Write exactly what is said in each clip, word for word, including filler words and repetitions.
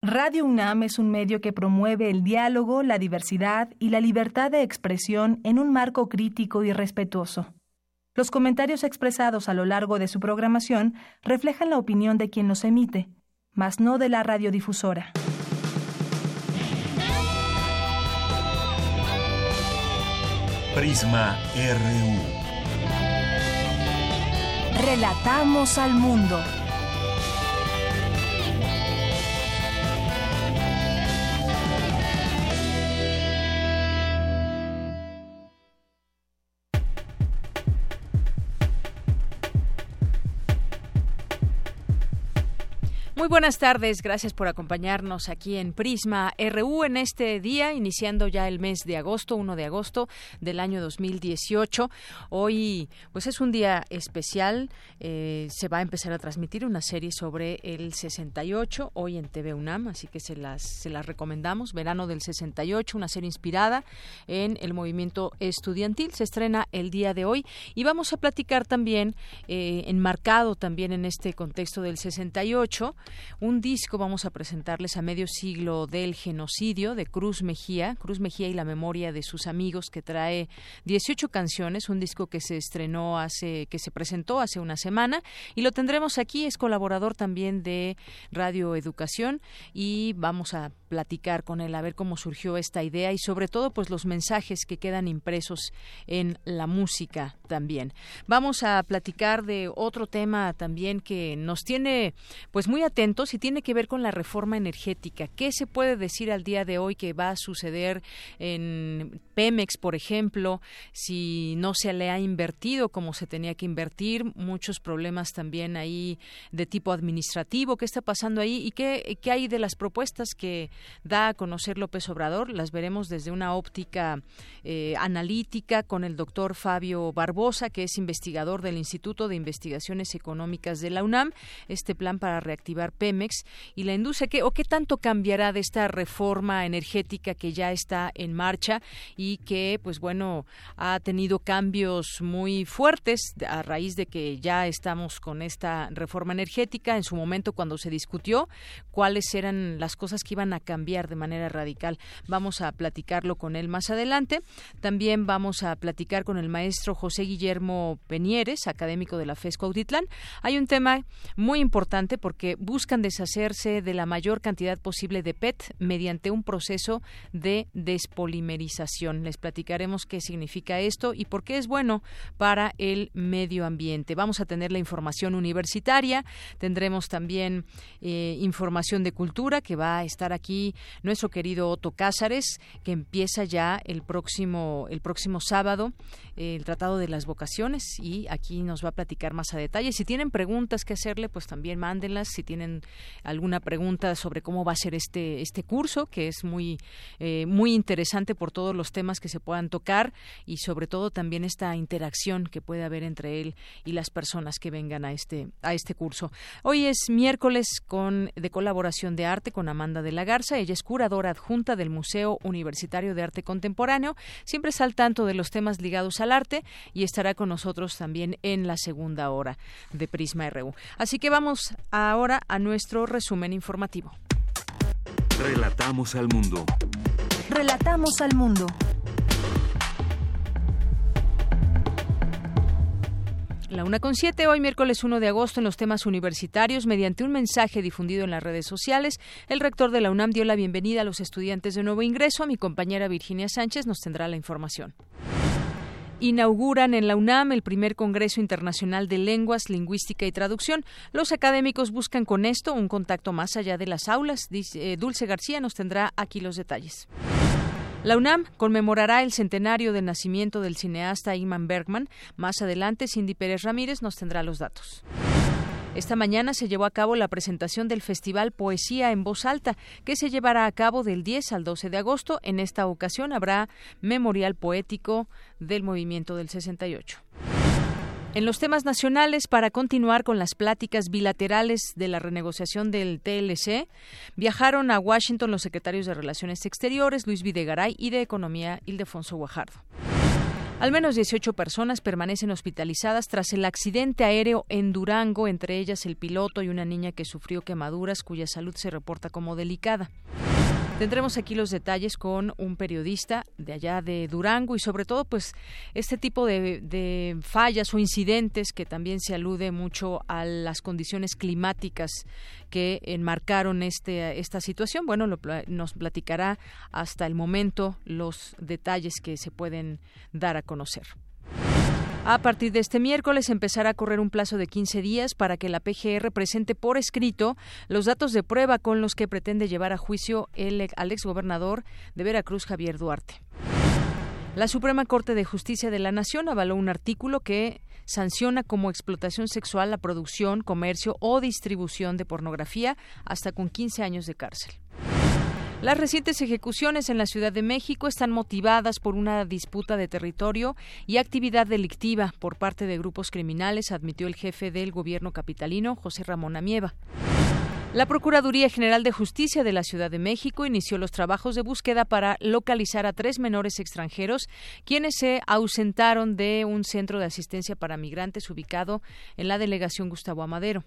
Radio UNAM es un medio que promueve el diálogo, la diversidad y la libertad de expresión en un marco crítico y respetuoso. Los comentarios expresados a lo largo de su programación reflejan la opinión de quien los emite, mas no de la radiodifusora. Prisma R U. Relatamos al mundo. Muy buenas tardes, gracias por acompañarnos aquí en Prisma R U en este día, iniciando ya el mes de agosto, primero de agosto del año dos mil dieciocho. Hoy pues es un día especial, eh, se va a empezar a transmitir una serie sobre el sesenta y ocho, hoy en T V UNAM, así que se las, se las recomendamos, Verano del sesenta y ocho, una serie inspirada en el movimiento estudiantil, se estrena el día de hoy y vamos a platicar también, eh, enmarcado también en este contexto del sesenta y ocho, un disco. Vamos a presentarles a medio siglo del genocidio de Cruz Mejía, Cruz Mejía y la memoria de sus amigos, que trae dieciocho canciones, un disco que se estrenó hace, que se presentó hace una semana y lo tendremos aquí, es colaborador también de Radio Educación y vamos a platicar con él a ver cómo surgió esta idea y sobre todo pues los mensajes que quedan impresos en la música también. Vamos a platicar de otro tema también que nos tiene pues muy atentos y tiene que ver con la reforma energética. ¿Qué se puede decir al día de hoy que va a suceder en Pemex, por ejemplo, si no se le ha invertido como se tenía que invertir? Muchos problemas también ahí de tipo administrativo. ¿Qué está pasando ahí y qué, qué hay de las propuestas que da a conocer López Obrador? Las veremos desde una óptica eh, analítica con el doctor Fabio Barbosa, que es investigador del Instituto de Investigaciones Económicas de la UNAM. Este plan para reactivar Pemex y la industria, ¿qué, o qué tanto cambiará de esta reforma energética que ya está en marcha y que, pues bueno, ha tenido cambios muy fuertes a raíz de que ya estamos con esta reforma energética? En su momento, cuando se discutió, cuáles eran las cosas que iban a cambiar de manera radical. Vamos a platicarlo con él más adelante. También vamos a platicar con el maestro José Guillermo Penieres, académico de la FES Cuautitlán. Hay un tema muy importante porque buscan deshacerse de la mayor cantidad posible de P E T mediante un proceso de despolimerización. Les platicaremos qué significa esto y por qué es bueno para el medio ambiente. Vamos a tener la información universitaria, tendremos también eh, información de cultura, que va a estar aquí nuestro querido Otto Cázares, que empieza ya el próximo, el próximo sábado eh, el Tratado de las Vocaciones y aquí nos va a platicar más a detalle. Si tienen preguntas que hacerle, pues también mándenlas. Si tienen alguna pregunta sobre cómo va a ser este este curso, que es muy eh, muy interesante por todos los temas que se puedan tocar y sobre todo también esta interacción que puede haber entre él y las personas que vengan a este a este curso. Hoy es miércoles con de colaboración de arte con Amanda de la Garza. Ella es curadora adjunta del Museo Universitario de Arte Contemporáneo. Siempre está al tanto de los temas ligados al arte y estará con nosotros también en la segunda hora de Prisma R U. Así que vamos ahora a nuestro resumen informativo. Relatamos al mundo. Relatamos al mundo. La una con siete, hoy miércoles primero de agosto, en los temas universitarios, mediante un mensaje difundido en las redes sociales, el rector de la UNAM dio la bienvenida a los estudiantes de nuevo ingreso. Mi compañera Virginia Sánchez nos tendrá la información. Inauguran en la UNAM el primer Congreso Internacional de Lenguas, Lingüística y Traducción. Los académicos buscan con esto un contacto más allá de las aulas. Dice, eh, Dulce García nos tendrá aquí los detalles. La UNAM conmemorará el centenario del nacimiento del cineasta Ingmar Bergman. Más adelante, Cindy Pérez Ramírez nos tendrá los datos. Esta mañana se llevó a cabo la presentación del Festival Poesía en Voz Alta, que se llevará a cabo del diez al doce de agosto. En esta ocasión habrá memorial poético del movimiento del sesenta y ocho. En los temas nacionales, para continuar con las pláticas bilaterales de la renegociación del T L C, viajaron a Washington los secretarios de Relaciones Exteriores, Luis Videgaray, y de Economía, Ildefonso Guajardo. Al menos dieciocho personas permanecen hospitalizadas tras el accidente aéreo en Durango, entre ellas el piloto y una niña que sufrió quemaduras cuya salud se reporta como delicada. Tendremos aquí los detalles con un periodista de allá de Durango y sobre todo pues este tipo de, de fallas o incidentes que también se alude mucho a las condiciones climáticas que enmarcaron este, esta situación. Bueno, lo, nos platicará hasta el momento los detalles que se pueden dar a conocer. A partir de este miércoles empezará a correr un plazo de quince días para que la P G R presente por escrito los datos de prueba con los que pretende llevar a juicio el, al exgobernador de Veracruz, Javier Duarte. La Suprema Corte de Justicia de la Nación avaló un artículo que sanciona como explotación sexual la producción, comercio o distribución de pornografía hasta con quince años de cárcel. Las recientes ejecuciones en la Ciudad de México están motivadas por una disputa de territorio y actividad delictiva por parte de grupos criminales, admitió el jefe del gobierno capitalino, José Ramón Amieva. La Procuraduría General de Justicia de la Ciudad de México inició los trabajos de búsqueda para localizar a tres menores extranjeros, quienes se ausentaron de un centro de asistencia para migrantes ubicado en la delegación Gustavo Amadero.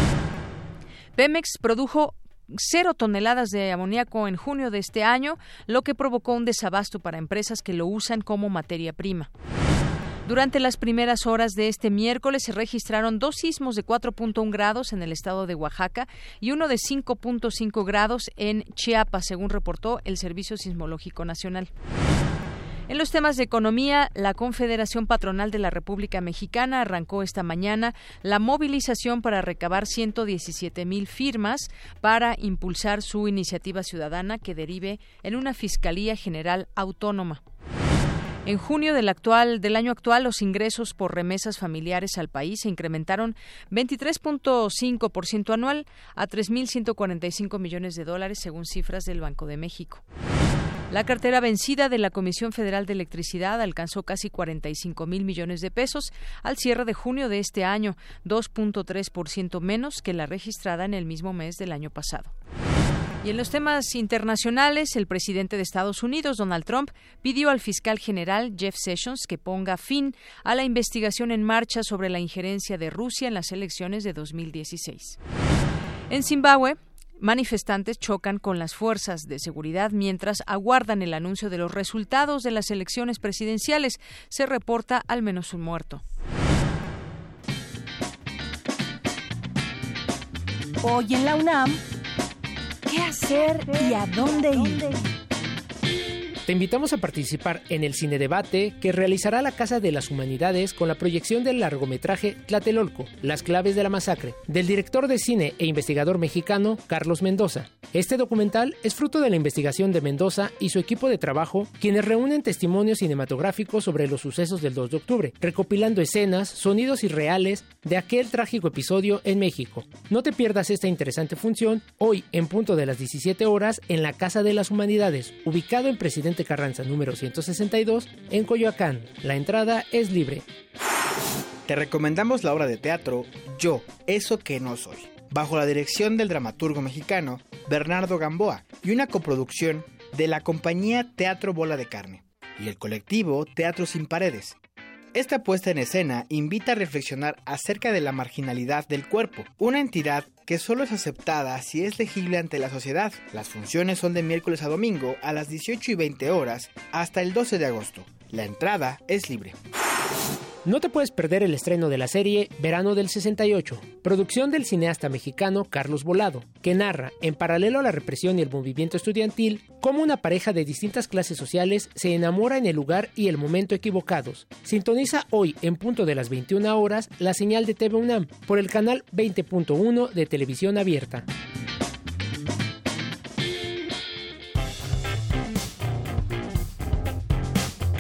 Pemex produjo cero toneladas de amoníaco en junio de este año, lo que provocó un desabasto para empresas que lo usan como materia prima. Durante las primeras horas de este miércoles se registraron dos sismos de cuatro punto uno grados en el estado de Oaxaca y uno de cinco punto cinco grados en Chiapas, según reportó el Servicio Sismológico Nacional. En los temas de economía, la Confederación Patronal de la República Mexicana arrancó esta mañana la movilización para recabar ciento diecisiete mil firmas para impulsar su iniciativa ciudadana que derive en una Fiscalía General Autónoma. En junio del, actual, del año actual, los ingresos por remesas familiares al país se incrementaron veintitrés punto cinco por ciento anual a tres mil ciento cuarenta y cinco millones de dólares, según cifras del Banco de México. La cartera vencida de la Comisión Federal de Electricidad alcanzó casi cuarenta y cinco mil millones de pesos al cierre de junio de este año, dos punto tres por ciento menos que la registrada en el mismo mes del año pasado. Y en los temas internacionales, el presidente de Estados Unidos, Donald Trump, pidió al fiscal general Jeff Sessions que ponga fin a la investigación en marcha sobre la injerencia de Rusia en las elecciones de dos mil dieciséis. En Zimbabue, manifestantes chocan con las fuerzas de seguridad mientras aguardan el anuncio de los resultados de las elecciones presidenciales. Se reporta al menos un muerto. Hoy en la UNAM, ¿qué hacer y a dónde ir? Te invitamos a participar en el cinedebate que realizará la Casa de las Humanidades con la proyección del largometraje Tlatelolco, Las claves de la masacre, del director de cine e investigador mexicano Carlos Mendoza. Este documental es fruto de la investigación de Mendoza y su equipo de trabajo, quienes reúnen testimonios cinematográficos sobre los sucesos del dos de octubre, recopilando escenas, sonidos irreales de aquel trágico episodio en México. No te pierdas esta interesante función hoy en punto de las diecisiete horas en la Casa de las Humanidades, ubicado en Presidente Carranza número ciento sesenta y dos en Coyoacán. La entrada es libre. Te recomendamos la obra de teatro Yo, eso que no soy, bajo la dirección del dramaturgo mexicano Bernardo Gamboa y una coproducción de la compañía Teatro Bola de Carne y el colectivo Teatro Sin Paredes. Esta puesta en escena invita a reflexionar acerca de la marginalidad del cuerpo, una entidad que solo es aceptada si es legible ante la sociedad. Las funciones son de miércoles a domingo a las dieciocho y veinte horas hasta el doce de agosto. La entrada es libre. No te puedes perder el estreno de la serie Verano del sesenta y ocho, producción del cineasta mexicano Carlos Volado, que narra, en paralelo a la represión y el movimiento estudiantil, cómo una pareja de distintas clases sociales se enamora en el lugar y el momento equivocados. Sintoniza hoy, en punto de las veintiuna horas, la señal de T V UNAM por el canal veinte punto uno de Televisión Abierta.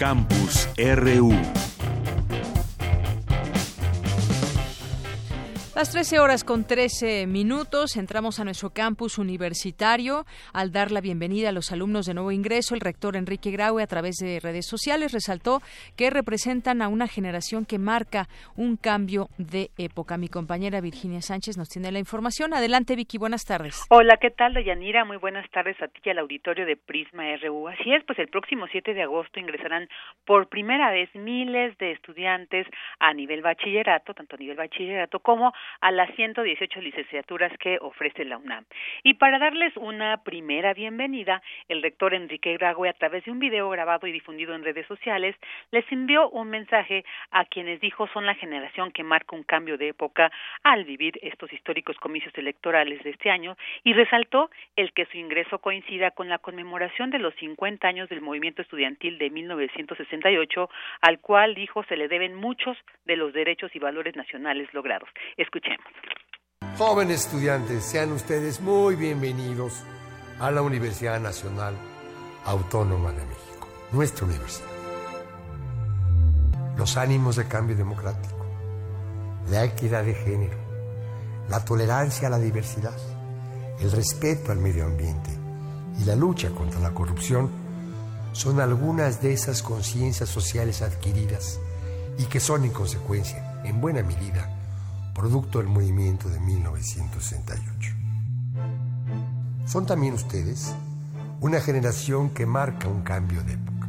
Campus R U. Las trece horas con trece minutos, entramos a nuestro campus universitario. Al dar la bienvenida a los alumnos de nuevo ingreso, el rector Enrique Graue, a través de redes sociales, resaltó que representan a una generación que marca un cambio de época. Mi compañera Virginia Sánchez nos tiene la información. Adelante, Vicky, buenas tardes. Hola, ¿qué tal, Deyanira? Muy buenas tardes a ti y al auditorio de Prisma R U. Así es, pues el próximo siete de agosto ingresarán por primera vez miles de estudiantes a nivel bachillerato, tanto a nivel bachillerato como a las ciento dieciocho licenciaturas que ofrece la UNAM. Y para darles una primera bienvenida, el rector Enrique Graue, a través de un video grabado y difundido en redes sociales, les envió un mensaje a quienes dijo son la generación que marca un cambio de época al vivir estos históricos comicios electorales de este año, y resaltó el que su ingreso coincida con la conmemoración de los cincuenta años del movimiento estudiantil de mil novecientos sesenta y ocho, al cual dijo se le deben muchos de los derechos y valores nacionales logrados. Escuchemos. Jóvenes estudiantes, sean ustedes muy bienvenidos a la Universidad Nacional Autónoma de México, nuestra universidad. Los ánimos de cambio democrático, la equidad de género, la tolerancia a la diversidad, el respeto al medio ambiente y la lucha contra la corrupción son algunas de esas conciencias sociales adquiridas y que son en consecuencia, en buena medida, producto del movimiento de mil novecientos sesenta y ocho. Son también ustedes una generación que marca un cambio de época.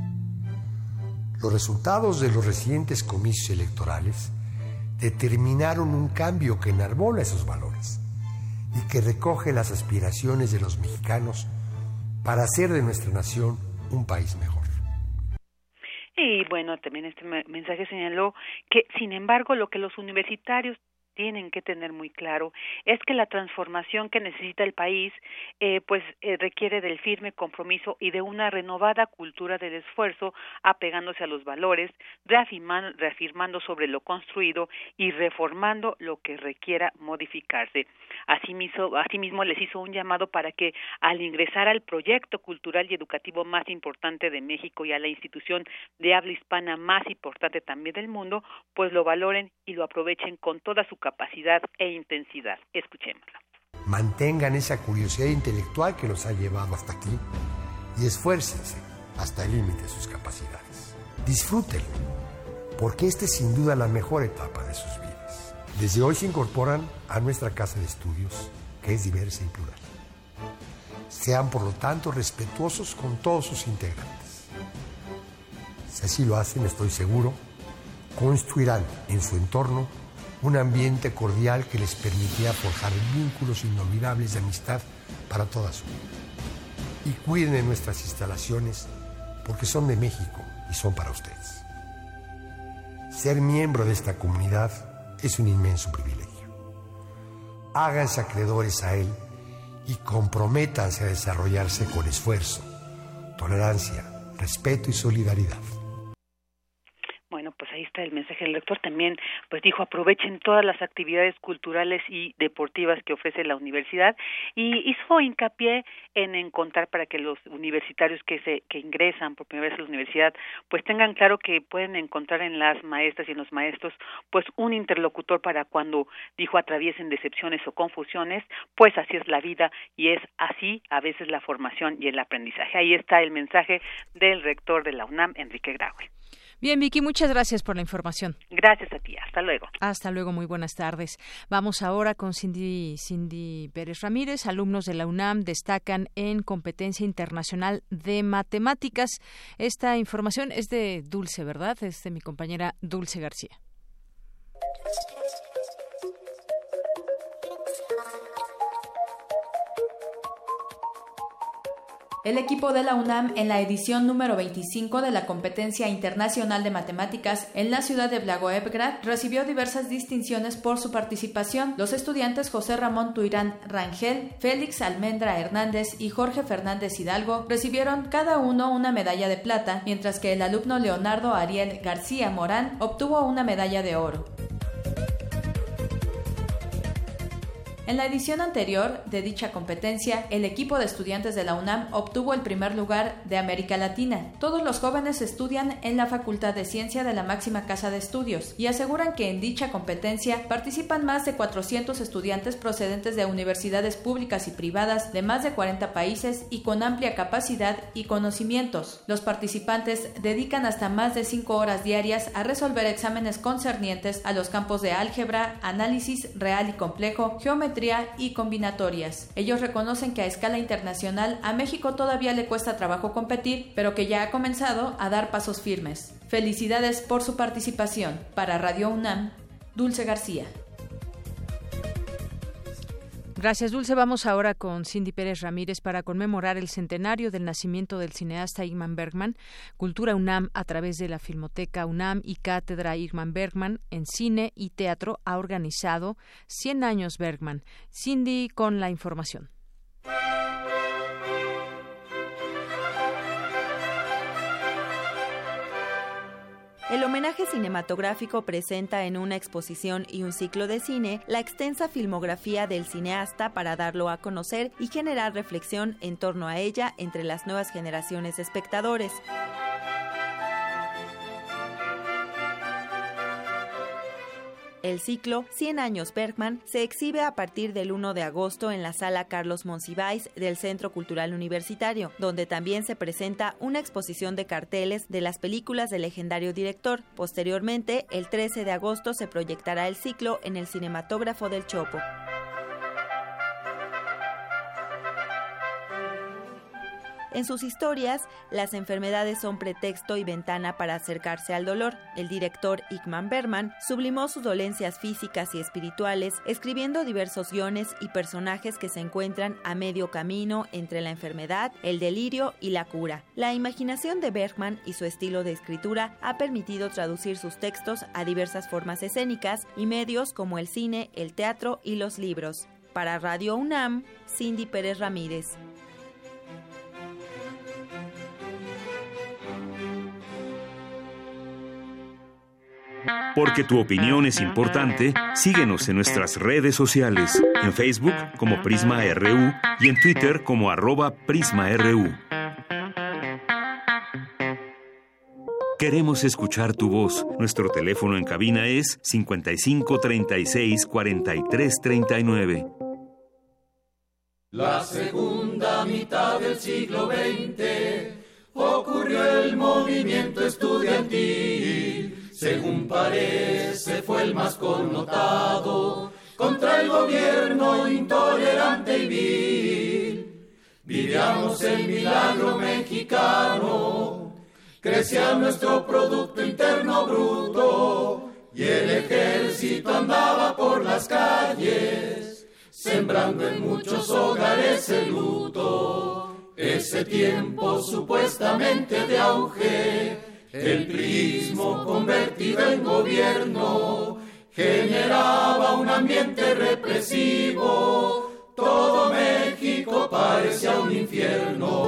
Los resultados de los recientes comicios electorales determinaron un cambio que enarbola esos valores y que recoge las aspiraciones de los mexicanos para hacer de nuestra nación un país mejor. Y bueno, también este mensaje señaló que, sin embargo, lo que los universitarios tienen que tener muy claro es que la transformación que necesita el país eh, pues eh, requiere del firme compromiso y de una renovada cultura del esfuerzo, apegándose a los valores, reafirmando, reafirmando sobre lo construido y reformando lo que requiera modificarse. Asimismo, asimismo les hizo un llamado para que al ingresar al proyecto cultural y educativo más importante de México y a la institución de habla hispana más importante también del mundo, pues lo valoren y lo aprovechen con toda su capacidad e intensidad. Escuchémoslo. Mantengan esa curiosidad intelectual que los ha llevado hasta aquí y esfuércense hasta el límite de sus capacidades. Disfrútenlo, porque esta es sin duda la mejor etapa de sus vidas. Desde hoy se incorporan a nuestra casa de estudios, que es diversa y plural. Sean, por lo tanto, respetuosos con todos sus integrantes. Si así lo hacen, estoy seguro, construirán en su entorno un ambiente cordial que les permitirá forjar vínculos inolvidables de amistad para toda su vida. Y cuiden de nuestras instalaciones porque son de México y son para ustedes. Ser miembro de esta comunidad es un inmenso privilegio. Háganse acreedores a él y comprométanse a desarrollarse con esfuerzo, tolerancia, respeto y solidaridad. Bueno, pues ahí está el mensaje del rector. También pues dijo aprovechen todas las actividades culturales y deportivas que ofrece la universidad, y hizo hincapié en encontrar para que los universitarios que se que ingresan por primera vez a la universidad pues tengan claro que pueden encontrar en las maestras y en los maestros pues un interlocutor para cuando, dijo, atraviesen decepciones o confusiones, pues así es la vida y es así a veces la formación y el aprendizaje. Ahí está el mensaje del rector de la UNAM, Enrique Graue. Bien, Vicky, muchas gracias por la información. Gracias a ti, hasta luego. Hasta luego, muy buenas tardes. Vamos ahora con Cindy, Cindy Pérez Ramírez. Alumnos de la UNAM destacan en competencia internacional de matemáticas. Esta información es de Dulce, ¿verdad? Es de mi compañera Dulce García. El equipo de la UNAM en la edición número veinticinco de la Competencia Internacional de Matemáticas en la ciudad de Blagoevgrad recibió diversas distinciones por su participación. Los estudiantes José Ramón Tuirán Rangel, Félix Almendra Hernández y Jorge Fernández Hidalgo recibieron cada uno una medalla de plata, mientras que el alumno Leonardo Ariel García Morán obtuvo una medalla de oro. En la edición anterior de dicha competencia, el equipo de estudiantes de la UNAM obtuvo el primer lugar de América Latina. Todos los jóvenes estudian en la Facultad de Ciencia de la máxima casa de estudios y aseguran que en dicha competencia participan más de cuatrocientos estudiantes procedentes de universidades públicas y privadas de más de cuarenta países y con amplia capacidad y conocimientos. Los participantes dedican hasta más de cinco horas diarias a resolver exámenes concernientes a los campos de álgebra, análisis real y complejo, geometría y combinatorias. Ellos reconocen que a escala internacional a México todavía le cuesta trabajo competir, pero que ya ha comenzado a dar pasos firmes. Felicidades por su participación. Para Radio UNAM, Dulce García. Gracias, Dulce. Vamos ahora con Cindy Pérez Ramírez para conmemorar el centenario del nacimiento del cineasta Ingmar Bergman. Cultura UNAM, a través de la Filmoteca UNAM y Cátedra Ingmar Bergman en Cine y Teatro, ha organizado cien años Bergman. Cindy con la información. El homenaje cinematográfico presenta en una exposición y un ciclo de cine la extensa filmografía del cineasta para darlo a conocer y generar reflexión en torno a ella entre las nuevas generaciones de espectadores. El ciclo cien años Bergman se exhibe a partir del primero de agosto en la Sala Carlos Monsiváis del Centro Cultural Universitario, donde también se presenta una exposición de carteles de las películas del legendario director. Posteriormente, el trece de agosto se proyectará el ciclo en el Cinematógrafo del Chopo. En sus historias, las enfermedades son pretexto y ventana para acercarse al dolor. El director Ingmar Bergman sublimó sus dolencias físicas y espirituales, escribiendo diversos guiones y personajes que se encuentran a medio camino entre la enfermedad, el delirio y la cura. La imaginación de Bergman y su estilo de escritura ha permitido traducir sus textos a diversas formas escénicas y medios como el cine, el teatro y los libros. Para Radio UNAM, Cindy Pérez Ramírez. Porque tu opinión es importante, síguenos en nuestras redes sociales, en Facebook como Prisma R U y en Twitter como arroba PrismaRU. Queremos escuchar tu voz. Nuestro teléfono en cabina es cincuenta y cinco, treinta y seis, cuarenta y tres, treinta y nueve. La segunda mitad del siglo veinte ocurrió el movimiento estudiantil. Según parece, fue el más connotado contra el gobierno intolerante y vil. Vivíamos el milagro mexicano, crecía nuestro Producto Interno Bruto y el ejército andaba por las calles, sembrando en muchos hogares el luto. Ese tiempo supuestamente de auge, el prismo convertido en gobierno generaba un ambiente represivo. Todo México parecía un infierno.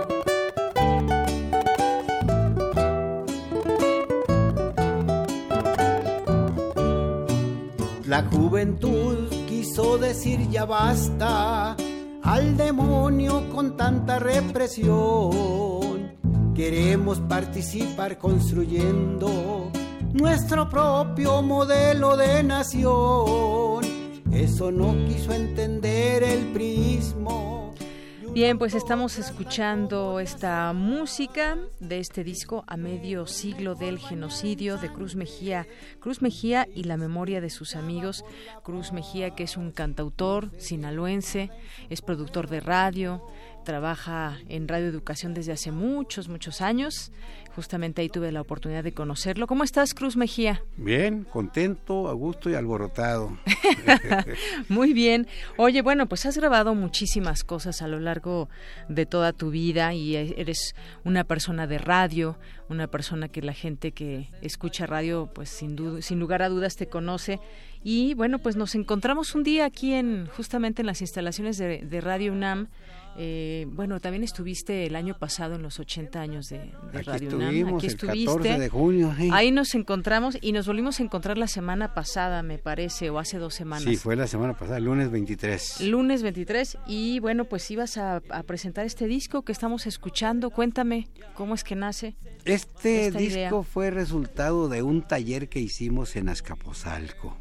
La juventud quiso decir ya basta al demonio con tanta represión. Queremos participar construyendo nuestro propio modelo de nación. Eso no quiso entender el prismo. Bien, pues estamos escuchando esta música de este disco A medio siglo del genocidio de Cruz Mejía. Cruz Mejía y la memoria de sus amigos. Cruz Mejía, que es un cantautor sinaloense, es productor de radio, trabaja en Radio Educación desde hace muchos, muchos años. Justamente ahí tuve la oportunidad de conocerlo. ¿Cómo estás, Cruz Mejía? Bien, contento, a gusto y alborotado. Muy bien. Oye, bueno, pues has grabado muchísimas cosas a lo largo de toda tu vida y eres una persona de radio, una persona que la gente que escucha radio, pues sin duda, sin lugar a dudas te conoce. Y bueno, pues nos encontramos un día aquí en justamente en las instalaciones de, de Radio UNAM, Eh, bueno, también estuviste el año pasado en los ochenta años de, de Aquí Radio UNAM. Aquí el estuviste. catorce de junio. ¿Eh? Ahí nos encontramos y nos volvimos a encontrar la semana pasada, me parece, o hace dos semanas. Sí, fue la semana pasada, el lunes veintitrés. Lunes veintitrés, y bueno, pues ibas a, a presentar este disco que estamos escuchando. Cuéntame, ¿cómo es que nace? Este disco idea? fue resultado de un taller que hicimos en Azcapotzalco.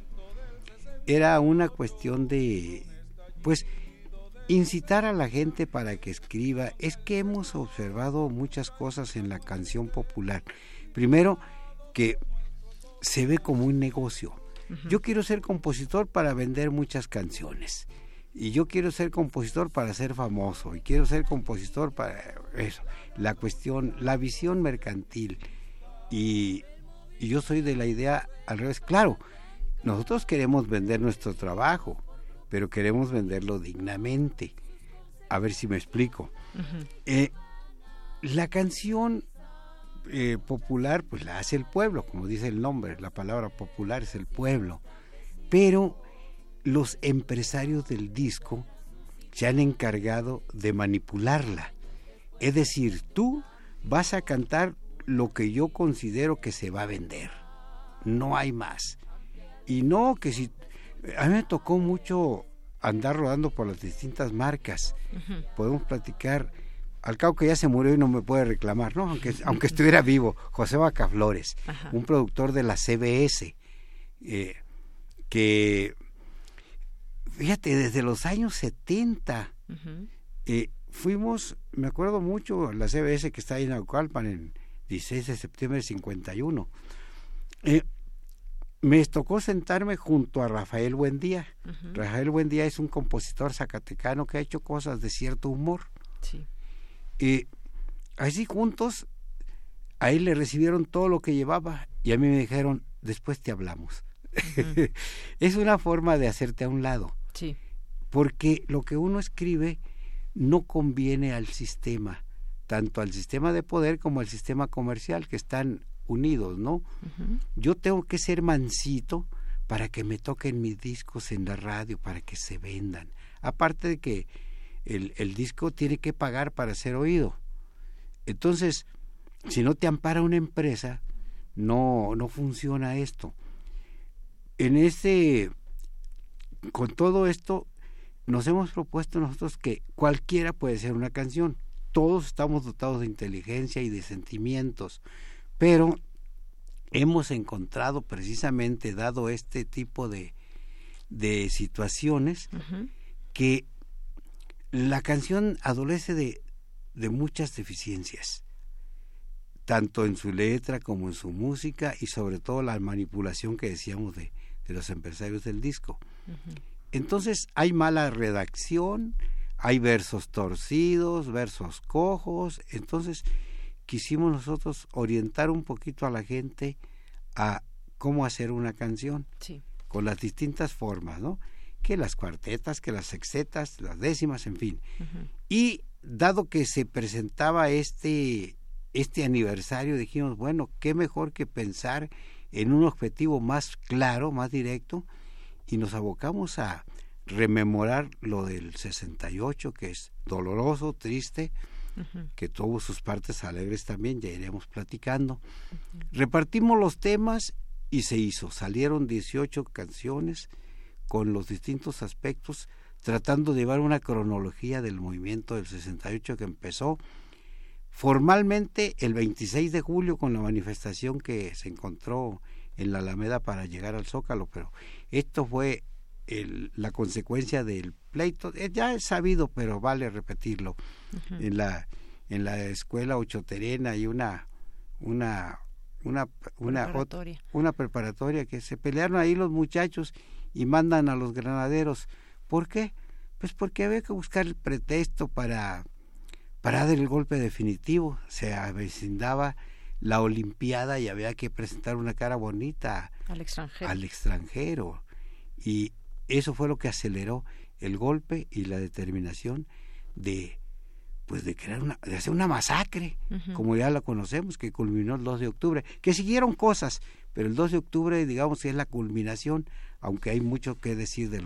Era una cuestión de, pues, incitar a la gente para que escriba. Es que hemos observado muchas cosas en la canción popular. Primero, que se ve como un negocio. Uh-huh. Yo quiero ser compositor para vender muchas canciones. Y yo quiero ser compositor para ser famoso. Y quiero ser compositor para eso. La cuestión, la visión mercantil. Y, y yo soy de la idea al revés. Claro, nosotros queremos vender nuestro trabajo, pero queremos venderlo dignamente. A ver si me explico. Uh-huh. Eh, la canción eh, popular, pues la hace el pueblo, como dice el nombre. La palabra popular es el pueblo. Pero los empresarios del disco se han encargado de manipularla. Es decir, tú vas a cantar lo que yo considero que se va a vender. No hay más. Y no que si... A mí me tocó mucho andar rodando por las distintas marcas. Uh-huh. Podemos platicar, al cabo que ya se murió y no me puede reclamar, ¿no? Aunque, aunque estuviera vivo, José Bacaflores, uh-huh. un productor de la C B S, eh, que, fíjate, desde los años setenta, uh-huh. eh, fuimos, me acuerdo mucho, la C B S que está ahí en Naucalpan, en dieciséis de septiembre de cincuenta y uno, eh, me tocó sentarme junto a Rafael Buendía. Uh-huh. Rafael Buendía es un compositor zacatecano que ha hecho cosas de cierto humor. Sí. Y así juntos, a él le recibieron todo lo que llevaba y a mí me dijeron, después te hablamos. Uh-huh. Es una forma de hacerte a un lado. Sí. Porque lo que uno escribe no conviene al sistema, tanto al sistema de poder como al sistema comercial, que están unidos, ¿no? Uh-huh. Yo tengo que ser mansito para que me toquen mis discos en la radio, para que se vendan. Aparte de que el, el disco tiene que pagar para ser oído. Entonces, si no te ampara una empresa, no, no funciona esto. En este, con todo esto, nos hemos propuesto nosotros que cualquiera puede ser una canción. Todos estamos dotados de inteligencia y de sentimientos. Pero hemos encontrado precisamente, dado este tipo de, de situaciones, uh-huh. que la canción adolece de, de muchas deficiencias, tanto en su letra como en su música y sobre todo la manipulación que decíamos de, de los empresarios del disco. Uh-huh. Entonces hay mala redacción, hay versos torcidos, versos cojos, entonces quisimos nosotros orientar un poquito a la gente a cómo hacer una canción, sí. con las distintas formas, ¿no? Que las cuartetas, que las sextetas, las décimas, en fin. Uh-huh. Y dado que se presentaba este, este aniversario, dijimos, bueno, qué mejor que pensar en un objetivo más claro, más directo, y nos abocamos a rememorar lo del sesenta y ocho, que es doloroso, triste, uh-huh. que tuvo sus partes alegres también, ya iremos platicando. Uh-huh. Repartimos los temas y se hizo, salieron dieciocho canciones con los distintos aspectos, tratando de llevar una cronología del movimiento del sesenta y ocho que empezó formalmente el veintiséis de julio con la manifestación que se encontró en la Alameda para llegar al Zócalo, pero esto fue el, la consecuencia del pleito, ya es sabido, pero vale repetirlo. Uh-huh. En la en la escuela Ocho Terena hay una una una una preparatoria. Otra, una preparatoria que se pelearon ahí los muchachos y mandan a los granaderos. ¿Por qué? Pues porque había que buscar el pretexto para para dar el golpe definitivo. Se avecindaba la Olimpiada y había que presentar una cara bonita al extranjero. al extranjero. Y eso fue lo que aceleró el golpe y la determinación de pues de crear una, de hacer una masacre, uh-huh. como ya la conocemos, que culminó el dos de octubre, que siguieron cosas, pero el dos de octubre, digamos, es la culminación, aunque hay mucho que decir de los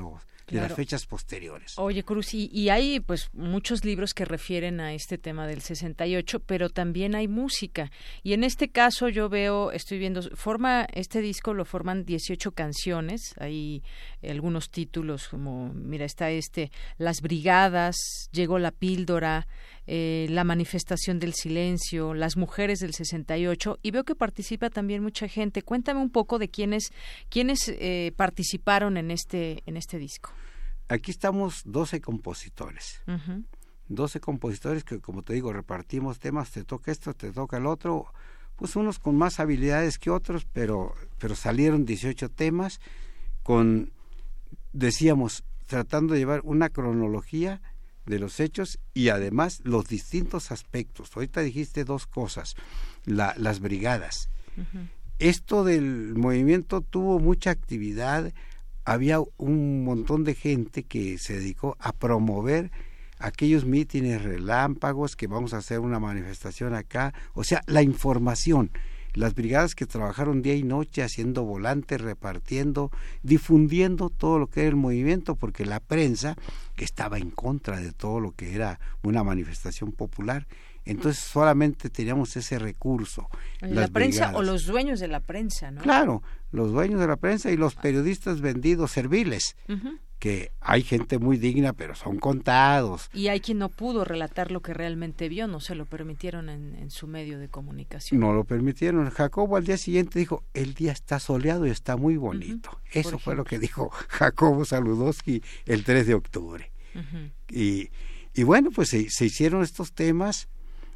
de claro. las fechas posteriores. Oye, Cruz, y, y hay pues muchos libros que refieren a este tema del sesenta y ocho, pero también hay música. Y en este caso yo veo, estoy viendo, forma este disco lo forman dieciocho canciones. Hay algunos títulos como, mira, está este, Las Brigadas, Llegó la Píldora, eh, La Manifestación del Silencio, Las Mujeres del sesenta y ocho, y veo que participa también mucha gente. Cuéntame un poco de quiénes, quiénes eh, participaron en este, en este disco. Aquí estamos doce compositores, uh-huh. doce compositores que, como te digo, repartimos temas, te toca esto, te toca el otro, pues unos con más habilidades que otros, pero, pero salieron dieciocho temas con, decíamos, tratando de llevar una cronología de los hechos y además los distintos aspectos. Ahorita dijiste dos cosas, la, las brigadas. Uh-huh. Esto del movimiento tuvo mucha actividad. Había un montón de gente que se dedicó a promover aquellos mítines relámpagos, que vamos a hacer una manifestación acá, o sea, la información, las brigadas que trabajaron día y noche haciendo volantes, repartiendo, difundiendo todo lo que era el movimiento, porque la prensa estaba en contra de todo lo que era una manifestación popular. Entonces solamente teníamos ese recurso. La prensa brigadas. O los dueños de la prensa, ¿no? Claro, los dueños de la prensa y los periodistas vendidos, serviles, uh-huh. que hay gente muy digna, pero son contados. Y hay quien no pudo relatar lo que realmente vio, no se lo permitieron en, en su medio de comunicación. No lo permitieron. Jacobo al día siguiente dijo, el día está soleado y está muy bonito. Uh-huh. Eso fue lo que dijo Jacobo Saludowski el tres de octubre. Uh-huh. Y, y bueno, pues se, se hicieron estos temas.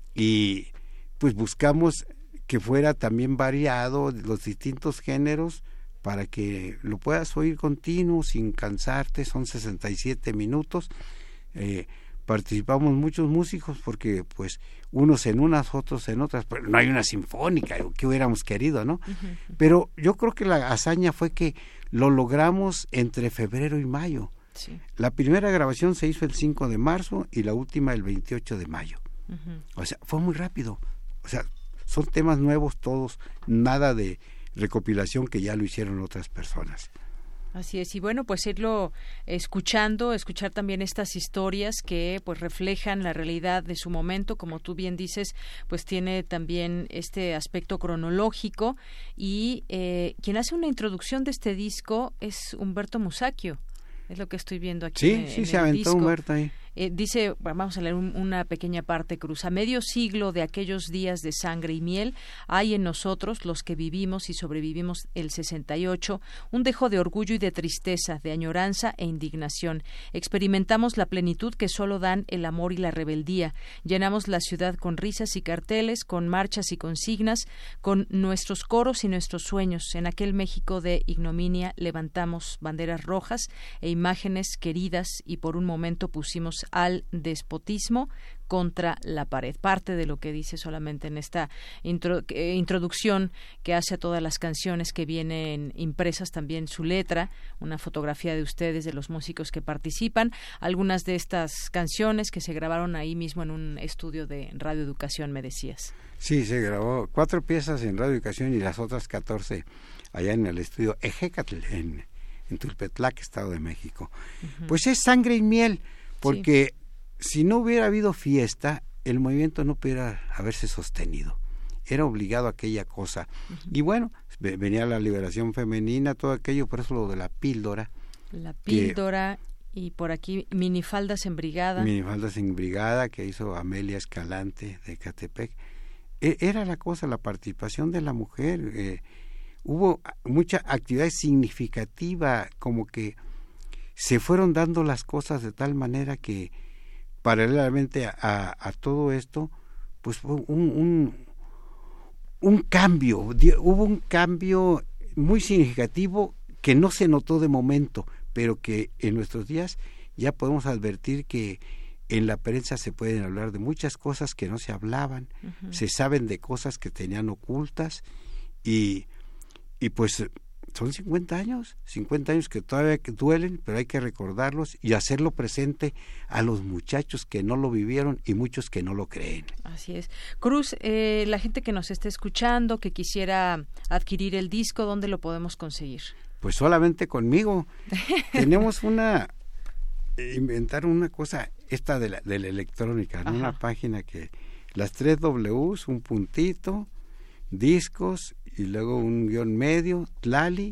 Y pues buscamos que fuera también variado los distintos géneros para que lo puedas oír continuo sin cansarte. Son sesenta y siete minutos. Eh, participamos muchos músicos porque pues unos en unas, otros en otras, pero no hay una sinfónica que hubiéramos querido, ¿no? Uh-huh. Pero yo creo que la hazaña fue que lo logramos entre febrero y mayo. Sí. La primera grabación se hizo el cinco de marzo y la última el veintiocho de mayo. Uh-huh. O sea, fue muy rápido. O sea, son temas nuevos todos, nada de recopilación que ya lo hicieron otras personas. Así es, y bueno, pues irlo escuchando, escuchar también estas historias que pues reflejan la realidad de su momento, como tú bien dices, pues tiene también este aspecto cronológico y eh, quien hace una introducción de este disco es Humberto Musacchio. Es lo que estoy viendo aquí. Sí, en, sí, en se el aventó disco. Humberto ahí. Eh, dice, vamos a leer un, una pequeña parte, Cruz. A medio siglo de aquellos días de sangre y miel, hay en nosotros, los que vivimos y sobrevivimos el sesenta y ocho, un dejo de orgullo y de tristeza, de añoranza e indignación. Experimentamos la plenitud que solo dan el amor y la rebeldía. Llenamos la ciudad con risas y carteles, con marchas y consignas, con nuestros coros y nuestros sueños. En aquel México de ignominia levantamos banderas rojas e imágenes queridas y por un momento pusimos al despotismo contra la pared. Parte de lo que dice solamente en esta intro, eh, introducción que hace a todas las canciones que vienen impresas, también su letra, una fotografía de ustedes, de los músicos que participan, algunas de estas canciones que se grabaron ahí mismo en un estudio de Radio Educación, me decías. Sí, se grabó cuatro piezas en Radio Educación y las otras catorce allá en el estudio Ejecatl, en, en Tulpetlac, Estado de México. Uh-huh. Pues es sangre y miel, porque sí. si no hubiera habido fiesta, el movimiento no pudiera haberse sostenido. Era obligado a aquella cosa. Uh-huh. Y bueno, venía la liberación femenina, todo aquello, por eso lo de la píldora. La píldora, que, y por aquí minifaldas en brigada. Minifaldas en brigada, que hizo Amelia Escalante de Ecatepec. E- era la cosa, la participación de la mujer. Eh, hubo mucha actividad significativa, como que se fueron dando las cosas de tal manera que paralelamente a, a, a todo esto, pues fue un, un, un cambio, hubo un cambio muy significativo que no se notó de momento, pero que en nuestros días ya podemos advertir que en la prensa se pueden hablar de muchas cosas que no se hablaban, uh-huh. se saben de cosas que tenían ocultas y, y pues son cincuenta años, cincuenta años que todavía duelen, pero hay que recordarlos y hacerlo presente a los muchachos que no lo vivieron y muchos que no lo creen. Así es. Cruz, eh, la gente que nos esté escuchando, que quisiera adquirir el disco, ¿dónde lo podemos conseguir? Pues solamente conmigo. Tenemos una inventar una cosa, esta de la, de la electrónica, ¿no? Una página que las tres W's, un puntito, discos y luego un guión medio, tlali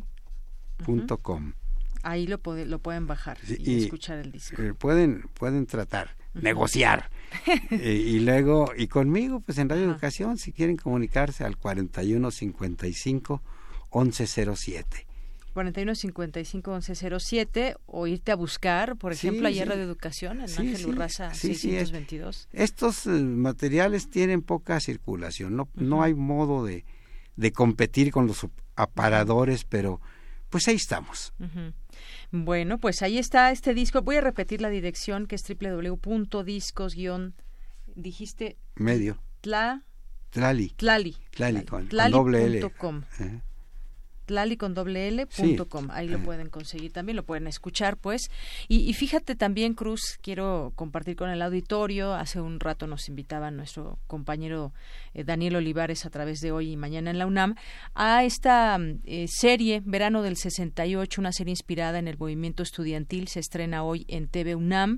punto com. Uh-huh. Ahí lo, puede, lo pueden bajar sí, y, y escuchar el disco. Eh, pueden, pueden tratar, uh-huh. negociar. eh, y luego, y conmigo, pues en Radio Ajá. Educación, si quieren comunicarse al cuarenta y uno cincuenta y cinco once cero siete. cuarenta y uno cincuenta y cinco once cero siete o irte a buscar, por ejemplo, sí, ayer sí. Radio Educación en sí, Ángel sí, Urraza sí, seiscientos veintidós. Sí, estos uh, materiales tienen poca circulación, no, uh-huh. no hay modo de, de competir con los aparadores, pero pues ahí estamos. Uh-huh. Bueno, pues ahí está este disco. Voy a repetir la dirección, que es doble u doble u doble u punto discos guion, dijiste... Medio. Tla... Tlali. Tlali. Tlali, con, Tlali con doble L. Com. Uh-huh. tlali con doble l punto com, ahí lo pueden conseguir también, lo pueden escuchar pues, y, y fíjate también, Cruz, quiero compartir con el auditorio, hace un rato nos invitaba nuestro compañero eh, Daniel Olivares a través de Hoy y Mañana en la UNAM, a esta eh, serie Verano del sesenta y ocho, una serie inspirada en el movimiento estudiantil, se estrena hoy en T V UNAM,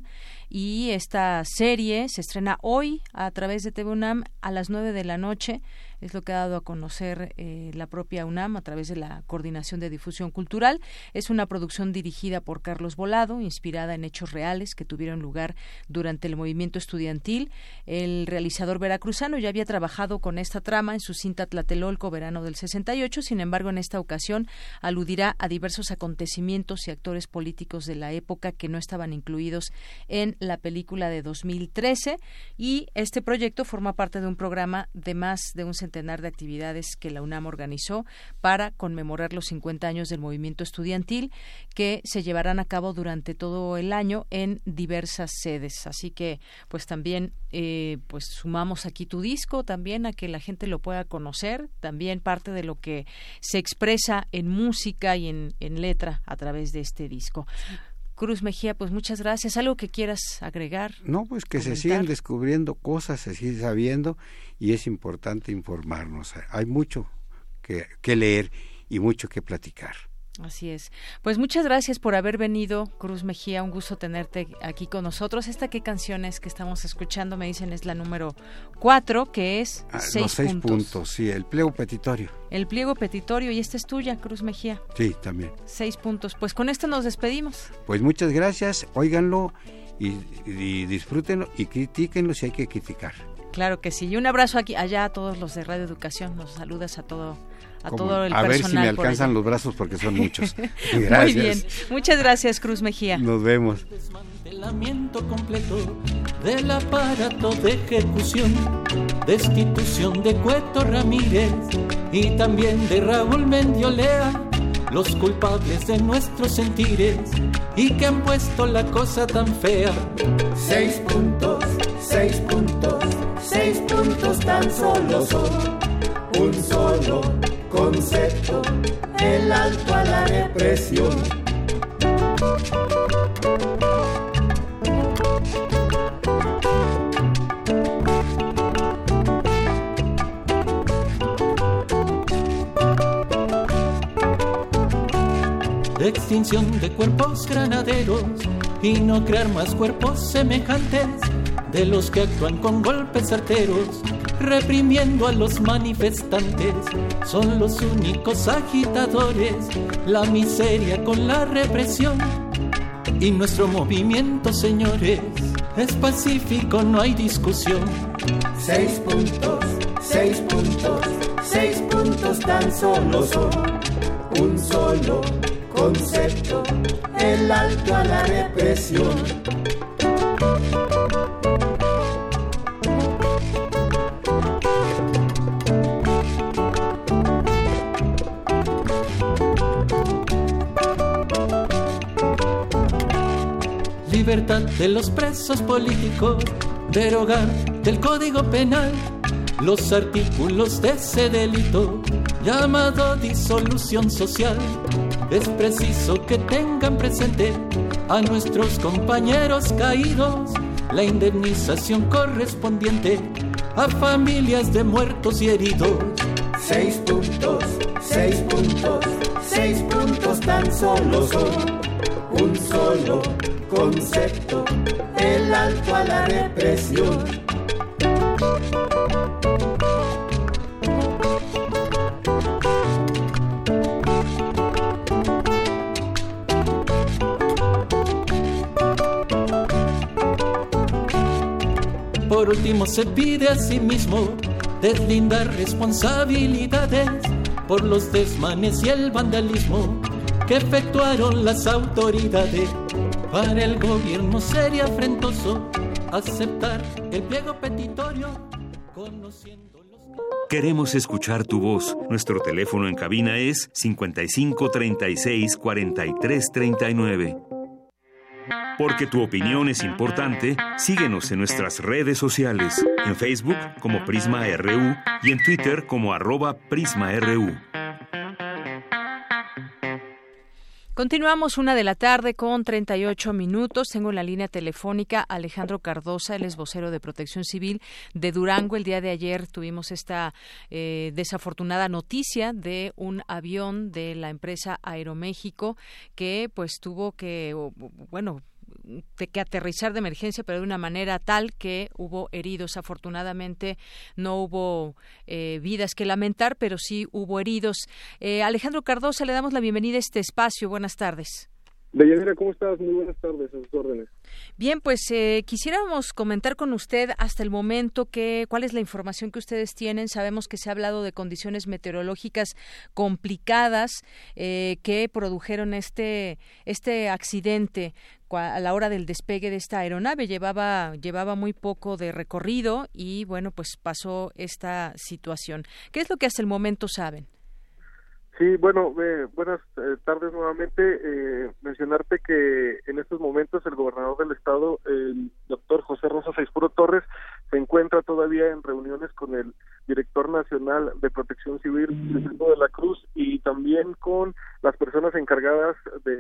y esta serie se estrena hoy a través de T V UNAM a las nueve de la noche, es lo que ha dado a conocer eh, la propia UNAM a través de la Coordinación de Difusión Cultural. Es una producción dirigida por Carlos Volado, inspirada en hechos reales que tuvieron lugar durante el movimiento estudiantil. El realizador veracruzano ya había trabajado con esta trama en su cinta Tlatelolco, Verano del sesenta y ocho, sin embargo, en esta ocasión aludirá a diversos acontecimientos y actores políticos de la época que no estaban incluidos en la película de dos mil trece, y este proyecto forma parte de un programa de más de un centenar de actividades que la UNAM organizó para conmemorar los cincuenta años del movimiento estudiantil, que se llevarán a cabo durante todo el año en diversas sedes. Así que, pues también, eh, pues sumamos aquí tu disco también a que la gente lo pueda conocer, también parte de lo que se expresa en música y en, en letra a través de este disco. Cruz Mejía, pues muchas gracias. ¿Algo que quieras agregar? No, pues que comentar? Se siguen descubriendo cosas, se sigue sabiendo, y es importante informarnos. Hay mucho que, que leer y mucho que platicar. Así es. Pues muchas gracias por haber venido, Cruz Mejía. Un gusto tenerte aquí con nosotros. ¿Esta qué canción es que estamos escuchando? Me dicen es la número cuatro, que es ah, seis, los seis puntos. puntos. Sí, el pliego petitorio. El pliego petitorio, y esta es tuya, Cruz Mejía. Sí, también. Seis puntos. Pues con esto nos despedimos. Pues muchas gracias. Óiganlo y, y disfrútenlo y critíquenlo si hay que criticar. Claro que sí. Y un abrazo aquí allá a todos los de Radio Educación. Nos saludas a todo a Como, todo el a personal. ver si me alcanzan los brazos porque son muchos. Gracias. Muy bien. Muchas gracias, Cruz Mejía. Nos vemos. Desmantelamiento completo del aparato de ejecución, destitución de Cueto Ramírez y también de Raúl Mendiolea, los culpables de nuestros sentires y que han puesto la cosa tan fea. Seis puntos, seis puntos, seis puntos tan solo son un solo concepto, el alto a la represión. De extinción de cuerpos granaderos y no crear más cuerpos semejantes de los que actúan con golpes certeros, reprimiendo a los manifestantes. Son los únicos agitadores, la miseria con la represión. Y nuestro movimiento, señores, es pacífico, no hay discusión. Seis puntos, seis puntos, seis puntos tan solo son un solo concepto, el alto a la represión. Libertad de los presos políticos, derogar del Código Penal los artículos de ese delito llamado disolución social. Es preciso que tengan presente a nuestros compañeros caídos, la indemnización correspondiente a familias de muertos y heridos. Seis puntos, seis puntos, seis puntos tan solo son un solo concepto, el alto a la represión. Por último se pide a sí mismo deslindar responsabilidades por los desmanes y el vandalismo que efectuaron las autoridades. Para el gobierno sería afrentoso aceptar el pliego petitorio conociendo los... Queremos escuchar tu voz. Nuestro teléfono en cabina es cincuenta y cinco, treinta y seis, cuarenta y tres, treinta y nueve. Porque tu opinión es importante, síguenos en nuestras redes sociales, en Facebook como Prisma R U y en Twitter como arroba PrismaRU. Continuamos una de la tarde con treinta y ocho minutos. Tengo en la línea telefónica a Alejandro Cardosa, él es vocero de Protección Civil de Durango. El día de ayer tuvimos esta eh, desafortunada noticia de un avión de la empresa Aeroméxico que pues tuvo que, bueno, de que aterrizar de emergencia, pero de una manera tal que hubo heridos. Afortunadamente no hubo eh, vidas que lamentar, pero sí hubo heridos. Eh, Alejandro Cardosa, le damos la bienvenida a este espacio. Buenas tardes. Deyanira, ¿cómo estás? Muy buenas tardes, a sus órdenes. Bien, pues eh, quisiéramos comentar con usted hasta el momento que, cuál es la información que ustedes tienen. Sabemos que se ha hablado de condiciones meteorológicas complicadas eh, que produjeron este este accidente a la hora del despegue de esta aeronave. Llevaba llevaba muy poco de recorrido y bueno, pues pasó esta situación. ¿Qué es lo que hasta el momento saben? Sí, bueno, eh, buenas eh, tardes nuevamente. Eh, mencionarte que en estos momentos el gobernador del estado, el doctor José Rosa Saizpuro Torres, se encuentra todavía en reuniones con el director nacional de Protección Civil, Fernando de la Cruz, y también con las personas encargadas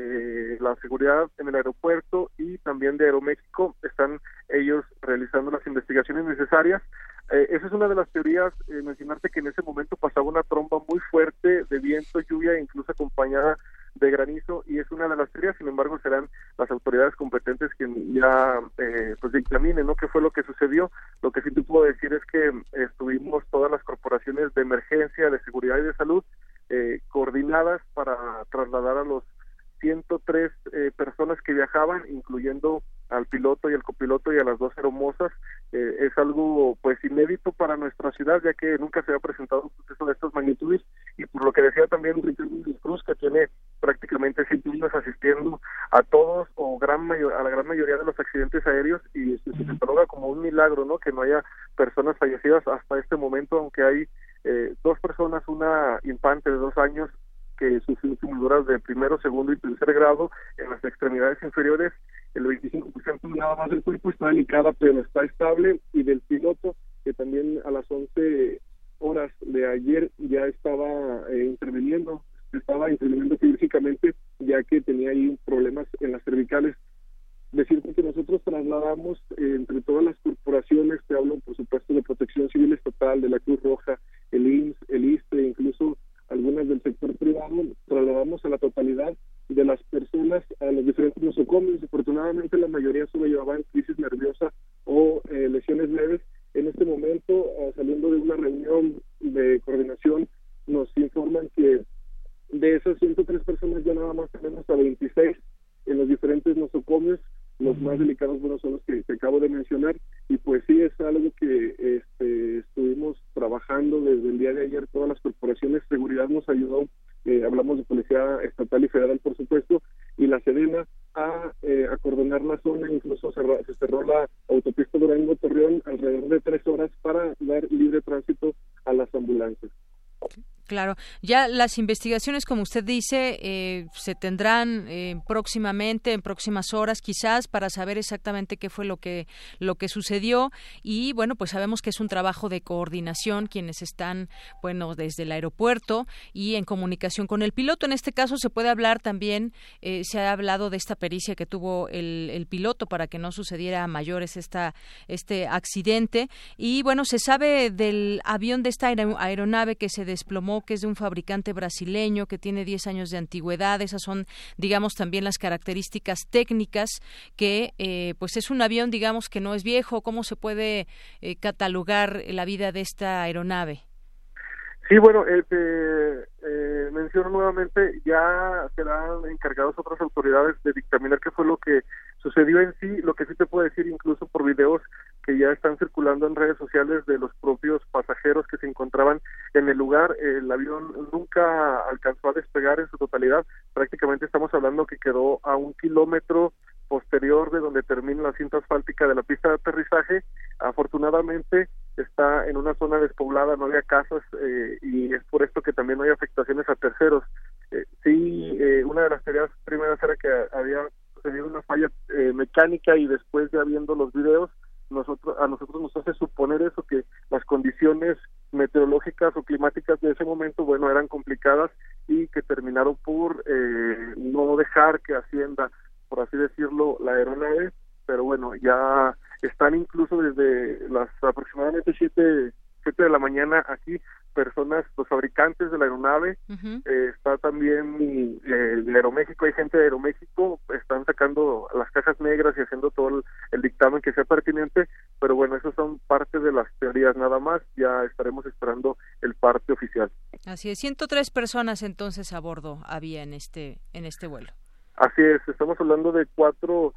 de la seguridad en el aeropuerto y también de Aeroméxico. Están ellos realizando las investigaciones necesarias. Eh, esa es una de las teorías. Eh, mencionarte que en ese momento pasaba una tromba muy fuerte de viento, lluvia, incluso acompañada de granizo, y es una de las teorías. Sin embargo, serán las autoridades competentes quienes ya eh, pues dictaminen, ¿no?, qué fue lo que sucedió. Lo que sí te puedo decir es que estuvimos todas las corporaciones de emergencia, de seguridad y de salud eh, coordinadas para trasladar a los ciento tres eh, personas que viajaban, incluyendo al piloto y al copiloto y a las dos aeromosas. Eh, es algo pues inédito para nuestra ciudad, ya que nunca se había presentado un suceso de estas magnitudes, y por lo que decía también Ricardo Cruz, que tiene prácticamente siete años asistiendo a todos o gran mayor, a la gran mayoría de los accidentes aéreos, y se cataloga como un milagro, ¿no?, que no haya personas fallecidas hasta este momento, aunque hay eh, dos personas, una infante de dos años que sufrió quemaduras de primero, segundo y tercer grado en las extremidades inferiores. El veinticinco por ciento nada más del cuerpo está delicada, pero está estable, y del piloto, que también a las once horas de ayer ya estaba eh, interviniendo, estaba interviniendo quirúrgicamente, ya que tenía ahí problemas en las cervicales. Decirte que nosotros trasladamos eh, entre todas las corporaciones, te hablo por supuesto de Protección Civil Estatal, de la Cruz Roja, el I M S S, el I S S S T E, incluso algunas del sector privado, trasladamos a la totalidad de las personas a los diferentes nosocomios. Afortunadamente la mayoría solo llevaban crisis nerviosa o eh, lesiones leves. En este momento, uh, saliendo de una reunión de coordinación, nos informan que de esas ciento tres personas ya nada más tenemos a veintiséis en los diferentes nosocomios. Los más delicados, bueno, son los que te acabo de mencionar, y pues sí, es algo que este, estuvimos trabajando desde el día de ayer. Todas las corporaciones de seguridad nos ayudó, eh, hablamos de Policía Estatal y Federal, por supuesto, y la Sedena a eh, acordonar la zona. Incluso cerró, se cerró la autopista Durango-Torreón alrededor de tres horas para dar libre tránsito a las ambulancias. Claro, ya las investigaciones, como usted dice, eh, se tendrán eh, próximamente, en próximas horas quizás, para saber exactamente qué fue lo que lo que sucedió. Y bueno, pues sabemos que es un trabajo de coordinación, quienes están, bueno, desde el aeropuerto y en comunicación con el piloto. En este caso se puede hablar también, eh, se ha hablado de esta pericia que tuvo el, el piloto para que no sucediera a mayores esta este accidente. Y bueno, se sabe del avión, de esta aeronave que se desplomó informó que es de un fabricante brasileño que tiene diez años de antigüedad. Esas son, digamos, también las características técnicas que, eh, pues es un avión, digamos, que no es viejo. ¿Cómo se puede eh, catalogar la vida de esta aeronave? Sí, bueno, eh, eh, menciono nuevamente, ya serán encargados otras autoridades de dictaminar qué fue lo que sucedió en sí. Lo que sí te puedo decir, incluso por videos que ya están circulando en redes sociales de los propios pasajeros que se encontraban en el lugar, el avión nunca alcanzó a despegar en su totalidad. Prácticamente estamos hablando que quedó a un kilómetro posterior de donde termina la cinta asfáltica de la pista de aterrizaje. Afortunadamente está en una zona despoblada, no había casas, eh, y es por esto que también no hay afectaciones a terceros. Eh, sí, eh, una de las tareas primeras era que había sucedido una falla eh, mecánica, y después ya viendo los videos, nosotros a nosotros nos hace suponer eso, que las condiciones meteorológicas o climáticas de ese momento, bueno, eran complicadas y que terminaron por eh, no dejar que ascienda, por así decirlo, la aeronave. Pero bueno, ya están incluso desde las aproximadamente siete, siete de la mañana aquí personas, los fabricantes de la aeronave. Uh-huh. eh, está también eh, de Aeroméxico, hay gente de Aeroméxico, están sacando las cajas negras y haciendo todo el, el dictamen que sea pertinente, pero bueno, eso son parte de las teorías nada más, ya estaremos esperando el parte oficial. Así es, ciento tres personas entonces a bordo había en este, en este vuelo. Así es, estamos hablando de cuatro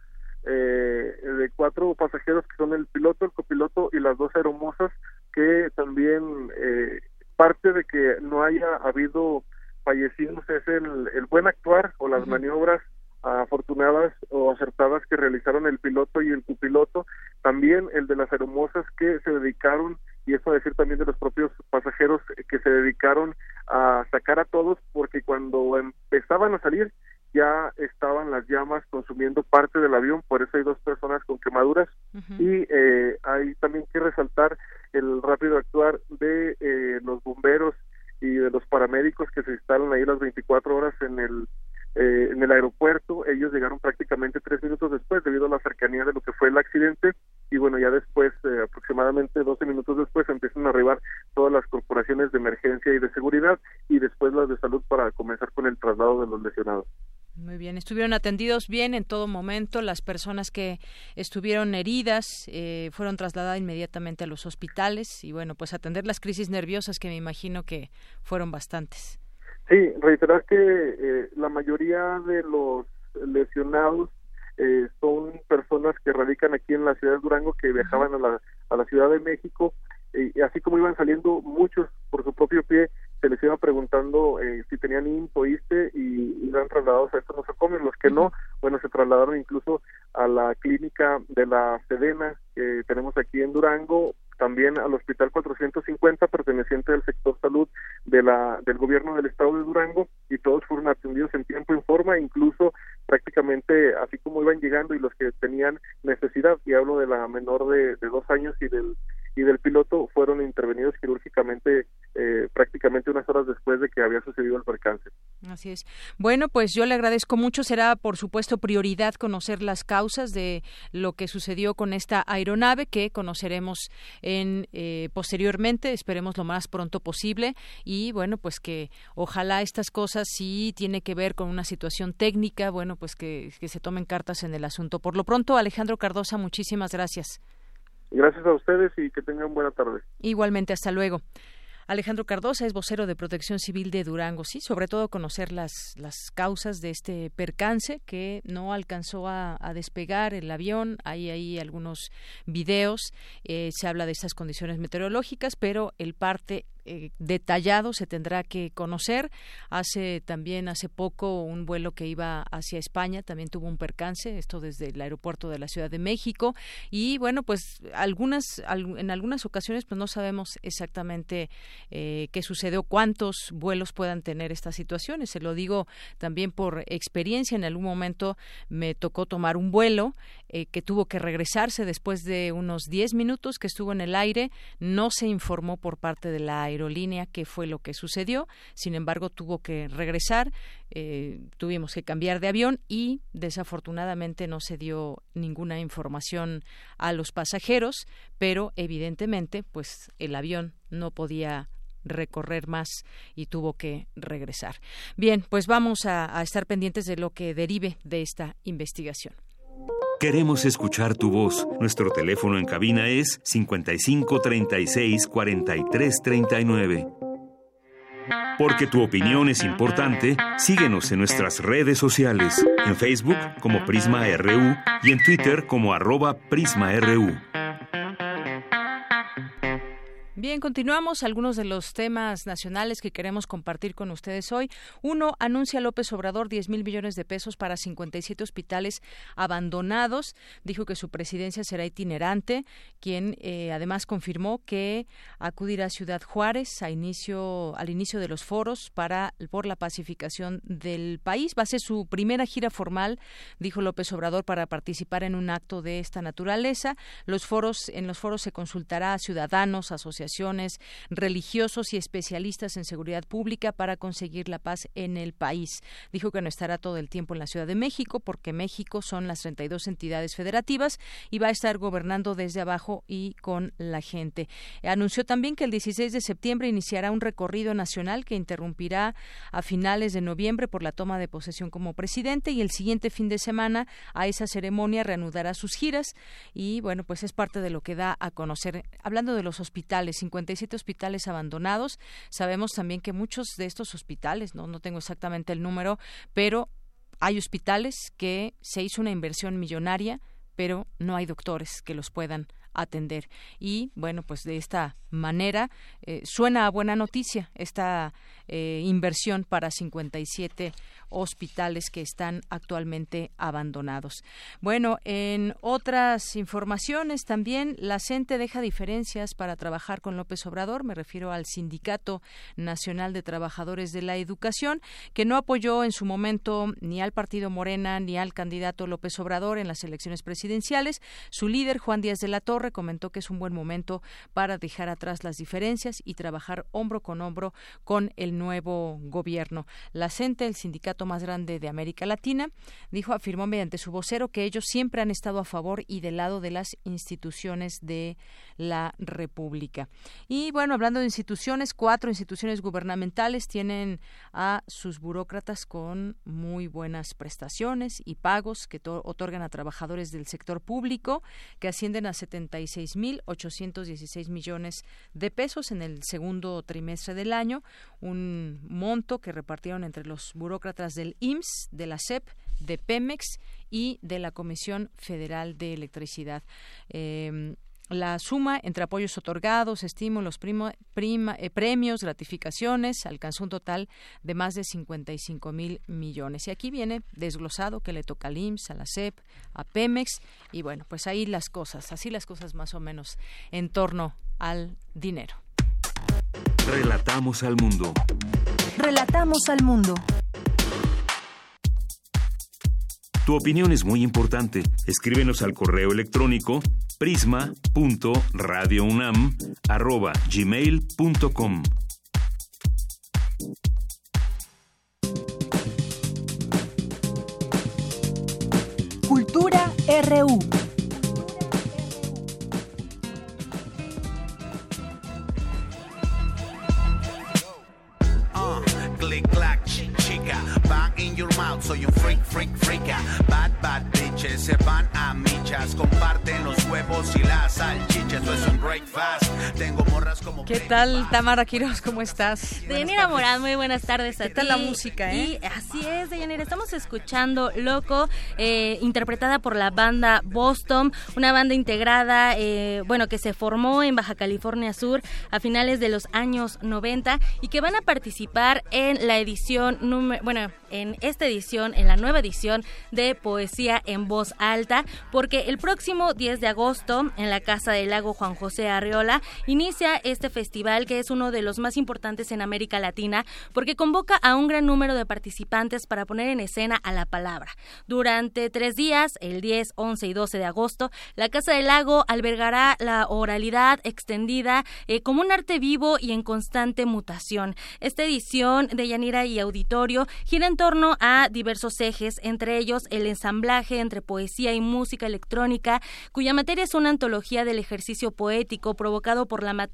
eh, de cuatro pasajeros que son el piloto, el copiloto y las dos aeromosas, que también eh, parte de que no haya habido fallecidos es el, el buen actuar o las uh-huh. maniobras afortunadas o acertadas que realizaron el piloto y el copiloto, también el de las aeromosas que se dedicaron, y eso a decir también de los propios pasajeros que se dedicaron a sacar a todos, porque cuando empezaban a salir ya estaban las llamas consumiendo parte del avión, por eso hay dos personas con quemaduras. Uh-huh. Y eh, hay también que resaltar el rápido actuar de eh, los bomberos y de los paramédicos que se instalan ahí las veinticuatro horas en el eh, en el aeropuerto. Ellos llegaron prácticamente tres minutos después debido a la cercanía de lo que fue el accidente, y bueno, ya después, eh, aproximadamente doce minutos después, empiezan a arribar todas las corporaciones de emergencia y de seguridad, y después las de salud para comenzar con el traslado de los lesionados. Muy bien, estuvieron atendidos bien en todo momento. Las personas que estuvieron heridas eh, fueron trasladadas inmediatamente a los hospitales y bueno, pues atender las crisis nerviosas que me imagino que fueron bastantes. Sí, reiterar que eh, la mayoría de los lesionados eh, son personas que radican aquí en la ciudad de Durango, que viajaban a la, a la Ciudad de México, eh, y así como iban saliendo muchos por su propio pie, se les iba preguntando eh, si tenían I M S S o I S S S T y iban trasladados a estos nosocomios. Los que no, bueno, se trasladaron incluso a la clínica de la Sedena que tenemos aquí en Durango, también al Hospital cuatrocientos cincuenta, perteneciente al sector salud de la del gobierno del estado de Durango, y todos fueron atendidos en tiempo y en forma, incluso prácticamente así como iban llegando, y los que tenían necesidad, y hablo de la menor de, de dos años y del y del piloto, fueron intervenidos quirúrgicamente eh, prácticamente unas horas después de que había sucedido el percance. Así es. Bueno, pues yo le agradezco mucho. Será, por supuesto, prioridad conocer las causas de lo que sucedió con esta aeronave, que conoceremos en eh, posteriormente, esperemos lo más pronto posible, y bueno, pues que ojalá estas cosas, si tiene que ver con una situación técnica, bueno, pues que, que se tomen cartas en el asunto. Por lo pronto, Alejandro Cardosa, muchísimas gracias. Gracias a ustedes y que tengan buena tarde. Igualmente, hasta luego. Alejandro Cardosa es vocero de Protección Civil de Durango. Sí, sobre todo conocer las las causas de este percance, que no alcanzó a, a despegar el avión. Hay ahí algunos videos, eh, se habla de estas condiciones meteorológicas, pero el parte eh, detallado se tendrá que conocer. Hace también, hace poco, un vuelo que iba hacia España también tuvo un percance, esto desde el aeropuerto de la Ciudad de México, y bueno, pues algunas al, en algunas ocasiones pues no sabemos exactamente eh, qué sucedió, cuántos vuelos puedan tener estas situaciones. Se lo digo también por experiencia. En algún momento me tocó tomar un vuelo eh, que tuvo que regresarse después de unos diez minutos que estuvo en el aire. No se informó por parte de la aerolínea qué fue lo que sucedió, sin embargo tuvo que regresar, eh, tuvimos que cambiar de avión y desafortunadamente no se dio ninguna información a los pasajeros, pero evidentemente pues el avión no podía recorrer más y tuvo que regresar. Bien, pues vamos a, a estar pendientes de lo que derive de esta investigación. Queremos escuchar tu voz. Nuestro teléfono en cabina es cincuenta y cinco treinta y seis cuarenta y tres treinta y nueve. Porque tu opinión es importante, síguenos en nuestras redes sociales, en Facebook como Prisma R U y en Twitter como arroba Prisma R U. Bien, continuamos algunos de los temas nacionales que queremos compartir con ustedes hoy. Uno, anuncia López Obrador diez mil millones de pesos para cincuenta y siete hospitales abandonados. Dijo que su presidencia será itinerante, quien eh, además confirmó que acudirá a Ciudad Juárez a inicio, al inicio de los foros para por la pacificación del país. Va a ser su primera gira formal, dijo López Obrador, para participar en un acto de esta naturaleza. Los foros, en los foros se consultará a ciudadanos, asociaciones, religiosos y especialistas en seguridad pública para conseguir la paz en el país. Dijo que no estará todo el tiempo en la Ciudad de México porque México son las treinta y dos entidades federativas y va a estar gobernando desde abajo y con la gente. Anunció también que el dieciséis de septiembre iniciará un recorrido nacional que interrumpirá a finales de noviembre por la toma de posesión como presidente y el siguiente fin de semana a esa ceremonia reanudará sus giras y bueno, pues es parte de lo que da a conocer. Hablando de los hospitales, cincuenta y siete hospitales abandonados. Sabemos también que muchos de estos hospitales, no, no tengo exactamente el número, pero hay hospitales que se hizo una inversión millonaria, pero no hay doctores que los puedan atender. Y bueno, pues de esta manera eh, suena a buena noticia esta eh, inversión para cincuenta y siete hospitales que están actualmente abandonados. Bueno, en otras informaciones también, la CENTE deja diferencias para trabajar con López Obrador. Me refiero al Sindicato Nacional de Trabajadores de la Educación, que no apoyó en su momento ni al partido Morena ni al candidato López Obrador en las elecciones presidenciales. Su líder, Juan Díaz de la Torre, comentó que es un buen momento para dejar atrás las diferencias y trabajar hombro con hombro con el nuevo gobierno. La CENTE, el sindicato más grande de América Latina, dijo, afirmó mediante su vocero que ellos siempre han estado a favor y del lado de las instituciones de la República. Y bueno, hablando de instituciones, cuatro instituciones gubernamentales tienen a sus burócratas con muy buenas prestaciones y pagos que to- otorgan a trabajadores del sector público, que ascienden a setenta y seis mil ochocientos dieciséis millones de pesos en el segundo trimestre del año, un monto que repartieron entre los burócratas del I M S S, de la S E P, de Pemex y de la Comisión Federal de Electricidad. Eh, La suma entre apoyos otorgados, estímulos, primo, prima, eh, premios, gratificaciones, alcanzó un total de más de cincuenta y cinco mil millones. Y aquí viene desglosado que le toca al I M S S, a la S E P, a Pemex, y bueno, pues ahí las cosas, así las cosas más o menos en torno al dinero. Relatamos al mundo. Relatamos al mundo. Tu opinión es muy importante. Escríbenos al correo electrónico prisma punto radio unam arroba gmail punto com. Cultura R U. Click, clack, chica, bang in your mouth, soy un freak, freak, freaka. Bad, bad bitches se van a michas, comparten los huevos y las salchichas, eso es un breakfast. Tengo morras como... ¿Qué tal, Tamara Quiroz? ¿Cómo estás? Deyanira Morán, muy buenas tardes a ti. ¿Qué tal la música, eh? Y así es, Deyanira, estamos escuchando Loco, eh, interpretada por la banda Boston, una banda integrada, eh, bueno, que se formó en Baja California Sur a finales de los años noventa y que van a participar en la edición número, bueno, en esta edición, en la nueva edición de Poesía en Voz Alta, porque el próximo diez de agosto en la Casa del Lago Juan José Arriola inicia este festival que es uno de los más importantes en América Latina, porque convoca a un gran número de participantes para poner en escena a la palabra. Durante tres días, el diez, once y doce de agosto, la Casa del Lago albergará la oralidad extendida eh, como un arte vivo y en constante mutación. Esta edición de Yanira y Auditorio gira en torno a diversos ejes, entre ellos el ensamblaje entre poesía y música electrónica, cuya materia es una antología del ejercicio poético provocado por la matanza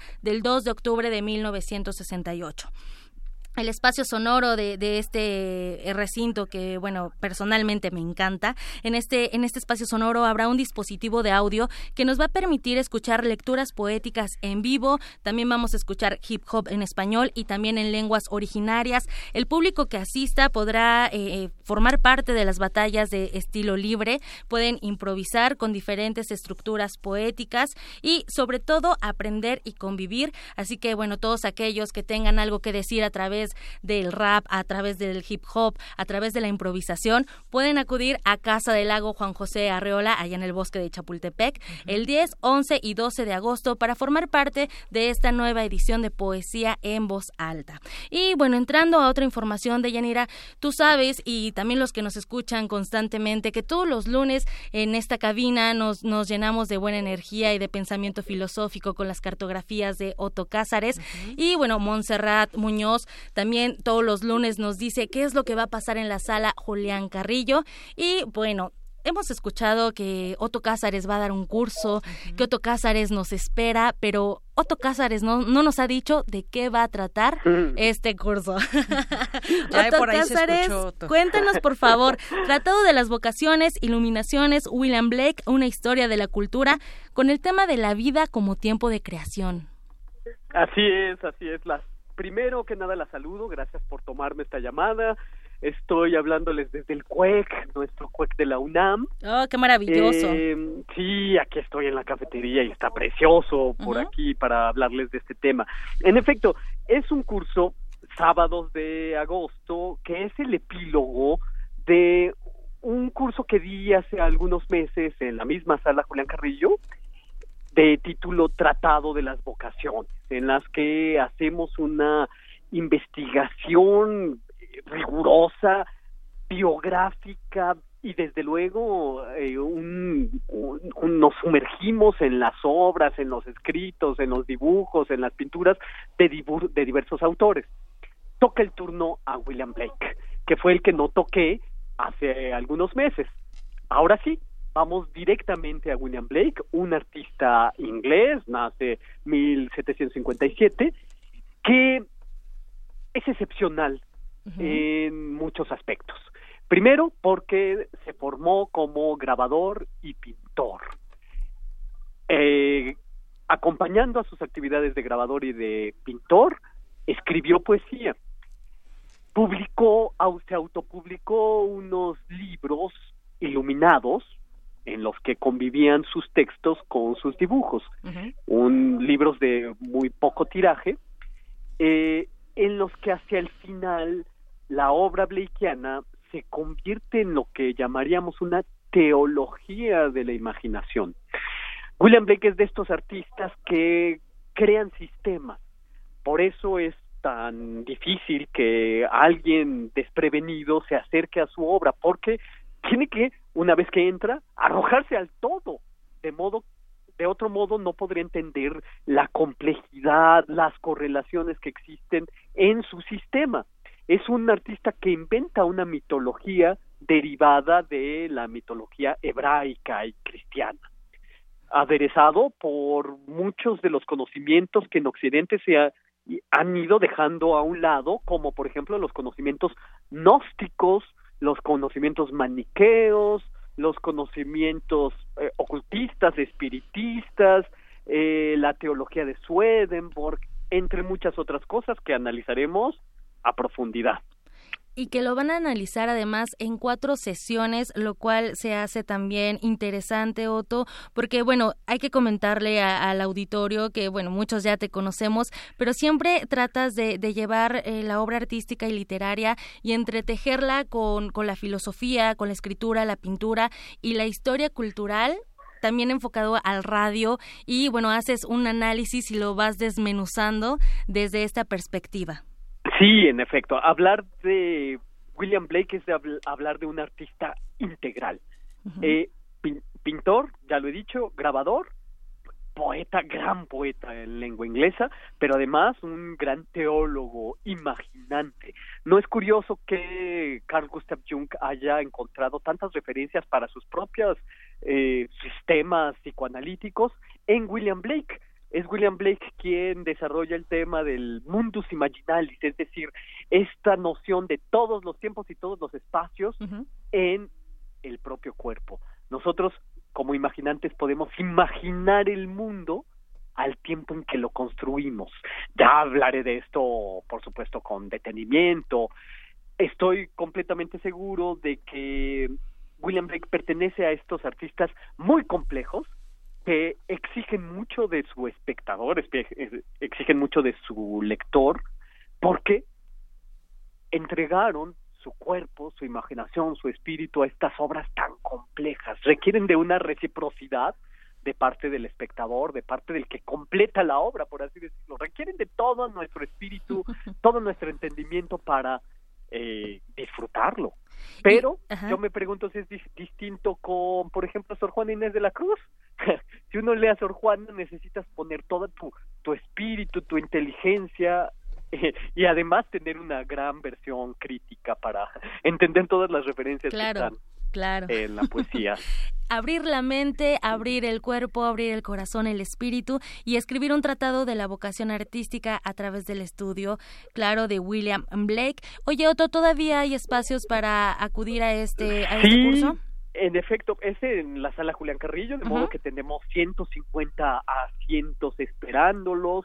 del dos de octubre de mil novecientos sesenta y ocho. El espacio sonoro de, de este recinto que, bueno, personalmente me encanta. En este, en este espacio sonoro habrá un dispositivo de audio que nos va a permitir escuchar lecturas poéticas en vivo. También vamos a escuchar hip hop en español y también en lenguas originarias. El público que asista podrá eh, formar parte de las batallas de estilo libre. Pueden improvisar con diferentes estructuras poéticas y, sobre todo, aprender y convivir. Así que, bueno, todos aquellos que tengan algo que decir a través del rap, a través del hip hop, a través de la improvisación, pueden acudir a Casa del Lago Juan José Arreola, allá en el bosque de Chapultepec, uh-huh. el diez, once y doce de agosto para formar parte de esta nueva edición de Poesía en Voz Alta. Y bueno, entrando a otra información de Yanira, tú sabes, y también los que nos escuchan constantemente, que todos los lunes en esta cabina nos, nos llenamos de buena energía y de pensamiento filosófico con las cartografías de Otto Cázares, uh-huh. y bueno, Montserrat Muñoz también todos los lunes nos dice qué es lo que va a pasar en la sala Julián Carrillo. Y bueno, hemos escuchado que Otto Cázares va a dar un curso, uh-huh. que Otto Cázares nos espera, pero Otto Cázares no, no nos ha dicho de qué va a tratar uh-huh. este curso. Ay, Otto por ahí Cázares, se escuchó, Otto. Cuéntanos por favor, Tratado de las Vocaciones, Iluminaciones, William Blake, una historia de la cultura, con el tema de la vida como tiempo de creación. Así es, así es, las Primero que nada la saludo, gracias por tomarme esta llamada. Estoy hablándoles desde el C U E C, nuestro C U E C de la UNAM. ¡Oh, qué maravilloso! Eh, sí, aquí estoy en la cafetería y está precioso por uh-huh. aquí para hablarles de este tema. En efecto, es un curso sábados de agosto que es el epílogo de un curso que di hace algunos meses en la misma sala Julián Carrillo, de título Tratado de las Vocaciones, en las que hacemos una investigación rigurosa, biográfica y desde luego eh, un, un, un, nos sumergimos en las obras, en los escritos, en los dibujos, en las pinturas de, dibu- de diversos autores. Toca el turno a William Blake, que fue el que no toqué hace algunos meses. Ahora sí, vamos directamente a William Blake, un artista inglés, nace en mil setecientos cincuenta y siete, que es excepcional uh-huh. en muchos aspectos. Primero, porque se formó como grabador y pintor. Eh, acompañando a sus actividades de grabador y de pintor, escribió poesía. Publicó, se autopublicó unos libros iluminados, en los que convivían sus textos con sus dibujos, uh-huh. un libros de muy poco tiraje, eh, en los que hacia el final la obra blakeiana se convierte en lo que llamaríamos una teología de la imaginación. William Blake es de estos artistas que crean sistemas, por eso es tan difícil que alguien desprevenido se acerque a su obra, porque tiene que, una vez que entra, arrojarse al todo, de modo, de otro modo no podría entender la complejidad, las correlaciones que existen en su sistema. Es un artista que inventa una mitología derivada de la mitología hebraica y cristiana, aderezado por muchos de los conocimientos que en Occidente se ha, han ido dejando a un lado, como por ejemplo los conocimientos gnósticos, los conocimientos maniqueos, los conocimientos eh, ocultistas, espiritistas, eh, la teología de Swedenborg, entre muchas otras cosas que analizaremos a profundidad. Y que lo van a analizar además en cuatro sesiones, lo cual se hace también interesante, Otto, porque bueno, hay que comentarle a, al auditorio que bueno, muchos ya te conocemos, pero siempre tratas de, de llevar eh, la obra artística y literaria y entretejerla con, con la filosofía, con la escritura, la pintura y la historia cultural, también enfocado al radio, y bueno, haces un análisis y lo vas desmenuzando desde esta perspectiva. Sí, en efecto, hablar de William Blake es de habl- hablar de un artista integral. Uh-huh. Eh, pin- pintor, ya lo he dicho, grabador, poeta, gran poeta en lengua inglesa, pero además un gran teólogo, imaginante. ¿No es curioso que Carl Gustav Jung haya encontrado tantas referencias para sus propios eh, sistemas psicoanalíticos en William Blake? es William Blake quien desarrolla el tema del mundus imaginalis, es decir, esta noción de todos los tiempos y todos los espacios uh-huh. en el propio cuerpo. Nosotros, como imaginantes, podemos imaginar el mundo al tiempo en que lo construimos. Ya hablaré de esto, por supuesto, con detenimiento. Estoy completamente seguro de que William Blake pertenece a estos artistas muy complejos que exigen mucho de su espectador, exigen mucho de su lector, porque entregaron su cuerpo, su imaginación, su espíritu a estas obras tan complejas. Requieren de una reciprocidad de parte del espectador, de parte del que completa la obra, por así decirlo. Requieren de todo nuestro espíritu, todo nuestro entendimiento para eh, disfrutarlo. Pero y, yo me pregunto si es dis- distinto con, por ejemplo, Sor Juana Inés de la Cruz. Si uno lee a Sor Juana, necesitas poner todo tu, tu espíritu, tu inteligencia, eh, y además tener una gran versión crítica para entender todas las referencias claro, que están claro. en la poesía. Abrir la mente, abrir el cuerpo, abrir el corazón, el espíritu y escribir un tratado de la vocación artística a través del estudio, claro, de William Blake. Oye, Otto, ¿todavía hay espacios para acudir a este, a este sí, curso? En efecto, es en la sala Julián Carrillo, de uh-huh. modo que tenemos ciento cincuenta asientos esperándolos.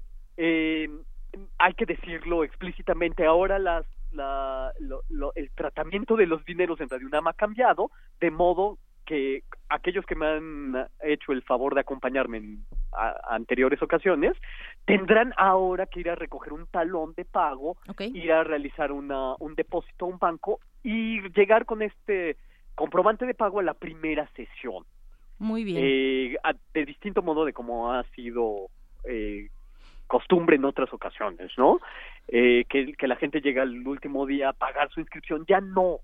Eh, hay que decirlo explícitamente, ahora las la, lo, lo, el tratamiento de los dineros en Radio UNAM ha cambiado, de modo que aquellos que me han hecho el favor de acompañarme en a, anteriores ocasiones tendrán ahora que ir a recoger un talón de pago, okay. ir a realizar una, un depósito a un banco y llegar con este comprobante de pago a la primera sesión. Muy bien. Eh, a, de distinto modo de como ha sido eh, costumbre en otras ocasiones, ¿no? Eh, que, que la gente llega al último día a pagar su inscripción, ya no.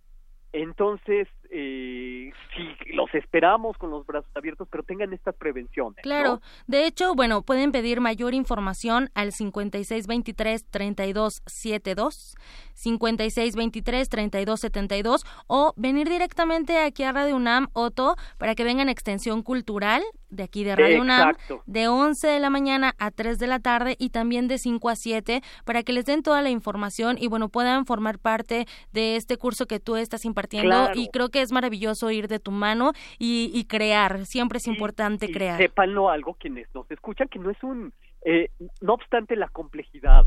Entonces, eh, sí, los esperamos con los brazos abiertos, pero tengan estas prevenciones. Claro, ¿no? De hecho, bueno, pueden pedir mayor información al cincuenta y seis veintitrés treinta y dos setenta y dos, cincuenta y seis veintitrés treinta y dos setenta y dos, o venir directamente aquí a Radio UNAM, Otto, para que vengan a Extensión Cultural de aquí de Radio Exacto. UNAM, de once de la mañana a tres de la tarde y también de cinco a siete, para que les den toda la información y bueno, puedan formar parte de este curso que tú estás impartiendo. Claro. Y creo que es maravilloso ir de tu mano y, y crear, siempre es importante y, y crear. Sépanlo algo quienes nos escuchan, que no es un, eh, no obstante la complejidad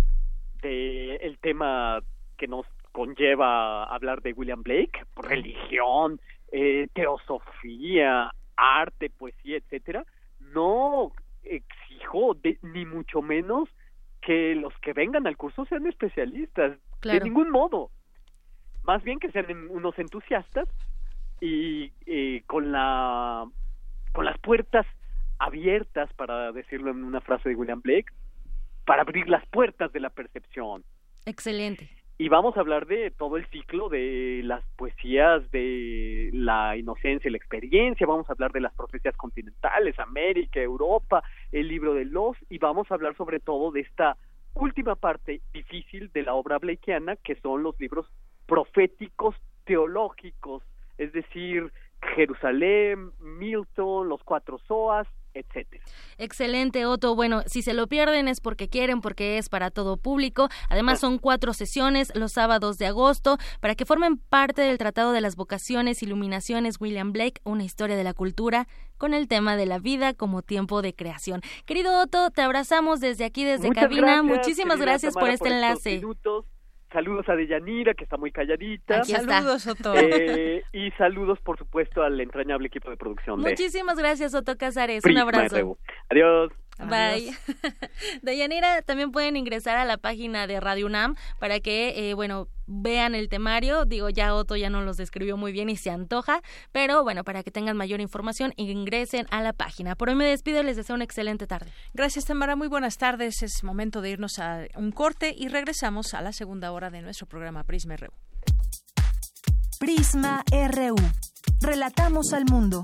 de el tema que nos conlleva hablar de William Blake, religión, eh, teosofía, arte, poesía, etcétera, no exijo de, ni mucho menos que los que vengan al curso sean especialistas, claro. de ningún modo, más bien que sean unos entusiastas y eh, con la con las puertas abiertas, para decirlo en una frase de William Blake, para abrir las puertas de la percepción. Excelente. Y vamos a hablar de todo el ciclo de las poesías de la inocencia y la experiencia, vamos a hablar de las profecías continentales, América, Europa, el libro de los, y vamos a hablar sobre todo de esta última parte difícil de la obra blakeana, que son los libros proféticos teológicos, es decir, Jerusalén, Milton, los cuatro Zoas, etcétera. Excelente, Otto. Bueno, si se lo pierden es porque quieren, porque es para todo público. Además son cuatro sesiones los sábados de agosto para que formen parte del Tratado de las Vocaciones, Iluminaciones, William Blake, una historia de la cultura, con el tema de la vida como tiempo de creación. Querido Otto, te abrazamos desde aquí, desde Muchas cabina. Gracias, Muchísimas gracias Tamara, por este por enlace. Minutos. Saludos a Deyanira, que está muy calladita. Aquí saludos, Otto. Eh, y saludos, por supuesto, al entrañable equipo de producción. Muchísimas de gracias, Otto Cázares. Prisma Un abrazo. R U. Adiós. Bye. Deyanira, también pueden ingresar a la página de Radio UNAM para que, eh, bueno, vean el temario. Digo, ya Otto ya nos los describió muy bien y se antoja, pero bueno, para que tengan mayor información, ingresen a la página. Por hoy me despido y les deseo una excelente tarde. Gracias, Tamara. Muy buenas tardes. Es momento de irnos a un corte y regresamos a la segunda hora de nuestro programa Prisma R U. Prisma R U. Relatamos al mundo.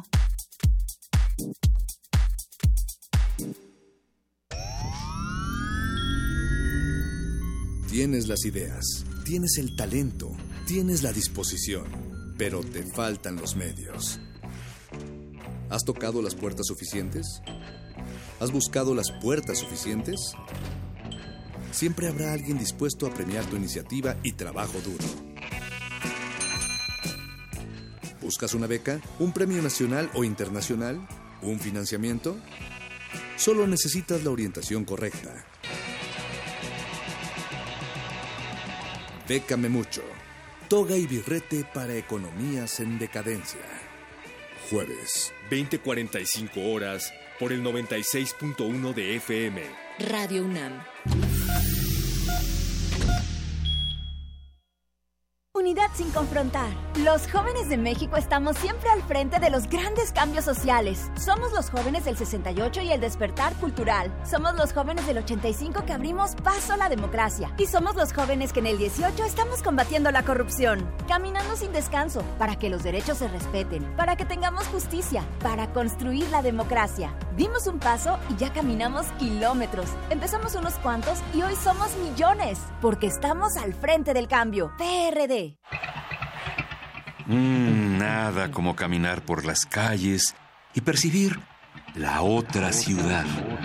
Tienes las ideas, tienes el talento, tienes la disposición, pero te faltan los medios. ¿Has tocado las puertas suficientes? ¿Has buscado las puertas suficientes? Siempre habrá alguien dispuesto a premiar tu iniciativa y trabajo duro. ¿Buscas una beca? ¿Un premio nacional o internacional? ¿Un financiamiento? Solo necesitas la orientación correcta. Bécame mucho. Toga y birrete para economías en decadencia. Jueves, veinte cuarenta y cinco horas por el noventa y seis punto uno de F M. Radio UNAM. Unidad sin confrontar. Los jóvenes de México estamos siempre al frente de los grandes cambios sociales. Somos los jóvenes del sesenta y ocho y el despertar cultural. Somos los jóvenes del ochenta y cinco que abrimos paso a la democracia. Y somos los jóvenes que en el dieciocho estamos combatiendo la corrupción. Caminando sin descanso, para que los derechos se respeten, para que tengamos justicia, para construir la democracia. Dimos un paso y ya caminamos kilómetros. Empezamos unos cuantos y hoy somos millones. Porque estamos al frente del cambio. P R D. Mm, nada como caminar por las calles y percibir la otra ciudad.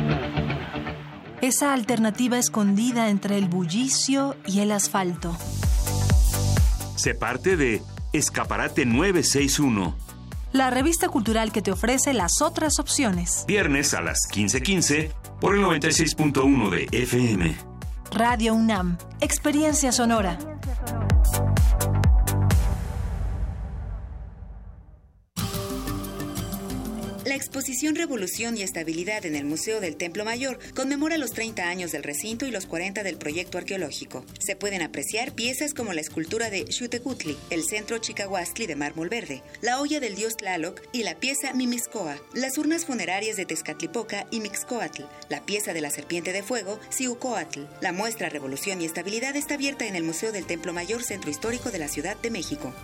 Esa alternativa escondida entre el bullicio y el asfalto. Se parte de Escaparate nueve seis uno. La revista cultural que te ofrece las otras opciones. Viernes a las quince quince por el noventa y seis punto uno de F M. Radio UNAM. Experiencia sonora. La exposición Revolución y Estabilidad en el Museo del Templo Mayor conmemora los treinta años del recinto y los cuarenta del proyecto arqueológico. Se pueden apreciar piezas como la escultura de Xutecutli, el centro Chicahuastli de mármol verde, la olla del dios Tlaloc y la pieza Mimixcoa, las urnas funerarias de Tezcatlipoca y Mixcoatl, la pieza de la serpiente de fuego Ciucoatl. La muestra Revolución y Estabilidad está abierta en el Museo del Templo Mayor, Centro Histórico de la Ciudad de México.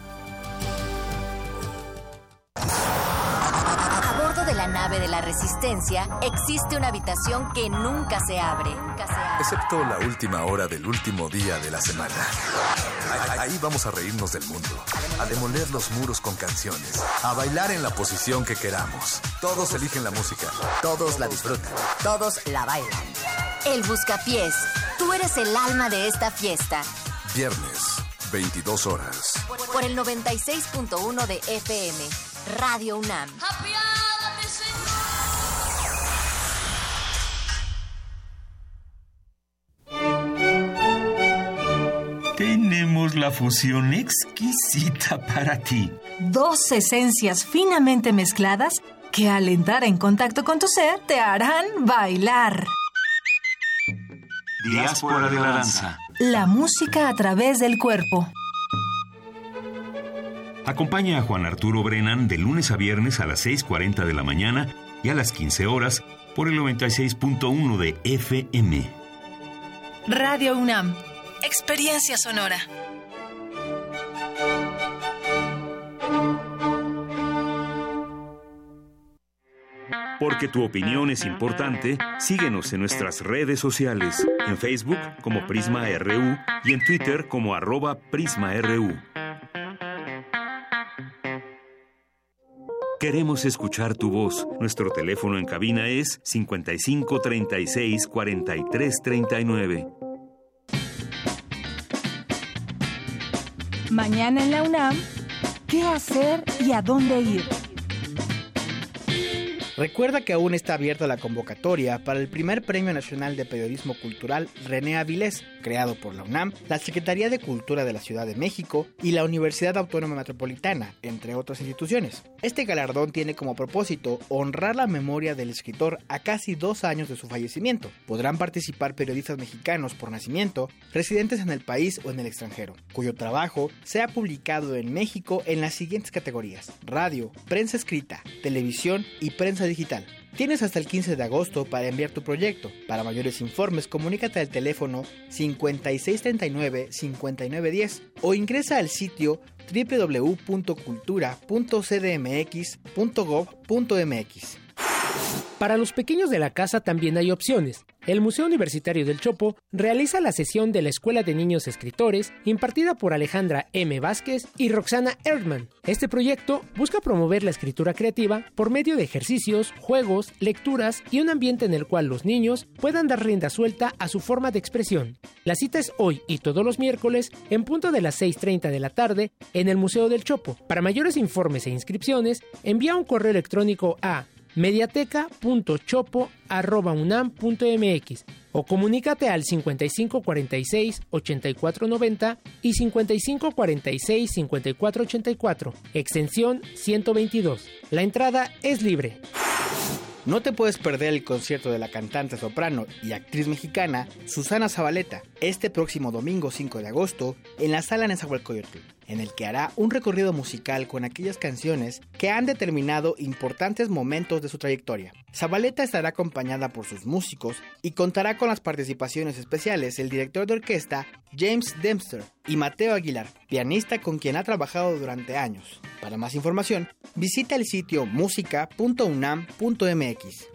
De la nave de la Resistencia existe una habitación que nunca se abre. Excepto la última hora del último día de la semana. Ahí, ahí vamos a reírnos del mundo, a demoler los muros con canciones, a bailar en la posición que queramos. Todos eligen la música, todos la disfrutan, todos la bailan. El Buscapiés, tú eres el alma de esta fiesta. Viernes, veintidós horas. Por el noventa y seis punto uno de F M, Radio UNAM. Tenemos la fusión exquisita para ti. Dos esencias finamente mezcladas que al entrar en contacto con tu ser te harán bailar. Diáspora de la danza. La música a través del cuerpo. Acompaña a Juan Arturo Brennan de lunes a viernes a las seis cuarenta de la mañana y a las quince horas por el noventa y seis punto uno de F M. Radio UNAM. Experiencia sonora. Porque tu opinión es importante, síguenos en nuestras redes sociales, en Facebook como Prisma R U y en Twitter como arroba Prisma R U. Queremos escuchar tu voz. Nuestro teléfono en cabina es cincuenta y cinco treinta y seis cuarenta y tres treinta y nueve. Mañana en la UNAM, ¿qué hacer y a dónde ir? Recuerda que aún está abierta la convocatoria para el primer Premio Nacional de Periodismo Cultural René Avilés, creado por la UNAM, la Secretaría de Cultura de la Ciudad de México y la Universidad Autónoma Metropolitana, entre otras instituciones. Este galardón tiene como propósito honrar la memoria del escritor a casi dos años de su fallecimiento. Podrán participar periodistas mexicanos por nacimiento, residentes en el país o en el extranjero, cuyo trabajo sea publicado en México en las siguientes categorías: radio, prensa escrita, televisión y prensa digital. Tienes hasta el quince de agosto para enviar tu proyecto. Para mayores informes, comunícate al teléfono cincuenta y seis treinta y nueve cincuenta y nueve diez o ingresa al sitio doble u doble u doble u punto cultura punto c d m x punto gov punto m x. Para los pequeños de la casa también hay opciones. El Museo Universitario del Chopo realiza la sesión de la Escuela de Niños Escritores, impartida por Alejandra M. Vázquez y Roxana Erdmann. Este proyecto busca promover la escritura creativa por medio de ejercicios, juegos, lecturas y un ambiente en el cual los niños puedan dar rienda suelta a su forma de expresión. La cita es hoy y todos los miércoles en punto de las seis treinta de la tarde en el Museo del Chopo. Para mayores informes e inscripciones, envía un correo electrónico a mediateca punto chopo arroba unam punto mx o comunícate al cincuenta y cinco cuarenta y seis ochenta y cuatro noventa y cincuenta y cinco cuarenta y seis cincuenta y cuatro ochenta y cuatro, extensión ciento veintidós. La entrada es libre. No te puedes perder el concierto de la cantante soprano y actriz mexicana Susana Zabaleta este próximo domingo cinco de agosto en la Sala Nezahualcóyotl, en el que hará un recorrido musical con aquellas canciones que han determinado importantes momentos de su trayectoria. Zabaleta estará acompañada por sus músicos y contará con las participaciones especiales del director de orquesta James Dempster y Mateo Aguilar, pianista con quien ha trabajado durante años. Para más información, visita el sitio música punto unam punto mx.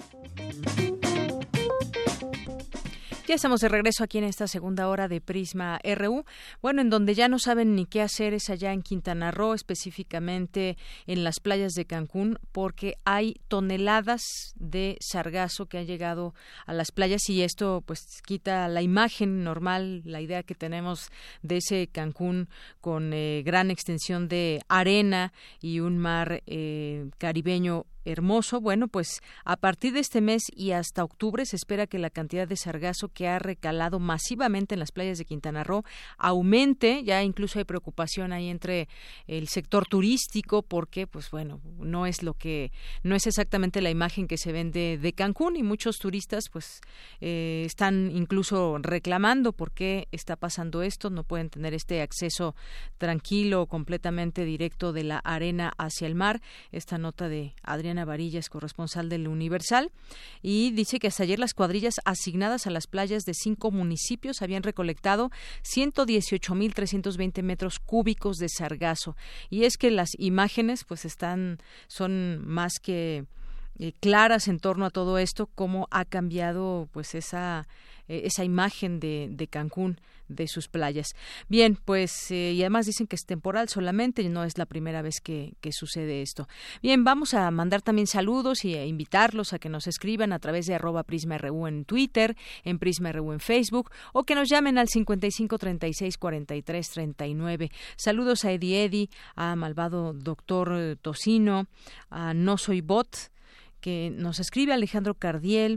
Ya estamos de regreso aquí en esta segunda hora de Prisma R U. Bueno, en donde ya no saben ni qué hacer es allá en Quintana Roo, específicamente en las playas de Cancún, porque hay toneladas de sargazo que han llegado a las playas y esto pues quita la imagen normal, la idea que tenemos de ese Cancún con eh, gran extensión de arena y un mar eh, caribeño hermoso. Bueno, pues a partir de este mes y hasta octubre se espera que la cantidad de sargazo que ha recalado masivamente en las playas de Quintana Roo aumente. Ya incluso hay preocupación ahí entre el sector turístico porque, pues bueno, no es lo que, no es exactamente la imagen que se vende de Cancún y muchos turistas pues eh, están incluso reclamando por qué está pasando esto. No pueden tener este acceso tranquilo, completamente directo de la arena hacia el mar. Esta nota de Adrián Varillas, corresponsal del Universal, y dice que hasta ayer las cuadrillas asignadas a las playas de cinco municipios habían recolectado ciento dieciocho mil trescientos veinte metros cúbicos de sargazo. Y es que las imágenes pues están, son más que eh, claras en torno a todo esto, cómo ha cambiado pues esa eh, esa imagen de, de Cancún, de sus playas. Bien, pues, eh, y además dicen que es temporal solamente, y no es la primera vez que, que sucede esto. Bien, vamos a mandar también saludos y a invitarlos a que nos escriban a través de arroba Prisma R U en Twitter, en Prisma R U en Facebook, o que nos llamen al cincuenta y cinco treinta y seis cuarenta y tres treinta y nueve. Saludos a Eddie Eddy, a Malvado Doctor Tocino, a No Soy Bot, que nos escribe Alejandro Cardiel,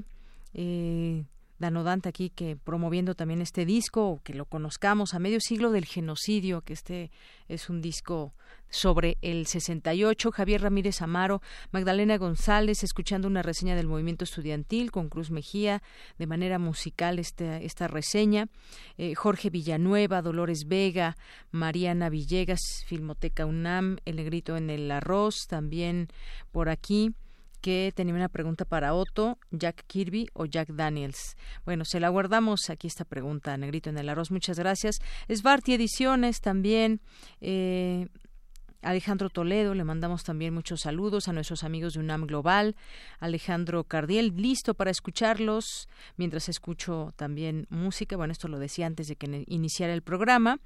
eh, Danodante aquí, que promoviendo también este disco, que lo conozcamos, A Medio Siglo del Genocidio, que este es un disco sobre el sesenta y ocho. Javier Ramírez Amaro, Magdalena González, escuchando una reseña del movimiento estudiantil con Cruz Mejía, de manera musical esta, esta reseña. Eh, Jorge Villanueva, Dolores Vega, Mariana Villegas, Filmoteca UNAM, El Negrito en el Arroz, también por aquí, que tenía una pregunta para Otto, Jack Kirby o Jack Daniels. Bueno, se la guardamos aquí esta pregunta, Negrito en el Arroz, muchas gracias. Svarti Ediciones también, eh, Alejandro Toledo, le mandamos también muchos saludos a nuestros amigos de UNAM Global. Alejandro Cardiel, listo para escucharlos mientras escucho también música. Bueno, esto lo decía antes de que iniciara el programa.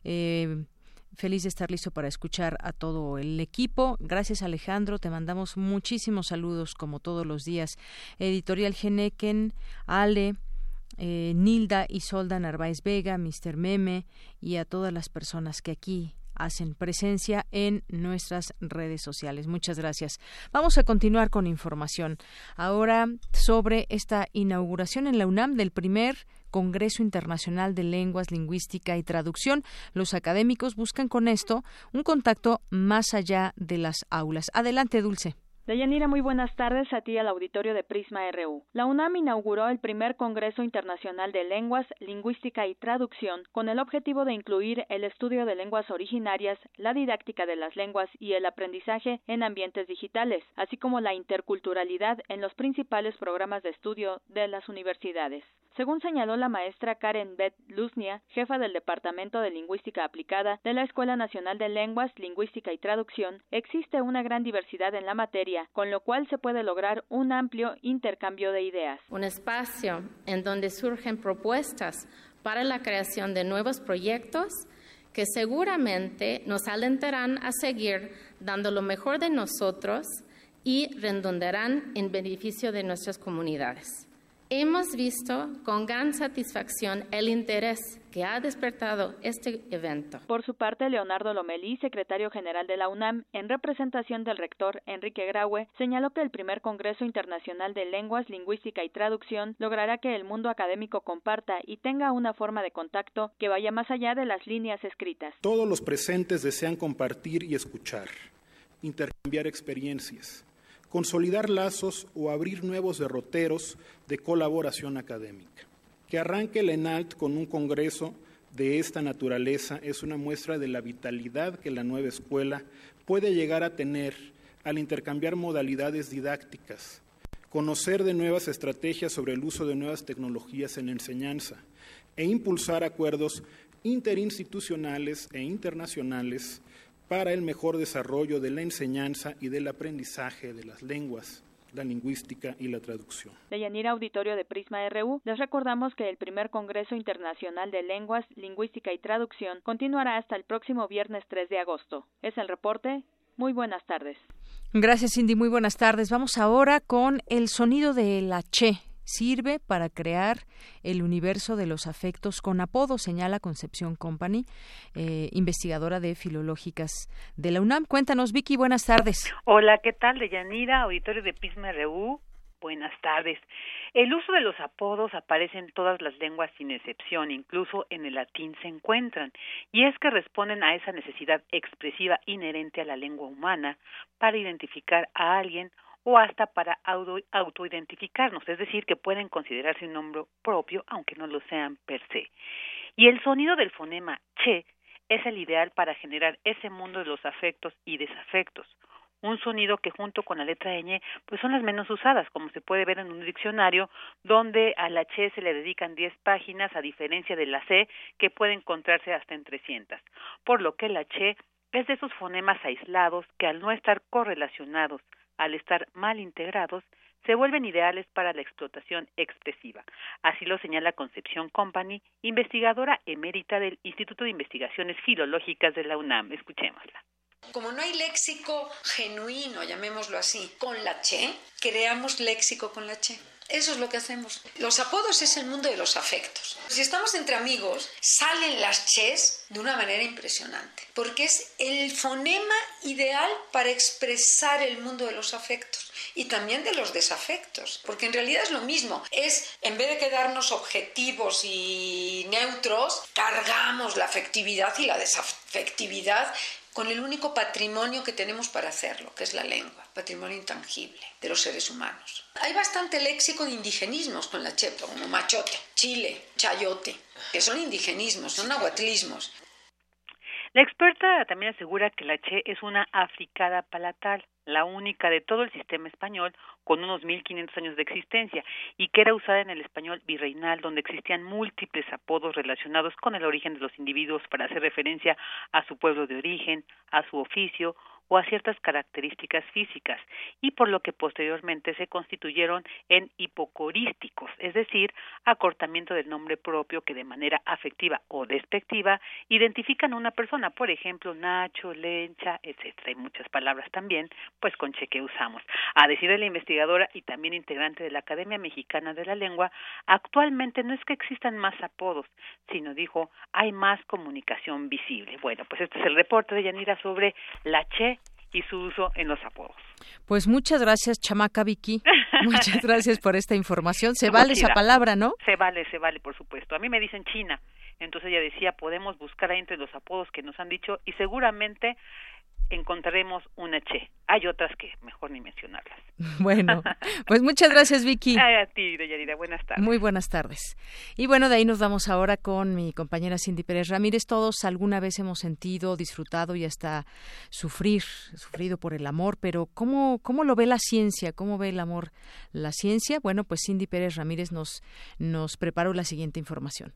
Eh, Feliz de estar listo para escuchar a todo el equipo. Gracias, Alejandro. Te mandamos muchísimos saludos, como todos los días. Editorial Geneken, Ale, eh, Nilda Isolda Narváez Vega, mister Meme y a todas las personas que aquí hacen presencia en nuestras redes sociales. Muchas gracias. Vamos a continuar con información. Ahora sobre esta inauguración en la UNAM del primer Congreso Internacional de Lenguas, Lingüística y Traducción. Los académicos buscan con esto un contacto más allá de las aulas. Adelante, Dulce. Deyanira, muy buenas tardes a ti al auditorio de Prisma R U. La UNAM inauguró el primer Congreso Internacional de Lenguas, Lingüística y Traducción con el objetivo de incluir el estudio de lenguas originarias, la didáctica de las lenguas y el aprendizaje en ambientes digitales, así como la interculturalidad en los principales programas de estudio de las universidades. Según señaló la maestra Karen Beth Luznia, jefa del Departamento de Lingüística Aplicada de la Escuela Nacional de Lenguas, Lingüística y Traducción, existe una gran diversidad en la materia, con lo cual se puede lograr un amplio intercambio de ideas. Un espacio en donde surgen propuestas para la creación de nuevos proyectos que seguramente nos alentarán a seguir dando lo mejor de nosotros y redundarán en beneficio de nuestras comunidades. Hemos visto con gran satisfacción el interés que ha despertado este evento. Por su parte, Leonardo Lomelí, secretario general de la UNAM, en representación del rector Enrique Graue, señaló que el primer Congreso Internacional de Lenguas, Lingüística y Traducción logrará que el mundo académico comparta y tenga una forma de contacto que vaya más allá de las líneas escritas. Todos los presentes desean compartir y escuchar, intercambiar experiencias, consolidar lazos o abrir nuevos derroteros de colaboración académica. Que arranque el ENALT con un congreso de esta naturaleza es una muestra de la vitalidad que la nueva escuela puede llegar a tener al intercambiar modalidades didácticas, conocer de nuevas estrategias sobre el uso de nuevas tecnologías en enseñanza e impulsar acuerdos interinstitucionales e internacionales para el mejor desarrollo de la enseñanza y del aprendizaje de las lenguas, la lingüística y la traducción. De Yanira, auditorio de Prisma R U, les recordamos que el primer Congreso Internacional de Lenguas, Lingüística y Traducción continuará hasta el próximo viernes tres de agosto. Es el reporte. Muy buenas tardes. Gracias, Cindy. Muy buenas tardes. Vamos ahora con el sonido de la che. Sirve para crear el universo de los afectos con apodo, señala Concepción Company, eh, investigadora de Filológicas de la UNAM. Cuéntanos, Vicky, buenas tardes. Hola, ¿qué tal? Deyanira, auditorio de Prisma R U, buenas tardes. El uso de los apodos aparece en todas las lenguas sin excepción, incluso en el latín se encuentran, y es que responden a esa necesidad expresiva inherente a la lengua humana para identificar a alguien o hasta para auto, autoidentificarnos, es decir, que pueden considerarse un nombre propio, aunque no lo sean per se. Y el sonido del fonema che es el ideal para generar ese mundo de los afectos y desafectos, un sonido que junto con la letra ñ pues son las menos usadas, como se puede ver en un diccionario, donde a la che se le dedican diez páginas, a diferencia de la ce, que puede encontrarse hasta en trescientas, por lo que la che es de esos fonemas aislados que al no estar correlacionados, al estar mal integrados, se vuelven ideales para la explotación expresiva. Así lo señala Concepción Company, investigadora emérita del Instituto de Investigaciones Filológicas de la UNAM. Escuchémosla. Como no hay léxico genuino, llamémoslo así, con la che, creamos léxico con la che. Eso es lo que hacemos. Los apodos es el mundo de los afectos. Si estamos entre amigos, salen las ches de una manera impresionante, porque es el fonema ideal para expresar el mundo de los afectos y también de los desafectos, porque en realidad es lo mismo. Es, en vez de quedarnos objetivos y neutros, cargamos la afectividad y la desafectividad con el único patrimonio que tenemos para hacerlo, que es la lengua, patrimonio intangible de los seres humanos. Hay bastante léxico de indigenismos con la che, como machote, chile, chayote, que son indigenismos, son nahuatlismos. La experta también asegura que la che es una africada palatal, la única de todo el sistema español con unos mil quinientos años de existencia y que era usada en el español virreinal, donde existían múltiples apodos relacionados con el origen de los individuos para hacer referencia a su pueblo de origen, a su oficio o a ciertas características físicas, y por lo que posteriormente se constituyeron en hipocorísticos, es decir, acortamiento del nombre propio que de manera afectiva o despectiva identifican a una persona, por ejemplo, Nacho, Lencha, etcétera, hay muchas palabras también, pues con che que usamos. A decir de la investigadora y también integrante de la Academia Mexicana de la Lengua, actualmente no es que existan más apodos, sino, dijo, hay más comunicación visible. Bueno, pues este es el reporte de Yanira sobre la che y su uso en los apodos. Pues muchas gracias, chamaca Vicky. Muchas gracias por esta información. Se vale esa palabra, ¿no? Se vale, se vale, por supuesto. A mí me dicen China. Entonces ella decía, podemos buscar ahí entre los apodos que nos han dicho y seguramente encontraremos una che. Hay otras que mejor ni mencionarlas. Bueno, pues muchas gracias, Vicky. A ti, Deyanira, buenas tardes. Muy buenas tardes. Y bueno, de ahí nos vamos ahora con mi compañera Cindy Pérez Ramírez. Todos alguna vez hemos sentido, disfrutado y hasta sufrir, sufrido por el amor, pero ¿cómo, cómo lo ve la ciencia? ¿Cómo ve el amor la ciencia? Bueno, pues Cindy Pérez Ramírez nos, nos preparó la siguiente información.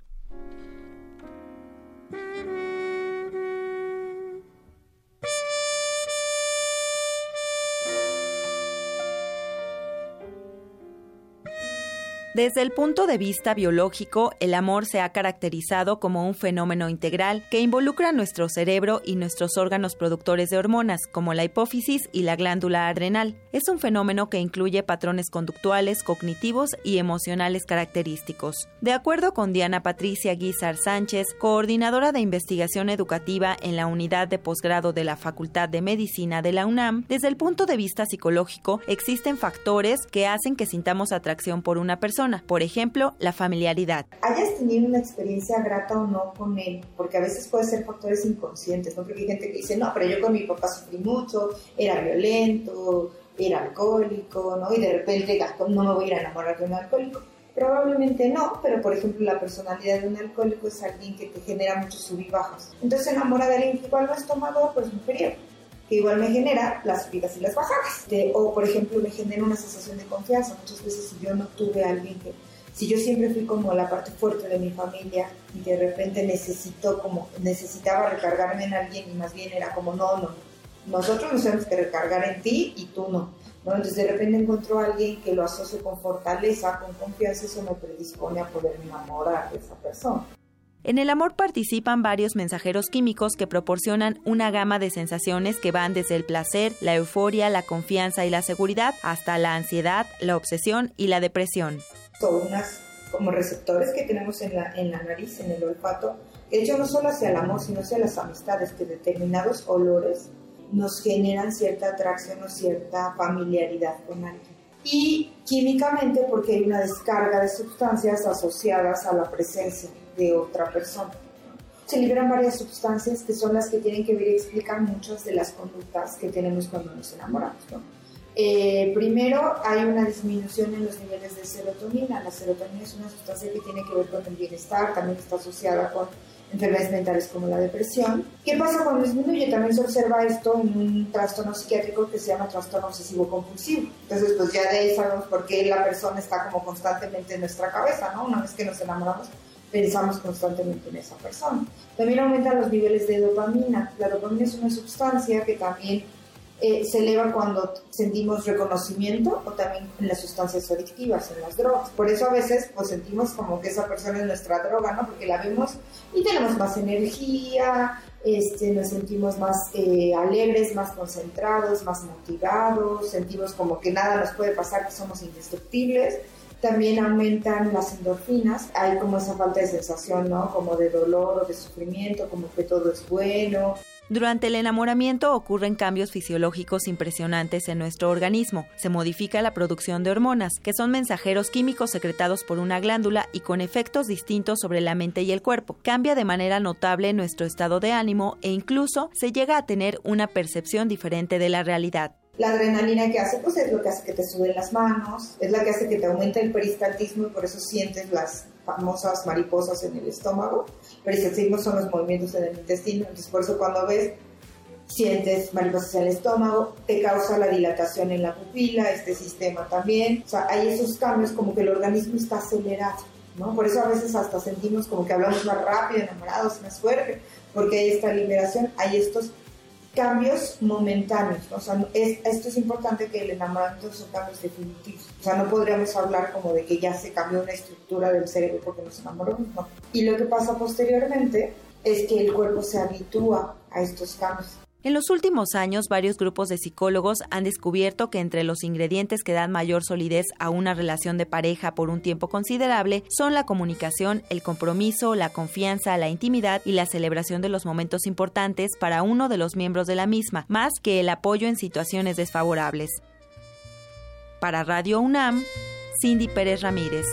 Desde el punto de vista biológico, el amor se ha caracterizado como un fenómeno integral que involucra nuestro cerebro y nuestros órganos productores de hormonas, como la hipófisis y la glándula adrenal. Es un fenómeno que incluye patrones conductuales, cognitivos y emocionales característicos. De acuerdo con Diana Patricia Guizar Sánchez, coordinadora de investigación educativa en la unidad de posgrado de la Facultad de Medicina de la UNAM, desde el punto de vista psicológico, existen factores que hacen que sintamos atracción por una persona. Por ejemplo, la familiaridad. Hayas tenido una experiencia grata o no con él, porque a veces puede ser factores inconscientes, ¿no? Porque hay gente que dice, no, pero yo con mi papá sufrí mucho, era violento, era alcohólico, ¿no? Y de repente, no me voy a ir a enamorar de un alcohólico. Probablemente no, pero por ejemplo la personalidad de un alcohólico es alguien que te genera muchos sub y bajos. Entonces se enamora de alguien que igual no es tomador, pues mujeriego, que igual me genera las subidas y las bajadas. De, o, por ejemplo, me genera una sensación de confianza. Muchas veces si yo no tuve a alguien que... Si yo siempre fui como la parte fuerte de mi familia y de repente necesito como, necesitaba recargarme en alguien y más bien era como, no, no, nosotros nos tenemos que recargar en ti y tú no, ¿no? Entonces de repente encontró a alguien que lo asocio con fortaleza, con confianza, eso me predispone a poderme enamorar de esa persona. En el amor participan varios mensajeros químicos que proporcionan una gama de sensaciones que van desde el placer, la euforia, la confianza y la seguridad, hasta la ansiedad, la obsesión y la depresión. Son unas como receptores que tenemos en la, en la nariz, en el olfato, que de hecho no solo hacia el amor, sino hacia las amistades, que determinados olores nos generan cierta atracción o cierta familiaridad con alguien. Y químicamente porque hay una descarga de sustancias asociadas a la presencia de otra persona. Se liberan varias sustancias que son las que tienen que ver y explicar muchas de las conductas que tenemos cuando nos enamoramos, ¿no? Eh, primero, hay una disminución en los niveles de serotonina. La serotonina es una sustancia que tiene que ver con el bienestar, también está asociada con enfermedades mentales como la depresión. ¿Qué pasa cuando disminuye? También se observa esto en un trastorno psiquiátrico que se llama trastorno obsesivo-compulsivo. Entonces, pues ya de ahí sabemos por qué la persona está como constantemente en nuestra cabeza, ¿no? Una vez que nos enamoramos, pensamos constantemente en esa persona. También aumentan los niveles de dopamina. La dopamina es una sustancia que también eh, se eleva cuando sentimos reconocimiento o también en las sustancias adictivas, en las drogas. Por eso a veces pues sentimos como que esa persona es nuestra droga, ¿no? Porque la vemos y tenemos más energía, este, nos sentimos más eh, alegres, más concentrados, más motivados, sentimos como que nada nos puede pasar, que somos indestructibles. También aumentan las endorfinas, hay como esa falta de sensación, ¿no? Como de dolor o de sufrimiento, como que todo es bueno. Durante el enamoramiento ocurren cambios fisiológicos impresionantes en nuestro organismo. Se modifica la producción de hormonas, que son mensajeros químicos secretados por una glándula y con efectos distintos sobre la mente y el cuerpo. Cambia de manera notable nuestro estado de ánimo e incluso se llega a tener una percepción diferente de la realidad. La adrenalina que hace, pues es lo que hace que te suben las manos, es la que hace que te aumente el peristaltismo y por eso sientes las famosas mariposas en el estómago. Peristaltismo son los movimientos en el intestino, entonces por eso cuando ves, sientes mariposas en el estómago, te causa la dilatación en la pupila, este sistema también. O sea, hay esos cambios como que el organismo está acelerado, ¿no? Por eso a veces hasta sentimos como que hablamos más rápido, enamorados, más fuerte, porque hay esta liberación, hay estos cambios momentáneos, ¿no? O sea, es, esto es importante, que el enamoramiento son cambios definitivos. O sea, no podríamos hablar como de que ya se cambió una estructura del cerebro porque nos enamoramos, no. Y lo que pasa posteriormente es que el cuerpo se habitúa a estos cambios. En los últimos años, varios grupos de psicólogos han descubierto que entre los ingredientes que dan mayor solidez a una relación de pareja por un tiempo considerable son la comunicación, el compromiso, la confianza, la intimidad y la celebración de los momentos importantes para uno de los miembros de la misma, más que el apoyo en situaciones desfavorables. Para Radio UNAM, Cindy Pérez Ramírez.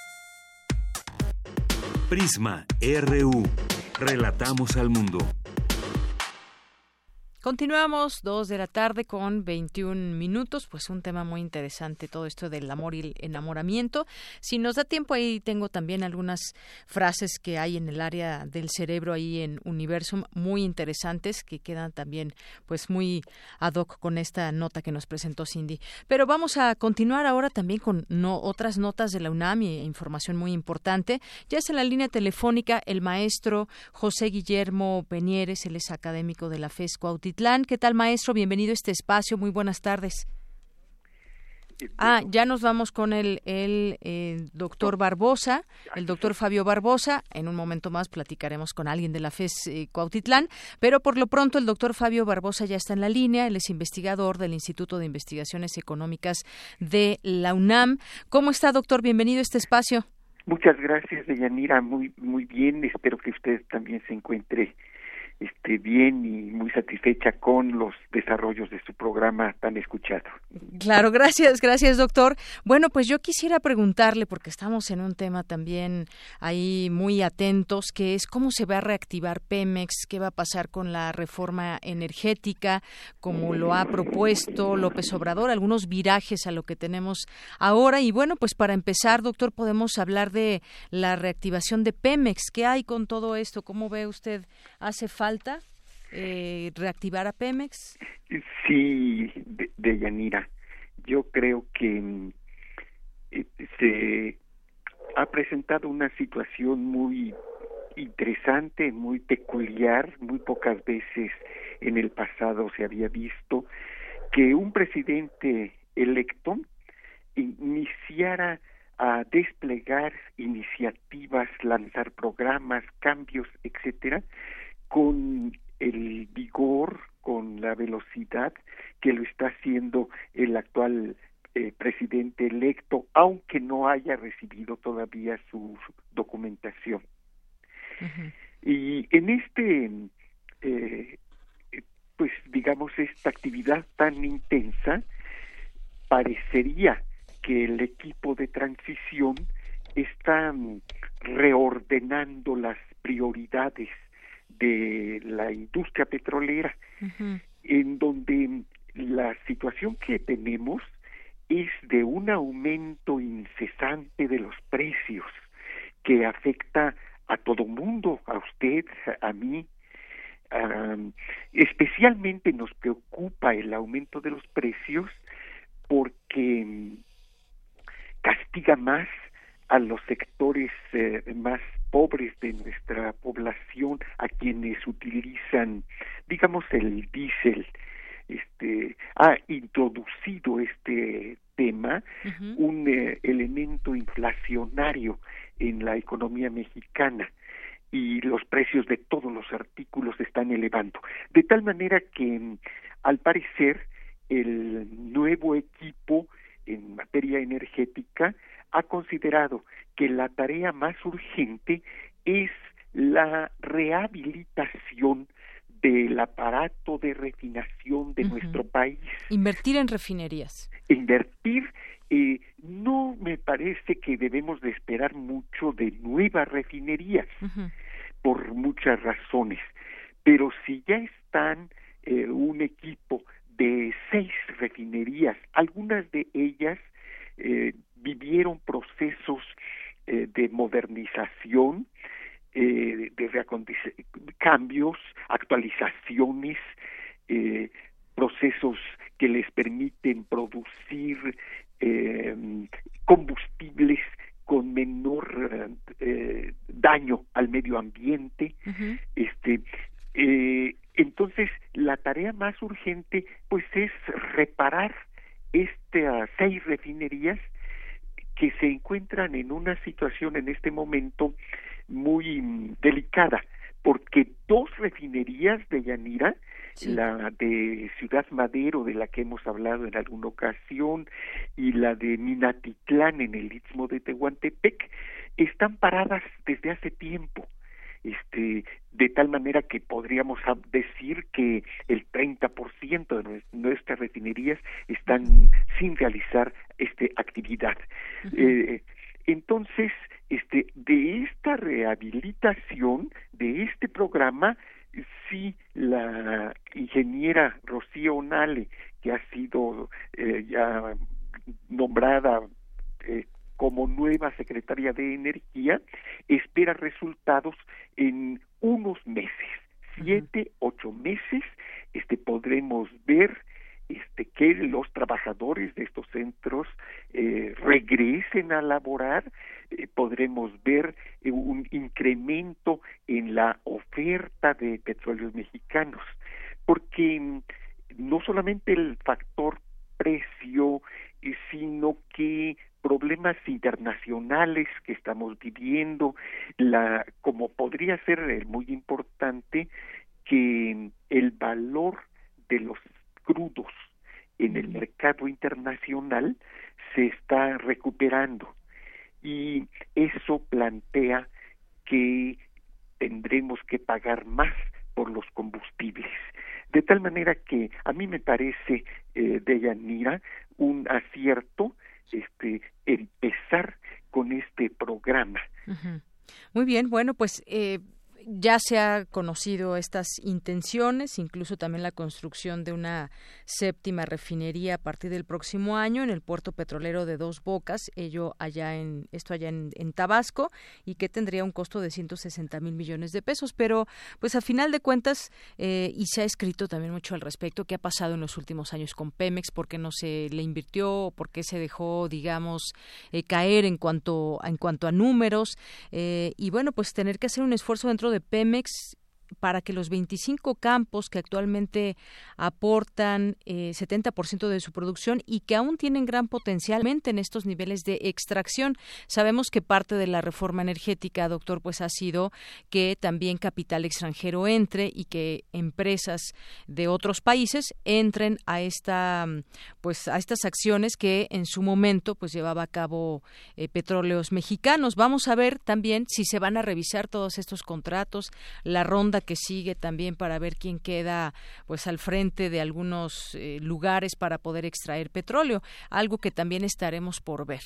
Prisma R U. Relatamos al mundo. Continuamos, dos de la tarde con veintiún minutos, pues un tema muy interesante, todo esto del amor y el enamoramiento. Si nos da tiempo, ahí tengo también algunas frases que hay en el área del cerebro ahí en Universum, muy interesantes, que quedan también pues muy ad hoc con esta nota que nos presentó Cindy. Pero vamos a continuar ahora también con no, otras notas de la UNAM y información muy importante. Ya está en la línea telefónica el maestro José Guillermo Peñeres, él es académico de la FES Cuautitlán. ¿Qué tal, maestro? Bienvenido a este espacio. Muy buenas tardes. Ah, ya nos vamos con el, el eh, doctor Barbosa, el doctor Fabio Barbosa. En un momento más platicaremos con alguien de la FES eh, Cuautitlán, pero por lo pronto el doctor Fabio Barbosa ya está en la línea. Él es investigador del Instituto de Investigaciones Económicas de la UNAM. ¿Cómo está, doctor? Bienvenido a este espacio. Muchas gracias, Deyanira. Muy, muy bien. Espero que usted también se encuentre Este, bien y muy satisfecha con los desarrollos de su programa tan escuchado. Claro, gracias, gracias, doctor. Bueno, pues yo quisiera preguntarle, porque estamos en un tema también ahí muy atentos, que es cómo se va a reactivar Pemex, qué va a pasar con la reforma energética, como lo ha propuesto López Obrador, algunos virajes a lo que tenemos ahora. Y bueno, pues para empezar, doctor, podemos hablar de la reactivación de Pemex. ¿Qué hay con todo esto? ¿Cómo ve usted? ¿Hace falta eh, reactivar a Pemex? Sí, de, de Yanira, yo creo que eh, se ha presentado una situación muy interesante, muy peculiar. Muy pocas veces en el pasado se había visto que un presidente electo iniciara a desplegar iniciativas, lanzar programas, cambios, etcétera, con el vigor, con la velocidad que lo está haciendo el actual eh, presidente electo, aunque no haya recibido todavía su documentación. Uh-huh. Y en este, eh, pues digamos, esta actividad tan intensa, parecería que el equipo de transición está reordenando las prioridades de la industria petrolera, uh-huh. en donde la situación que tenemos es de un aumento incesante de los precios que afecta a todo mundo, a usted, a mí. Um, especialmente nos preocupa el aumento de los precios porque castiga más a los sectores eh, más pobres de nuestra población, a quienes utilizan, digamos, el diésel. Este ha introducido este tema, uh-huh. un eh, elemento inflacionario en la economía mexicana, y los precios de todos los artículos se están elevando, de tal manera que al parecer el nuevo equipo en materia energética ha considerado que la tarea más urgente es la rehabilitación del aparato de refinación de uh-huh. nuestro país. Invertir en refinerías. Invertir, eh, no me parece que debemos de esperar mucho de nuevas refinerías, uh-huh. por muchas razones, pero si ya están eh, un equipo de seis refinerías, algunas de ellas eh, vivieron procesos eh, de modernización, eh, de reacondic- cambios, actualizaciones, eh, procesos que les permiten producir eh, combustibles con menor eh, daño al medio ambiente. Uh-huh. Este, eh, entonces, la tarea más urgente, pues, es reparar estas seis refinerías que se encuentran en una situación en este momento muy mm, delicada, porque dos refinerías de Yanira, sí. la de Ciudad Madero, de la que hemos hablado en alguna ocasión, y la de Minatitlán en el Istmo de Tehuantepec, están paradas desde hace tiempo. Este, de tal manera que podríamos decir que el treinta por ciento de nuestras refinerías están sin realizar este actividad. Uh-huh. Eh, entonces, este, de esta rehabilitación, de este programa, si la ingeniera Rocío Nale, que ha sido eh, ya nombrada eh, como nueva secretaria de Energía, espera resultados en unos meses, siete, ocho meses, este podremos ver este que los trabajadores de estos centros eh, regresen a laborar, eh, podremos ver eh, un incremento en la oferta de petróleos mexicanos, porque mm, no solamente el factor precio, eh, sino que problemas internacionales que estamos viviendo, la como podría ser eh, muy importante que el valor de los crudos en el mercado internacional se está recuperando, y eso plantea que tendremos que pagar más por los combustibles, de tal manera que a mí me parece, eh, Deyanira, un acierto este empezar con este programa. Uh-huh. Muy bien, bueno, pues eh, ya se ha conocido estas intenciones, incluso también la construcción de una séptima refinería a partir del próximo año en el puerto petrolero de Dos Bocas, ello allá en esto allá en, en Tabasco, y que tendría un costo de ciento sesenta mil millones de pesos. Pero, pues a final de cuentas, eh, y se ha escrito también mucho al respecto, qué ha pasado en los últimos años con Pemex, por qué no se le invirtió, por qué se dejó, digamos, eh, caer en cuanto en cuanto a números, eh, y bueno, pues tener que hacer un esfuerzo dentro de Pemex para que los veinticinco campos que actualmente aportan eh, setenta por ciento de su producción y que aún tienen gran potencial en estos niveles de extracción. Sabemos que parte de la reforma energética, doctor, pues ha sido que también capital extranjero entre y que empresas de otros países entren a esta, pues a estas acciones que en su momento pues llevaba a cabo eh, Petróleos Mexicanos. Vamos a ver también si se van a revisar todos estos contratos, la ronda que sigue también para ver quién queda pues al frente de algunos eh, lugares para poder extraer petróleo, algo que también estaremos por ver.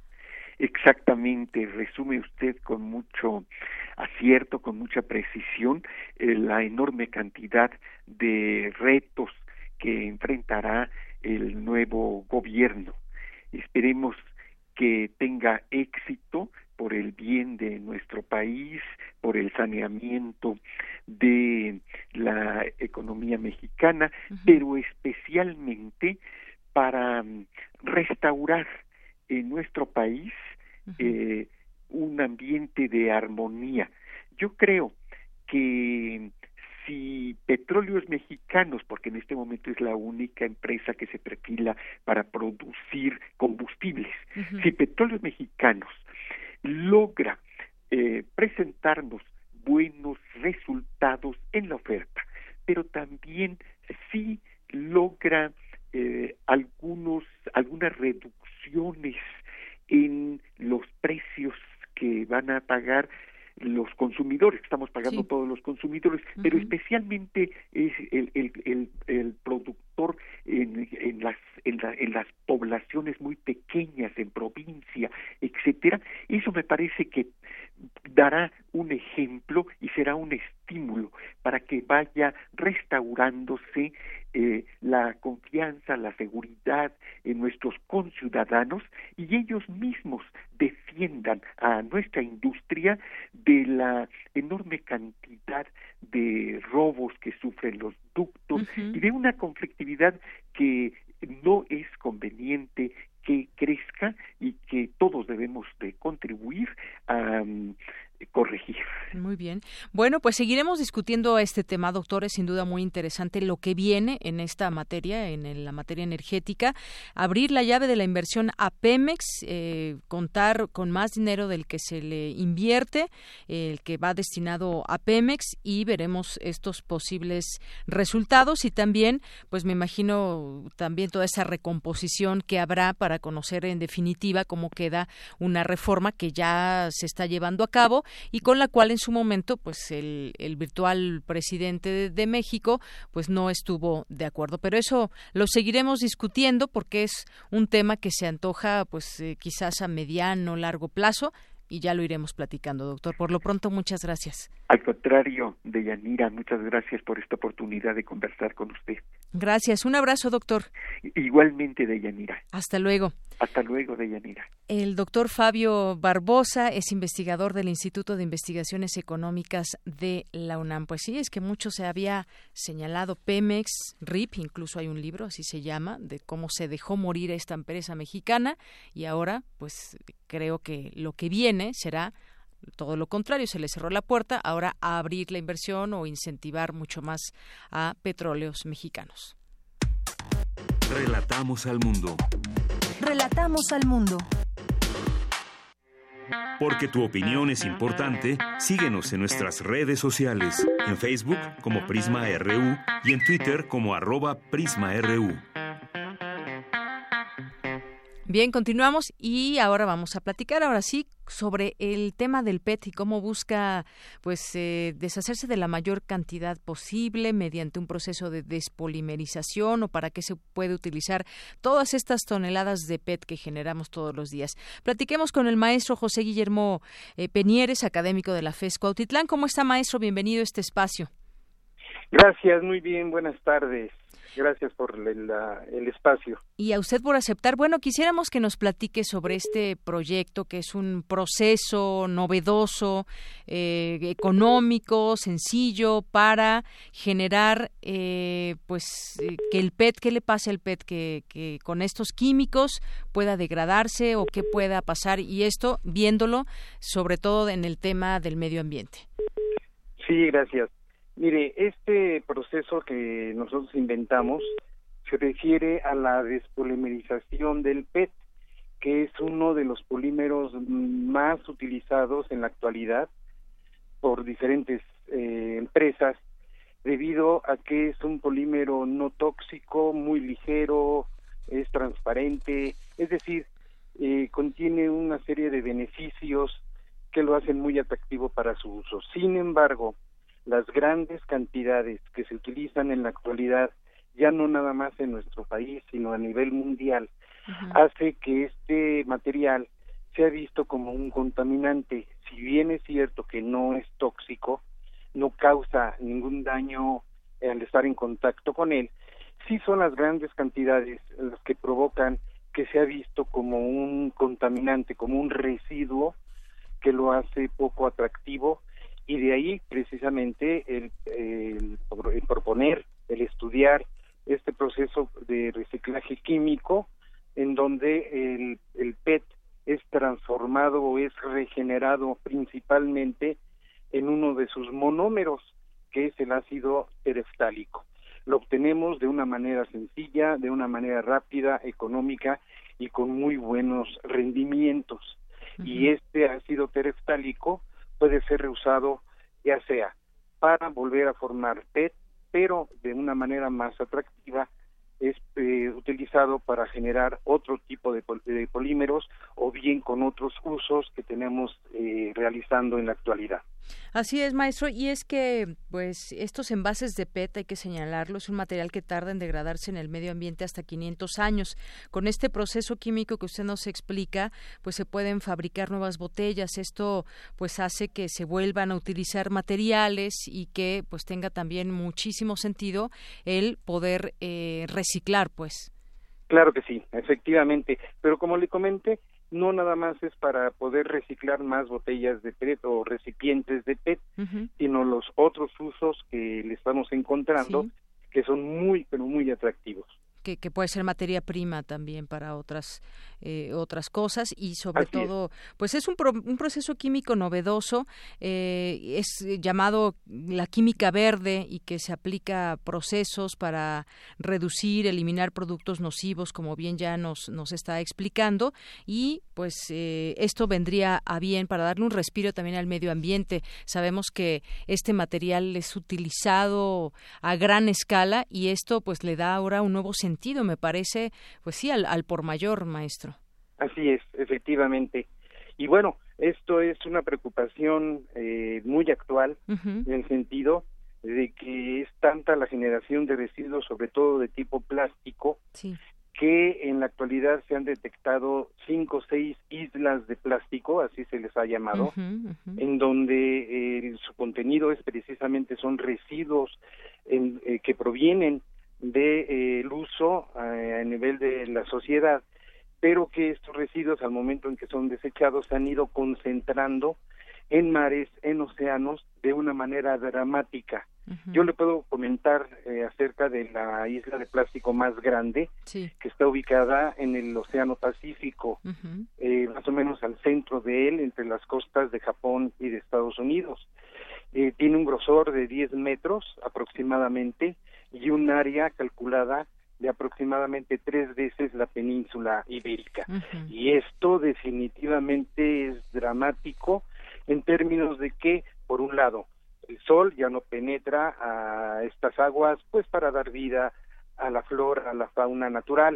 Exactamente, resume usted con mucho acierto, con mucha precisión, eh, la enorme cantidad de retos que enfrentará el nuevo gobierno. Esperemos que tenga éxito por el bien de nuestro país, por el saneamiento de la economía mexicana, uh-huh. pero especialmente para restaurar en nuestro país uh-huh. eh, un ambiente de armonía. Yo creo que si Petróleos Mexicanos, porque en este momento es la única empresa que se perfila para producir combustibles, uh-huh. si Petróleos Mexicanos logra eh, presentarnos buenos resultados en la oferta, pero también si logra eh, algunos algunas reducciones en los precios que van a pagar los consumidores, que estamos pagando sí. todos los consumidores, uh-huh. pero especialmente es el, el, el, el productor en, en las en, la, en las poblaciones muy pequeñas, en provincia, etcétera. Eso me parece que dará un ejemplo y será un estímulo para que vaya restaurándose eh, la confianza, la seguridad en nuestros conciudadanos, y ellos mismos defiendan a nuestra industria de la enorme cantidad de robos que sufren los ductos uh-huh. y de una conflictividad que no es conveniente que crezca y que todos debemos de contribuir a um, corregir. Muy bien. Bueno, pues seguiremos discutiendo este tema, doctor. Es sin duda muy interesante lo que viene en esta materia, en la materia energética. Abrir la llave de la inversión a Pemex, eh, contar con más dinero del que se le invierte, el que va destinado a Pemex, y veremos estos posibles resultados, y también, pues me imagino también toda esa recomposición que habrá para conocer en definitiva cómo queda una reforma que ya se está llevando a cabo y con la cual en su momento pues el, el virtual presidente de, de México pues no estuvo de acuerdo, pero eso lo seguiremos discutiendo porque es un tema que se antoja pues eh, quizás a mediano largo plazo y ya lo iremos platicando, doctor. Por lo pronto, muchas gracias. Al contrario, Deyanira, muchas gracias por esta oportunidad de conversar con usted. Gracias. Un abrazo, doctor. Igualmente, Deyanira. Hasta luego. Hasta luego, Deyanira. El doctor Fabio Barbosa es investigador del Instituto de Investigaciones Económicas de la UNAM. Pues sí, es que mucho se había señalado Pemex, R I P, incluso hay un libro, así se llama, de cómo se dejó morir esta empresa mexicana, y ahora, pues creo que lo que viene será todo lo contrario, se le cerró la puerta, ahora a abrir la inversión o incentivar mucho más a petróleos mexicanos. Relatamos al mundo. Relatamos al mundo. Porque tu opinión es importante, síguenos en nuestras redes sociales, en Facebook como Prisma R U y en Twitter como arroba Prisma R U. Bien, continuamos y ahora vamos a platicar, ahora sí, sobre el tema del P E T y cómo busca pues eh, deshacerse de la mayor cantidad posible mediante un proceso de despolimerización, o para qué se puede utilizar todas estas toneladas de P E T que generamos todos los días. Platiquemos con el maestro José Guillermo eh, Penieres, académico de la FES Cuautitlán. ¿Cómo está, maestro? Bienvenido a este espacio. Gracias, muy bien, buenas tardes. Gracias por el, la, el espacio. Y a usted por aceptar. Bueno, quisiéramos que nos platique sobre este proyecto, que es un proceso novedoso, eh, económico, sencillo, para generar, eh, pues, eh, que el P E T, ¿qué le pase al P E T? Que, que con estos químicos pueda degradarse o qué pueda pasar, y esto viéndolo sobre todo en el tema del medio ambiente. Sí, gracias. Mire, este proceso que nosotros inventamos se refiere a la despolimerización del P E T, que es uno de los polímeros más utilizados en la actualidad por diferentes eh, empresas, debido a que es un polímero no tóxico, muy ligero, es transparente, es decir, eh, contiene una serie de beneficios que lo hacen muy atractivo para su uso. Sin embargo, las grandes cantidades que se utilizan en la actualidad, ya no nada más en nuestro país, sino a nivel mundial, uh-huh. hace que este material sea visto como un contaminante. Si bien es cierto que no es tóxico, no causa ningún daño al estar en contacto con él, sí son las grandes cantidades las que provocan que sea visto como un contaminante, como un residuo que lo hace poco atractivo. Y de ahí precisamente el, el, el proponer, el estudiar este proceso de reciclaje químico, en donde el, el P E T es transformado o es regenerado principalmente en uno de sus monómeros, que es el ácido tereftálico. Lo obtenemos de una manera sencilla, de una manera rápida, económica y con muy buenos rendimientos. Uh-huh. Y este ácido tereftálico puede ser reusado ya sea para volver a formar P E T, pero de una manera más atractiva es eh, utilizado para generar otro tipo de, pol- de polímeros, o bien con otros usos que tenemos eh, realizando en la actualidad. Así es, maestro, y es que pues estos envases de P E T, hay que señalarlo, es un material que tarda en degradarse en el medio ambiente hasta quinientos años. Con este proceso químico que usted nos explica, pues se pueden fabricar nuevas botellas. Esto pues hace que se vuelvan a utilizar materiales y que pues tenga también muchísimo sentido el poder eh, reciclar, pues. Claro que sí, efectivamente, pero como le comenté, no nada más es para poder reciclar más botellas de P E T o recipientes de P E T, uh-huh. sino los otros usos que le estamos encontrando, sí. que son muy, pero muy atractivos. Que, que puede ser materia prima también para otras eh, otras cosas, y sobre Así todo es. pues es un, pro, un proceso químico novedoso, eh, es llamado la química verde, y que se aplica a procesos para reducir, eliminar productos nocivos, como bien ya nos nos está explicando, y pues eh, esto vendría a bien para darle un respiro también al medio ambiente. Sabemos que este material es utilizado a gran escala, y esto pues le da ahora un nuevo sentido sentido, me parece, pues sí, al, al por mayor, maestro. Así es, efectivamente. Y bueno, esto es una preocupación eh, muy actual, uh-huh. en el sentido de que es tanta la generación de residuos, sobre todo de tipo plástico, sí. que en la actualidad se han detectado cinco o seis islas de plástico, así se les ha llamado, uh-huh, uh-huh. en donde eh, su contenido es precisamente son residuos en, eh, que provienen del de, eh, uso eh, a nivel de la sociedad, pero que estos residuos al momento en que son desechados se han ido concentrando en mares, en océanos, de una manera dramática. Uh-huh. Yo le puedo comentar eh, acerca de la isla de plástico más grande, sí. que está ubicada en el Océano Pacífico, uh-huh. eh, más o menos al centro de él, entre las costas de Japón y de Estados Unidos. Eh, tiene un grosor de diez metros aproximadamente y un área calculada de aproximadamente tres veces la península ibérica. Uh-huh. Y esto definitivamente es dramático en términos de que, por un lado, el sol ya no penetra a estas aguas pues para dar vida a la flora, a la fauna natural,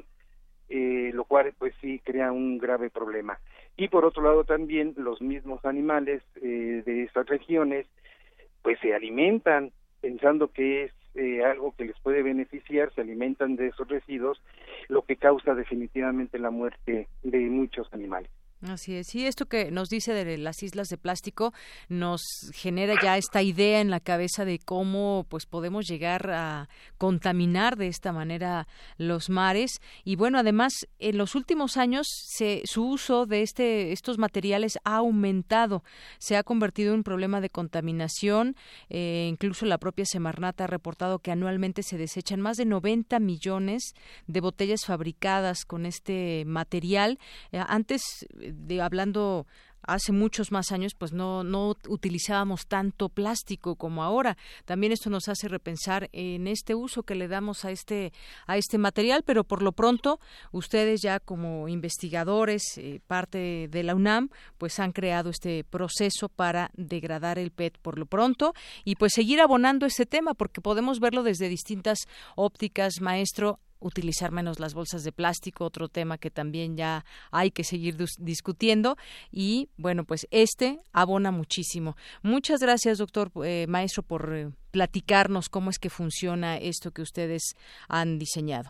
eh, lo cual pues sí crea un grave problema. Y por otro lado también los mismos animales eh, de estas regiones pues se alimentan pensando que es eh, algo que les puede beneficiar, se alimentan de esos residuos, lo que causa definitivamente la muerte de muchos animales. Así es, sí, esto que nos dice de las islas de plástico nos genera ya esta idea en la cabeza de cómo pues podemos llegar a contaminar de esta manera los mares y bueno, además en los últimos años se, su uso de este estos materiales ha aumentado, se ha convertido en un problema de contaminación, eh, incluso la propia Semarnat ha reportado que anualmente se desechan más de noventa millones de botellas fabricadas con este material. Eh, antes De, hablando hace muchos más años, pues no no utilizábamos tanto plástico como ahora. También esto nos hace repensar en este uso que le damos a este a este material, pero por lo pronto ustedes ya como investigadores, eh, parte de la UNAM, pues han creado este proceso para degradar el P E T por lo pronto y pues seguir abonando este tema porque podemos verlo desde distintas ópticas, maestro. Utilizar menos las bolsas de plástico, otro tema que también ya hay que seguir discutiendo y bueno, pues este abona muchísimo. Muchas gracias, doctor eh, maestro, por eh, platicarnos cómo es que funciona esto que ustedes han diseñado.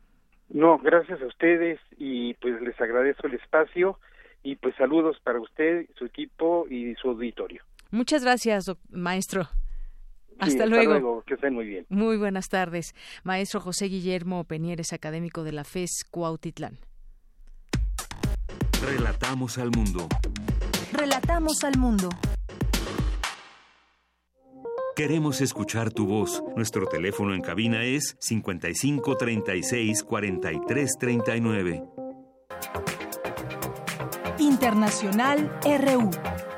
No, gracias a ustedes y pues les agradezco el espacio y pues saludos para usted, su equipo y su auditorio. Muchas gracias, doc- maestro. Sí, hasta, hasta luego. luego, que estén muy bien. Muy buenas tardes. Maestro José Guillermo Penieres, académico de la F E S Cuautitlán. Relatamos al mundo. Relatamos al mundo. Queremos escuchar tu voz. Nuestro teléfono en cabina es cincuenta y cinco treinta y seis cuarenta y tres treinta y nueve. Internacional R U.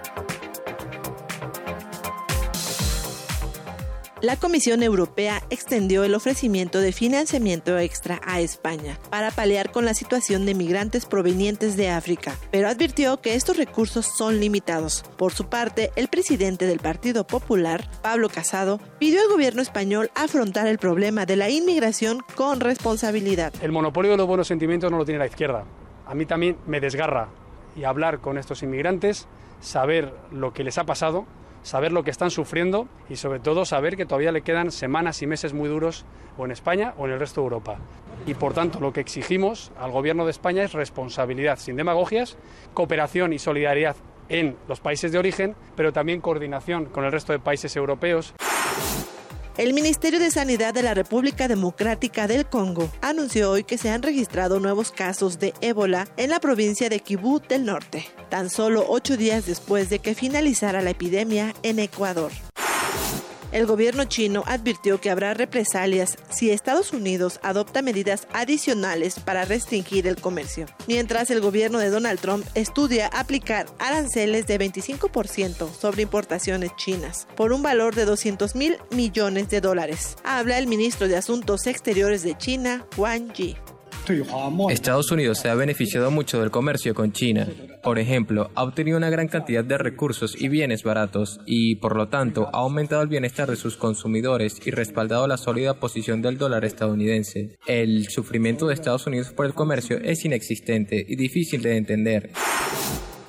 La Comisión Europea extendió el ofrecimiento de financiamiento extra a España para paliar con la situación de migrantes provenientes de África, pero advirtió que estos recursos son limitados. Por su parte, el presidente del Partido Popular, Pablo Casado, pidió al gobierno español afrontar el problema de la inmigración con responsabilidad. El monopolio de los buenos sentimientos no lo tiene la izquierda. A mí también me desgarra y hablar con estos inmigrantes, saber lo que les ha pasado, saber lo que están sufriendo y sobre todo saber que todavía le quedan semanas y meses muy duros o en España o en el resto de Europa. Y por tanto lo que exigimos al gobierno de España es responsabilidad, sin demagogias, cooperación y solidaridad en los países de origen, pero también coordinación con el resto de países europeos. El Ministerio de Sanidad de la República Democrática del Congo anunció hoy que se han registrado nuevos casos de ébola en la provincia de Kivu del Norte, tan solo ocho días después de que finalizara la epidemia en Ecuador. El gobierno chino advirtió que habrá represalias si Estados Unidos adopta medidas adicionales para restringir el comercio, mientras el gobierno de Donald Trump estudia aplicar aranceles de veinticinco por ciento sobre importaciones chinas, por un valor de doscientos mil millones de dólares. Habla el ministro de Asuntos Exteriores de China, Wang Yi. Estados Unidos se ha beneficiado mucho del comercio con China. Por ejemplo, ha obtenido una gran cantidad de recursos y bienes baratos y, por lo tanto, ha aumentado el bienestar de sus consumidores y respaldado la sólida posición del dólar estadounidense. El sufrimiento de Estados Unidos por el comercio es inexistente y difícil de entender.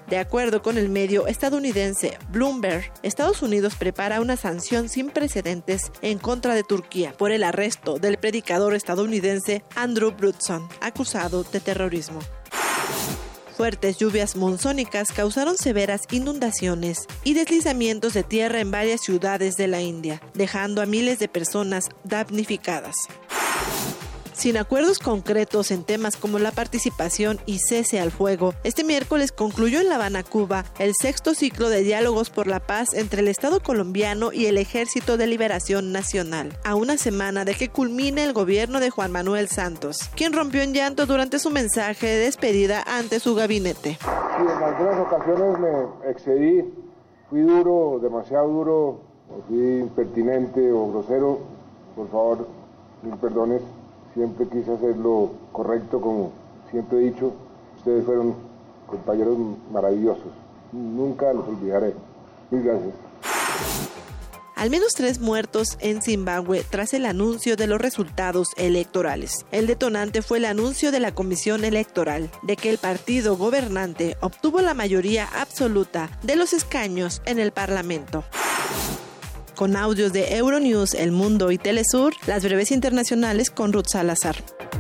De acuerdo con el medio estadounidense Bloomberg, Estados Unidos prepara una sanción sin precedentes en contra de Turquía por el arresto del predicador estadounidense Andrew Brunson, acusado de terrorismo. Fuertes lluvias monzónicas causaron severas inundaciones y deslizamientos de tierra en varias ciudades de la India, dejando a miles de personas damnificadas. Sin acuerdos concretos en temas como la participación y cese al fuego, este miércoles concluyó en La Habana, Cuba, el sexto ciclo de diálogos por la paz entre el Estado colombiano y el Ejército de Liberación Nacional, a una semana de que culmine el gobierno de Juan Manuel Santos, quien rompió en llanto durante su mensaje de despedida ante su gabinete. Sí, en algunas ocasiones me excedí, fui duro, demasiado duro, o fui impertinente o grosero, por favor, mil perdones. Siempre quise hacer lo correcto, como siempre he dicho. Ustedes fueron compañeros maravillosos. Nunca los olvidaré. Mil gracias. Al menos tres muertos en Zimbabue tras el anuncio de los resultados electorales. El detonante fue el anuncio de la Comisión Electoral de que el partido gobernante obtuvo la mayoría absoluta de los escaños en el Parlamento. Con audios de Euronews, El Mundo y Telesur, las breves internacionales con Ruth Salazar.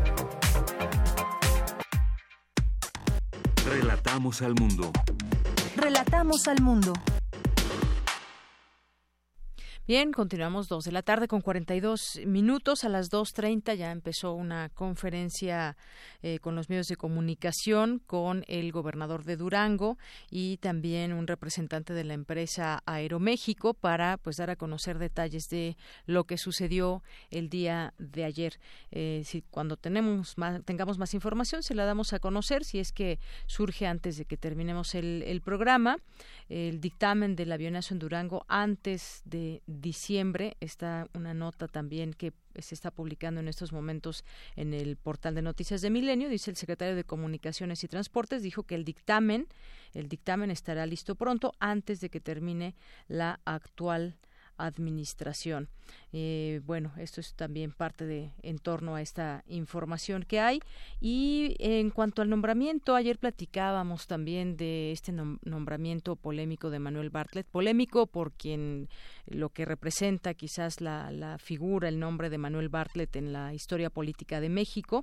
Relatamos al mundo. Relatamos al mundo. Bien, continuamos dos de la tarde con cuarenta y dos minutos. A las dos treinta ya empezó una conferencia eh, con los medios de comunicación con el gobernador de Durango y también un representante de la empresa Aeroméxico para pues dar a conocer detalles de lo que sucedió el día de ayer. Eh, si cuando tenemos más, tengamos más información se la damos a conocer, si es que surge antes de que terminemos el, el programa. El dictamen del avionazo en Durango antes de diciembre, está una nota también que se está publicando en estos momentos en el portal de Noticias de Milenio. Dice el secretario de Comunicaciones y Transportes, dijo que el dictamen, el dictamen estará listo pronto antes de que termine la actual administración. Eh, bueno, esto es también parte de en torno a esta información que hay. Y en cuanto al nombramiento, ayer platicábamos también de este nom- nombramiento polémico de Manuel Bartlett, polémico por quien lo que representa quizás la, la figura, el nombre de Manuel Bartlett en la historia política de México.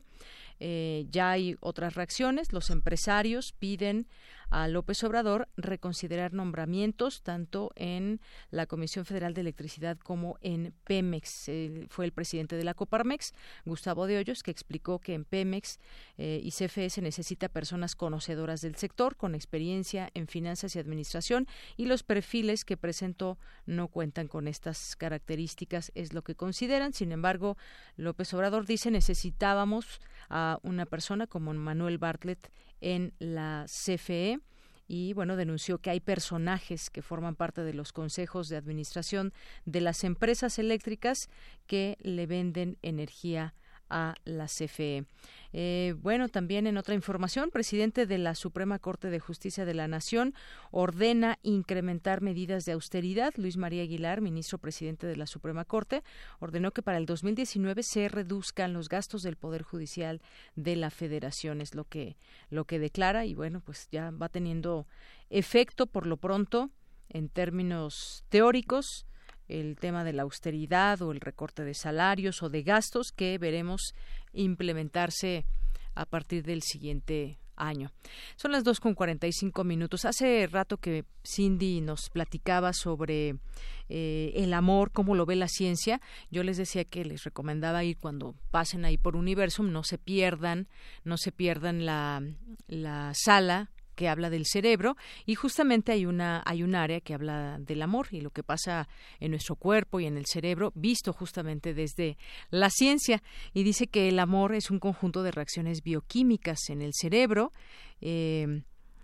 Eh, ya hay otras reacciones. Los empresarios piden a López Obrador reconsiderar nombramientos tanto en la Comisión Federal de Electricidad como en Pemex. Eh, fue el presidente de la Coparmex, Gustavo de Hoyos, que explicó que en Pemex eh, y C F E se necesita personas conocedoras del sector, con experiencia en finanzas y administración, y los perfiles que presentó no cuentan con estas características, es lo que consideran. Sin embargo, López Obrador dice necesitábamos a una persona como Manuel Bartlett en la C F E y bueno, denunció que hay personajes que forman parte de los consejos de administración de las empresas eléctricas que le venden energía a la C F E. Eh, bueno, también en otra información, presidente de la Suprema Corte de Justicia de la Nación ordena incrementar medidas de austeridad. Luis María Aguilar, ministro presidente de la Suprema Corte, ordenó que para el dos mil diecinueve se reduzcan los gastos del Poder Judicial de la Federación, es lo que, lo que declara, y bueno, pues ya va teniendo efecto por lo pronto en términos teóricos el tema de la austeridad o el recorte de salarios o de gastos que veremos implementarse a partir del siguiente año. Son las dos con cuarenta y cinco minutos. Hace rato que Cindy nos platicaba sobre eh, el amor, cómo lo ve la ciencia. Yo les decía que les recomendaba ir cuando pasen ahí por Universum, no se pierdan, no se pierdan la, la sala que habla del cerebro, y justamente hay una hay un área que habla del amor y lo que pasa en nuestro cuerpo y en el cerebro, visto justamente desde la ciencia, y dice que el amor es un conjunto de reacciones bioquímicas en el cerebro eh,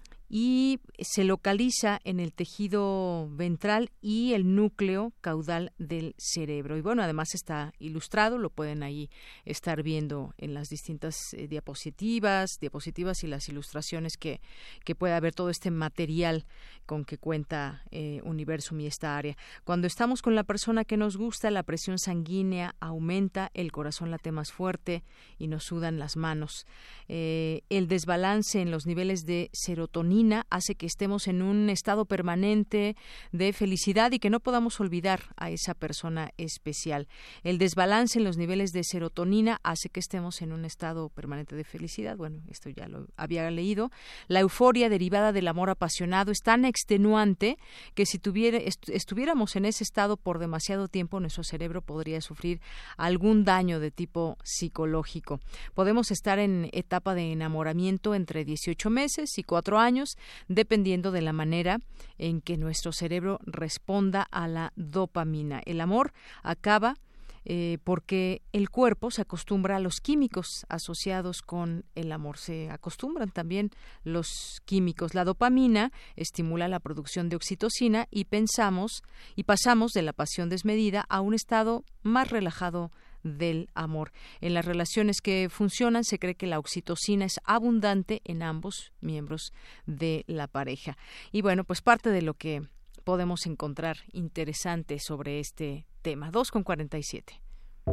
y se localiza en el tejido ventral y el núcleo caudal del cerebro. Y bueno, además está ilustrado, lo pueden ahí estar viendo en las distintas eh, diapositivas, diapositivas y las ilustraciones que, que puede haber, todo este material con que cuenta eh, Universum y esta área. Cuando estamos con la persona que nos gusta, la presión sanguínea aumenta, el corazón late más fuerte y nos sudan las manos. Eh, el desbalance en los niveles de serotonina serotonina hace que estemos en un estado permanente de felicidad y que no podamos olvidar a esa persona especial. El desbalance en los niveles de serotonina hace que estemos en un estado permanente de felicidad. Bueno, esto ya lo había leído. La euforia derivada del amor apasionado es tan extenuante que si tuviera, est- estuviéramos en ese estado por demasiado tiempo, nuestro cerebro podría sufrir algún daño de tipo psicológico. Podemos estar en etapa de enamoramiento entre dieciocho meses y cuatro años, dependiendo de la manera en que nuestro cerebro responda a la dopamina. El amor acaba Eh, porque el cuerpo se acostumbra a los químicos asociados con el amor. Se acostumbran también los químicos. La dopamina estimula la producción de oxitocina y pensamos y pasamos de la pasión desmedida a un estado más relajado del amor. En las relaciones que funcionan se cree que la oxitocina es abundante en ambos miembros de la pareja. Y bueno, pues parte de lo que podemos encontrar interesante sobre este tema. dos con cuarenta y siete.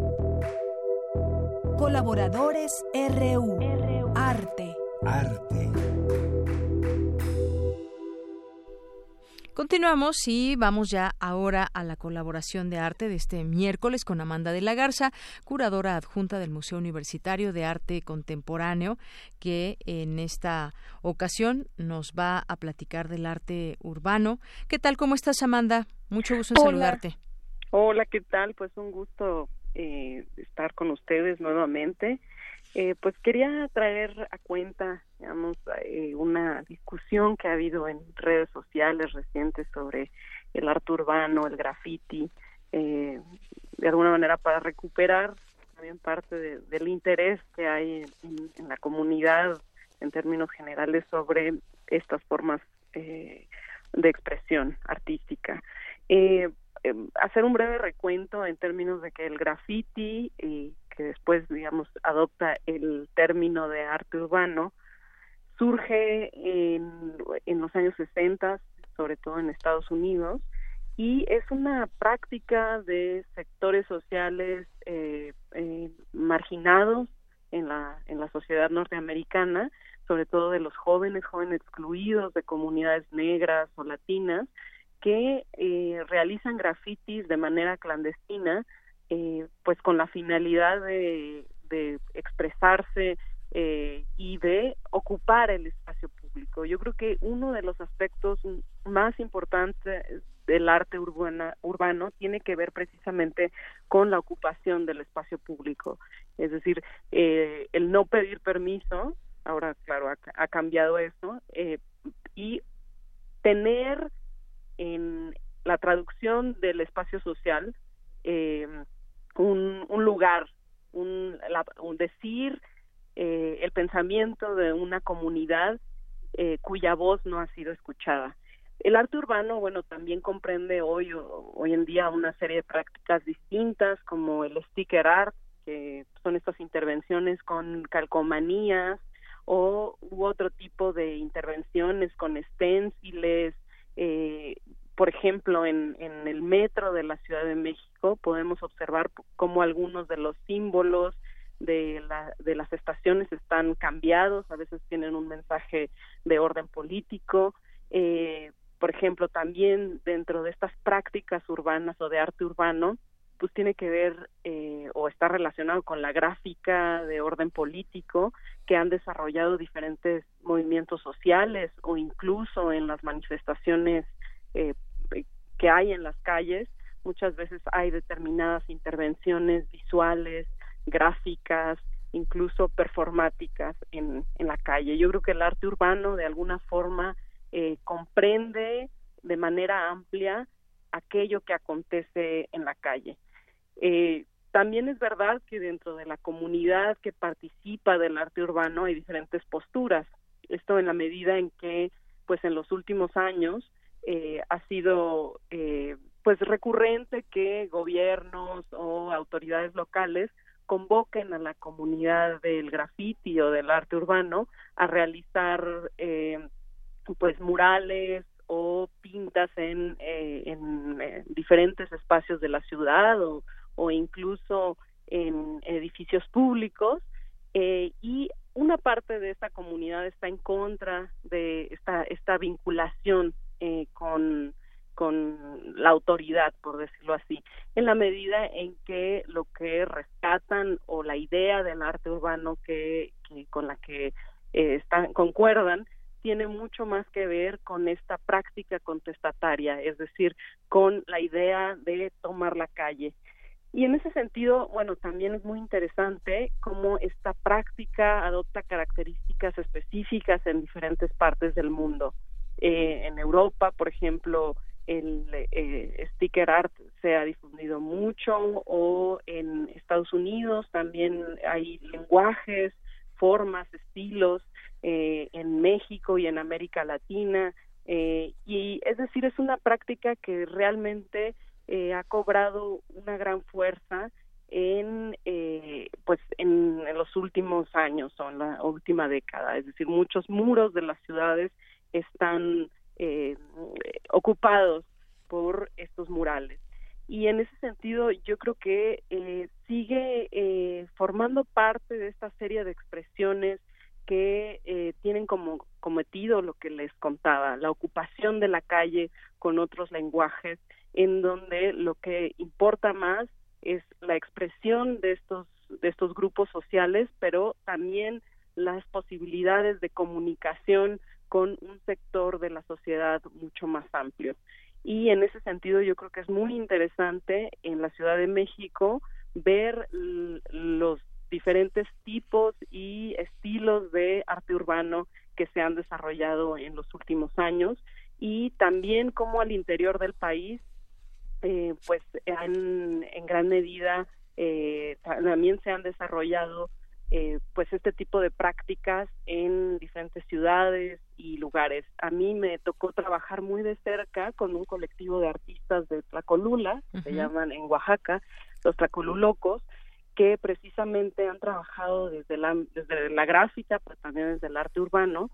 Colaboradores R U. Arte. Arte. Continuamos y vamos ya ahora a la colaboración de arte de este miércoles con Amanda de la Garza, curadora adjunta del Museo Universitario de Arte Contemporáneo, que en esta ocasión nos va a platicar del arte urbano. ¿Qué tal? ¿Cómo estás, Amanda? Mucho gusto en Hola. saludarte. Hola, ¿qué tal? Pues un gusto eh, estar con ustedes nuevamente. Eh, pues quería traer a cuenta, digamos, eh, una discusión que ha habido en redes sociales recientes sobre el arte urbano, el graffiti, eh, de alguna manera para recuperar también parte de, del interés que hay en, en la comunidad en términos generales sobre estas formas eh, de expresión artística. Eh, eh, hacer un breve recuento en términos de que el graffiti, eh, que después, digamos, adopta el término de arte urbano, surge en, en los años sesenta, sobre todo en Estados Unidos, y es una práctica de sectores sociales eh, eh, marginados en la en la sociedad norteamericana, sobre todo de los jóvenes, jóvenes excluidos de comunidades negras o latinas, que eh, realizan grafitis de manera clandestina, eh, pues con la finalidad de, de expresarse eh, y de ocupar el espacio público. Yo creo que uno de los aspectos más importantes del arte urbana, urbano tiene que ver precisamente con la ocupación del espacio público. Es decir, eh, el no pedir permiso, ahora claro, ha, ha cambiado eso, eh, y tener en la traducción del espacio social eh, un, un lugar, un, la, un decir eh, el pensamiento de una comunidad eh, cuya voz no ha sido escuchada. El arte urbano, bueno, también comprende hoy hoy en día una serie de prácticas distintas, como el sticker art, que son estas intervenciones con calcomanías, o u otro tipo de intervenciones con esténciles. Eh, por ejemplo, en, en el metro de la Ciudad de México podemos observar cómo algunos de los símbolos de, la, de las estaciones están cambiados, a veces tienen un mensaje de orden político. Eh, por ejemplo, también dentro de estas prácticas urbanas o de arte urbano, pues tiene que ver eh, o está relacionado con la gráfica de orden político que han desarrollado diferentes movimientos sociales, o incluso en las manifestaciones eh, que hay en las calles. Muchas veces hay determinadas intervenciones visuales, gráficas, incluso performáticas en, en la calle. Yo creo que el arte urbano de alguna forma eh, comprende de manera amplia aquello que acontece en la calle. Eh, también es verdad que dentro de la comunidad que participa del arte urbano hay diferentes posturas. Esto en la medida en que, pues, en los últimos años eh, ha sido, eh, pues, recurrente que gobiernos o autoridades locales convoquen a la comunidad del graffiti o del arte urbano a realizar, eh, pues, murales o pintas en, eh, en eh, diferentes espacios de la ciudad o, o incluso en edificios públicos, eh, y una parte de esta comunidad está en contra de esta esta vinculación eh, con con la autoridad, por decirlo así, en la medida en que lo que rescatan o la idea del arte urbano que, que con la que eh, están concuerdan tiene mucho más que ver con esta práctica contestataria, es decir, con la idea de tomar la calle. Y en ese sentido, bueno, también es muy interesante cómo esta práctica adopta características específicas en diferentes partes del mundo. Eh, en Europa, por ejemplo, el eh, sticker art se ha difundido mucho, o en Estados Unidos también hay lenguajes, formas, estilos, eh, en México y en América Latina, eh, y es decir, es una práctica que realmente eh, ha cobrado una gran fuerza en eh, pues en, en los últimos años o en la última década, es decir, muchos muros de las ciudades están eh, ocupados por estos murales. Y en ese sentido yo creo que eh, sigue eh, formando parte de esta serie de expresiones que eh, tienen como cometido lo que les contaba, la ocupación de la calle con otros lenguajes, en donde lo que importa más es la expresión de estos de estos grupos sociales, pero también las posibilidades de comunicación con un sector de la sociedad mucho más amplio. Y en ese sentido yo creo que es muy interesante en la Ciudad de México ver l- los diferentes tipos y estilos de arte urbano que se han desarrollado en los últimos años, y también cómo al interior del país eh, pues han, en gran medida eh, también se han desarrollado eh, pues este tipo de prácticas en diferentes ciudades y lugares. A mí me tocó trabajar muy de cerca con un colectivo de artistas de Tlacolula, que uh-huh. se llaman en Oaxaca, los Tlacolulocos, que precisamente han trabajado desde la desde la gráfica, pero también desde el arte urbano,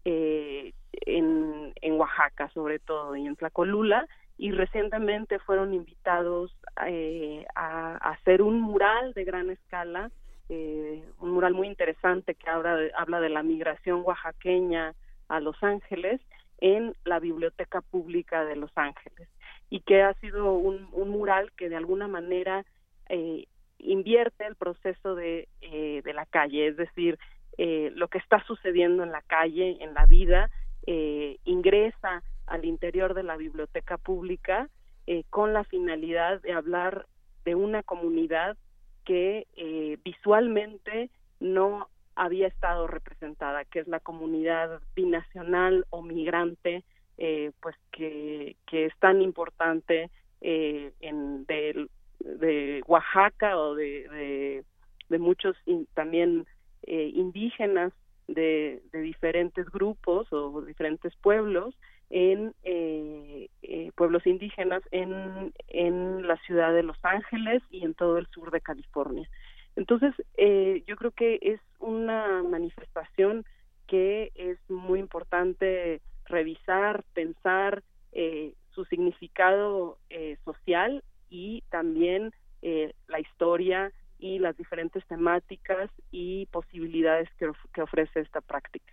eh, en, en Oaxaca sobre todo, y en Tlacolula, y recientemente fueron invitados eh, a, a hacer un mural de gran escala, eh, un mural muy interesante que habla de, habla de la migración oaxaqueña a Los Ángeles en la Biblioteca Pública de Los Ángeles, y que ha sido un, un mural que de alguna manera eh, invierte el proceso de, eh, de la calle, es decir, eh, lo que está sucediendo en la calle, en la vida, eh, ingresa al interior de la biblioteca pública eh, con la finalidad de hablar de una comunidad que eh, visualmente no había estado representada, que es la comunidad binacional o migrante, eh, pues que, que es tan importante eh, en de, de Oaxaca o de, de, de muchos in, también eh, indígenas de, de diferentes grupos o diferentes pueblos, en eh, eh, pueblos indígenas en, en la ciudad de Los Ángeles y en todo el sur de California. Entonces, eh, yo creo que es una manifestación que es muy importante revisar, pensar eh, su significado eh, social y también eh, la historia y las diferentes temáticas y posibilidades que, of- que ofrece esta práctica.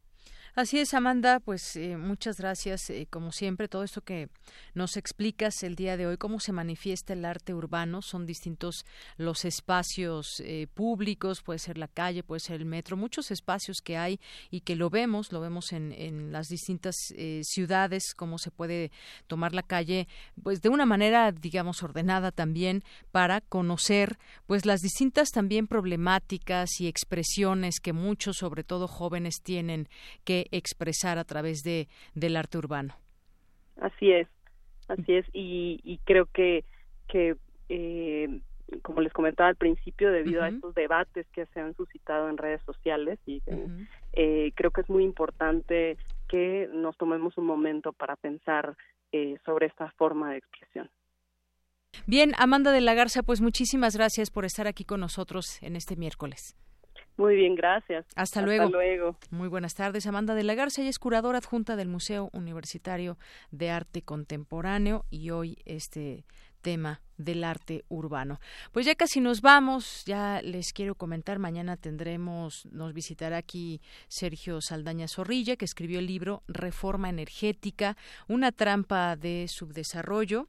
Así es, Amanda, pues eh, muchas gracias, eh, como siempre, todo esto que nos explicas el día de hoy, cómo se manifiesta el arte urbano, son distintos los espacios eh, públicos, puede ser la calle, puede ser el metro, muchos espacios que hay y que lo vemos, lo vemos en, en las distintas eh, ciudades, cómo se puede tomar la calle, pues de una manera, digamos, ordenada también, para conocer, pues las distintas también problemáticas y expresiones que muchos, sobre todo jóvenes, tienen que expresar a través de del arte urbano. Así es, así es, y, y creo que que eh, como les comentaba al principio, debido uh-huh. a estos debates que se han suscitado en redes sociales, y uh-huh. eh, creo que es muy importante que nos tomemos un momento para pensar eh, sobre esta forma de expresión. Bien, Amanda de la Garza, pues muchísimas gracias por estar aquí con nosotros en este miércoles. Muy bien, gracias. Hasta, Hasta luego. luego. Muy buenas tardes. Amanda de la Garza, ella es curadora adjunta del Museo Universitario de Arte Contemporáneo, y hoy este tema del arte urbano. Pues ya casi nos vamos, ya les quiero comentar, mañana tendremos, nos visitará aquí Sergio Saldaña Zorrilla, que escribió el libro Reforma Energética, una trampa de subdesarrollo,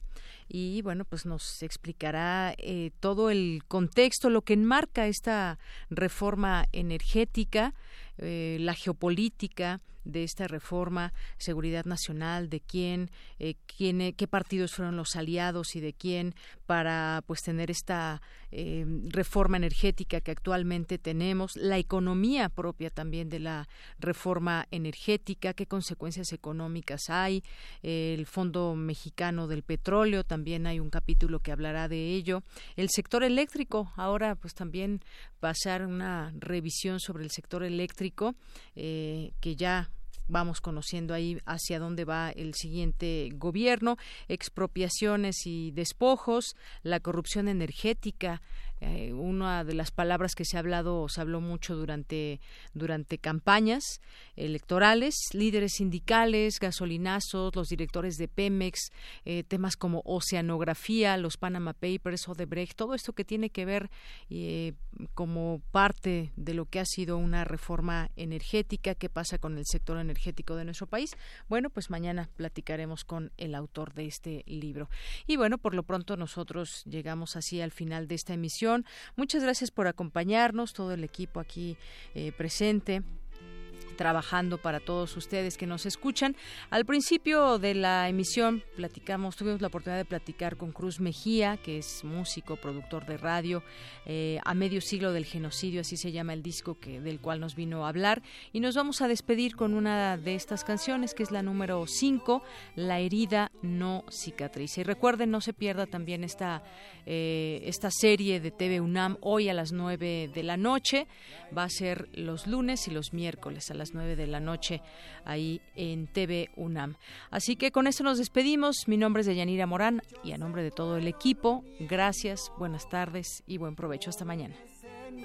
y bueno, pues nos explicará eh, todo el contexto, lo que enmarca esta reforma energética, eh, la geopolítica de esta reforma, seguridad nacional, de quién, eh, quién, eh, qué partidos fueron los aliados y de quién para pues tener esta eh, reforma energética que actualmente tenemos, la economía propia también de la reforma energética, qué consecuencias económicas hay, eh, el Fondo Mexicano del Petróleo, también hay un capítulo que hablará de ello, el sector eléctrico, ahora pues también pasar una revisión sobre el sector eléctrico, eh, que ya vamos conociendo ahí hacia dónde va el siguiente gobierno, expropiaciones y despojos, la corrupción energética, eh, una de las palabras que se ha hablado, se habló mucho durante durante campañas electorales, líderes sindicales, gasolinazos, los directores de Pemex, eh, temas como oceanografía, los Panama Papers, Odebrecht, todo esto que tiene que ver eh, como parte de lo que ha sido una reforma energética, qué pasa con el sector energético de nuestro país. Bueno, pues mañana platicaremos con el autor de este libro. Y bueno, por lo pronto nosotros llegamos así al final de esta emisión. Muchas gracias por acompañarnos, todo el equipo aquí eh, presente, trabajando para todos ustedes que nos escuchan. Al principio de la emisión platicamos, tuvimos la oportunidad de platicar con Cruz Mejía, que es músico, productor de radio, eh, a medio siglo del genocidio, así se llama el disco que del cual nos vino a hablar, y nos vamos a despedir con una de estas canciones, que es la número cinco, La herida no cicatriza. Y recuerden, no se pierda también esta, eh, esta serie de T V UNAM hoy a las nueve de la noche, va a ser los lunes y los miércoles a las nueve de la noche ahí en T V UNAM. Así que con esto nos despedimos. Mi nombre es Deyanira Morán y a nombre de todo el equipo, gracias, buenas tardes y buen provecho. Hasta mañana. En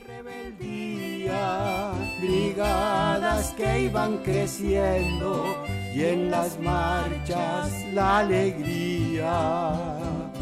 rebeldía, brigadas que iban creciendo y en las marchas la alegría.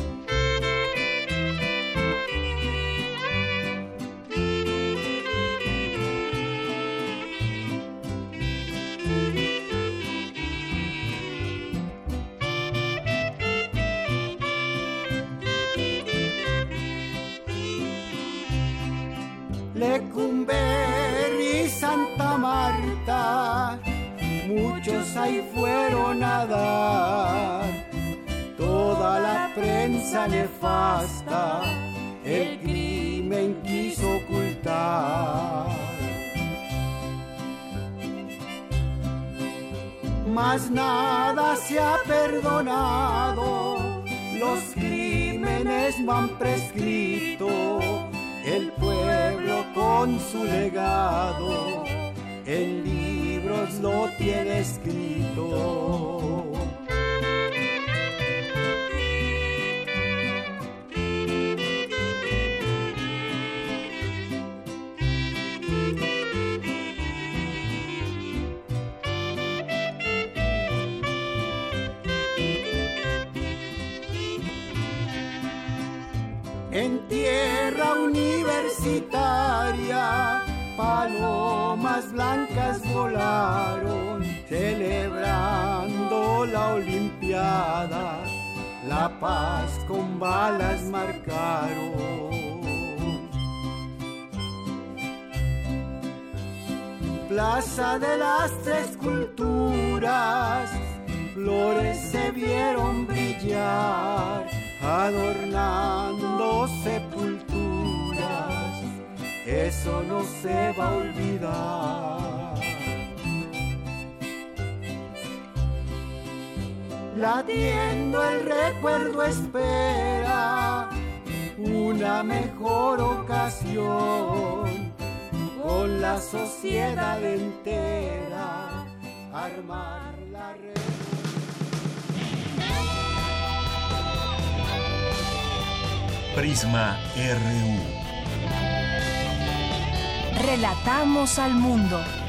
Lecumberri y Santa Marta, muchos ahí fueron a dar. Toda la prensa nefasta el crimen quiso ocultar. Mas nada se ha perdonado, los crímenes van prescritos. El pueblo con su legado en libros lo tiene escrito. En tierra universitaria, palomas blancas volaron, celebrando la Olimpiada, la paz con balas marcaron. Plaza de las Tres Culturas, flores se vieron brillar, adornando sepulturas, eso no se va a olvidar. Latiendo el recuerdo espera una mejor ocasión, con la sociedad entera armar la red. Prisma R U. Relatamos al mundo.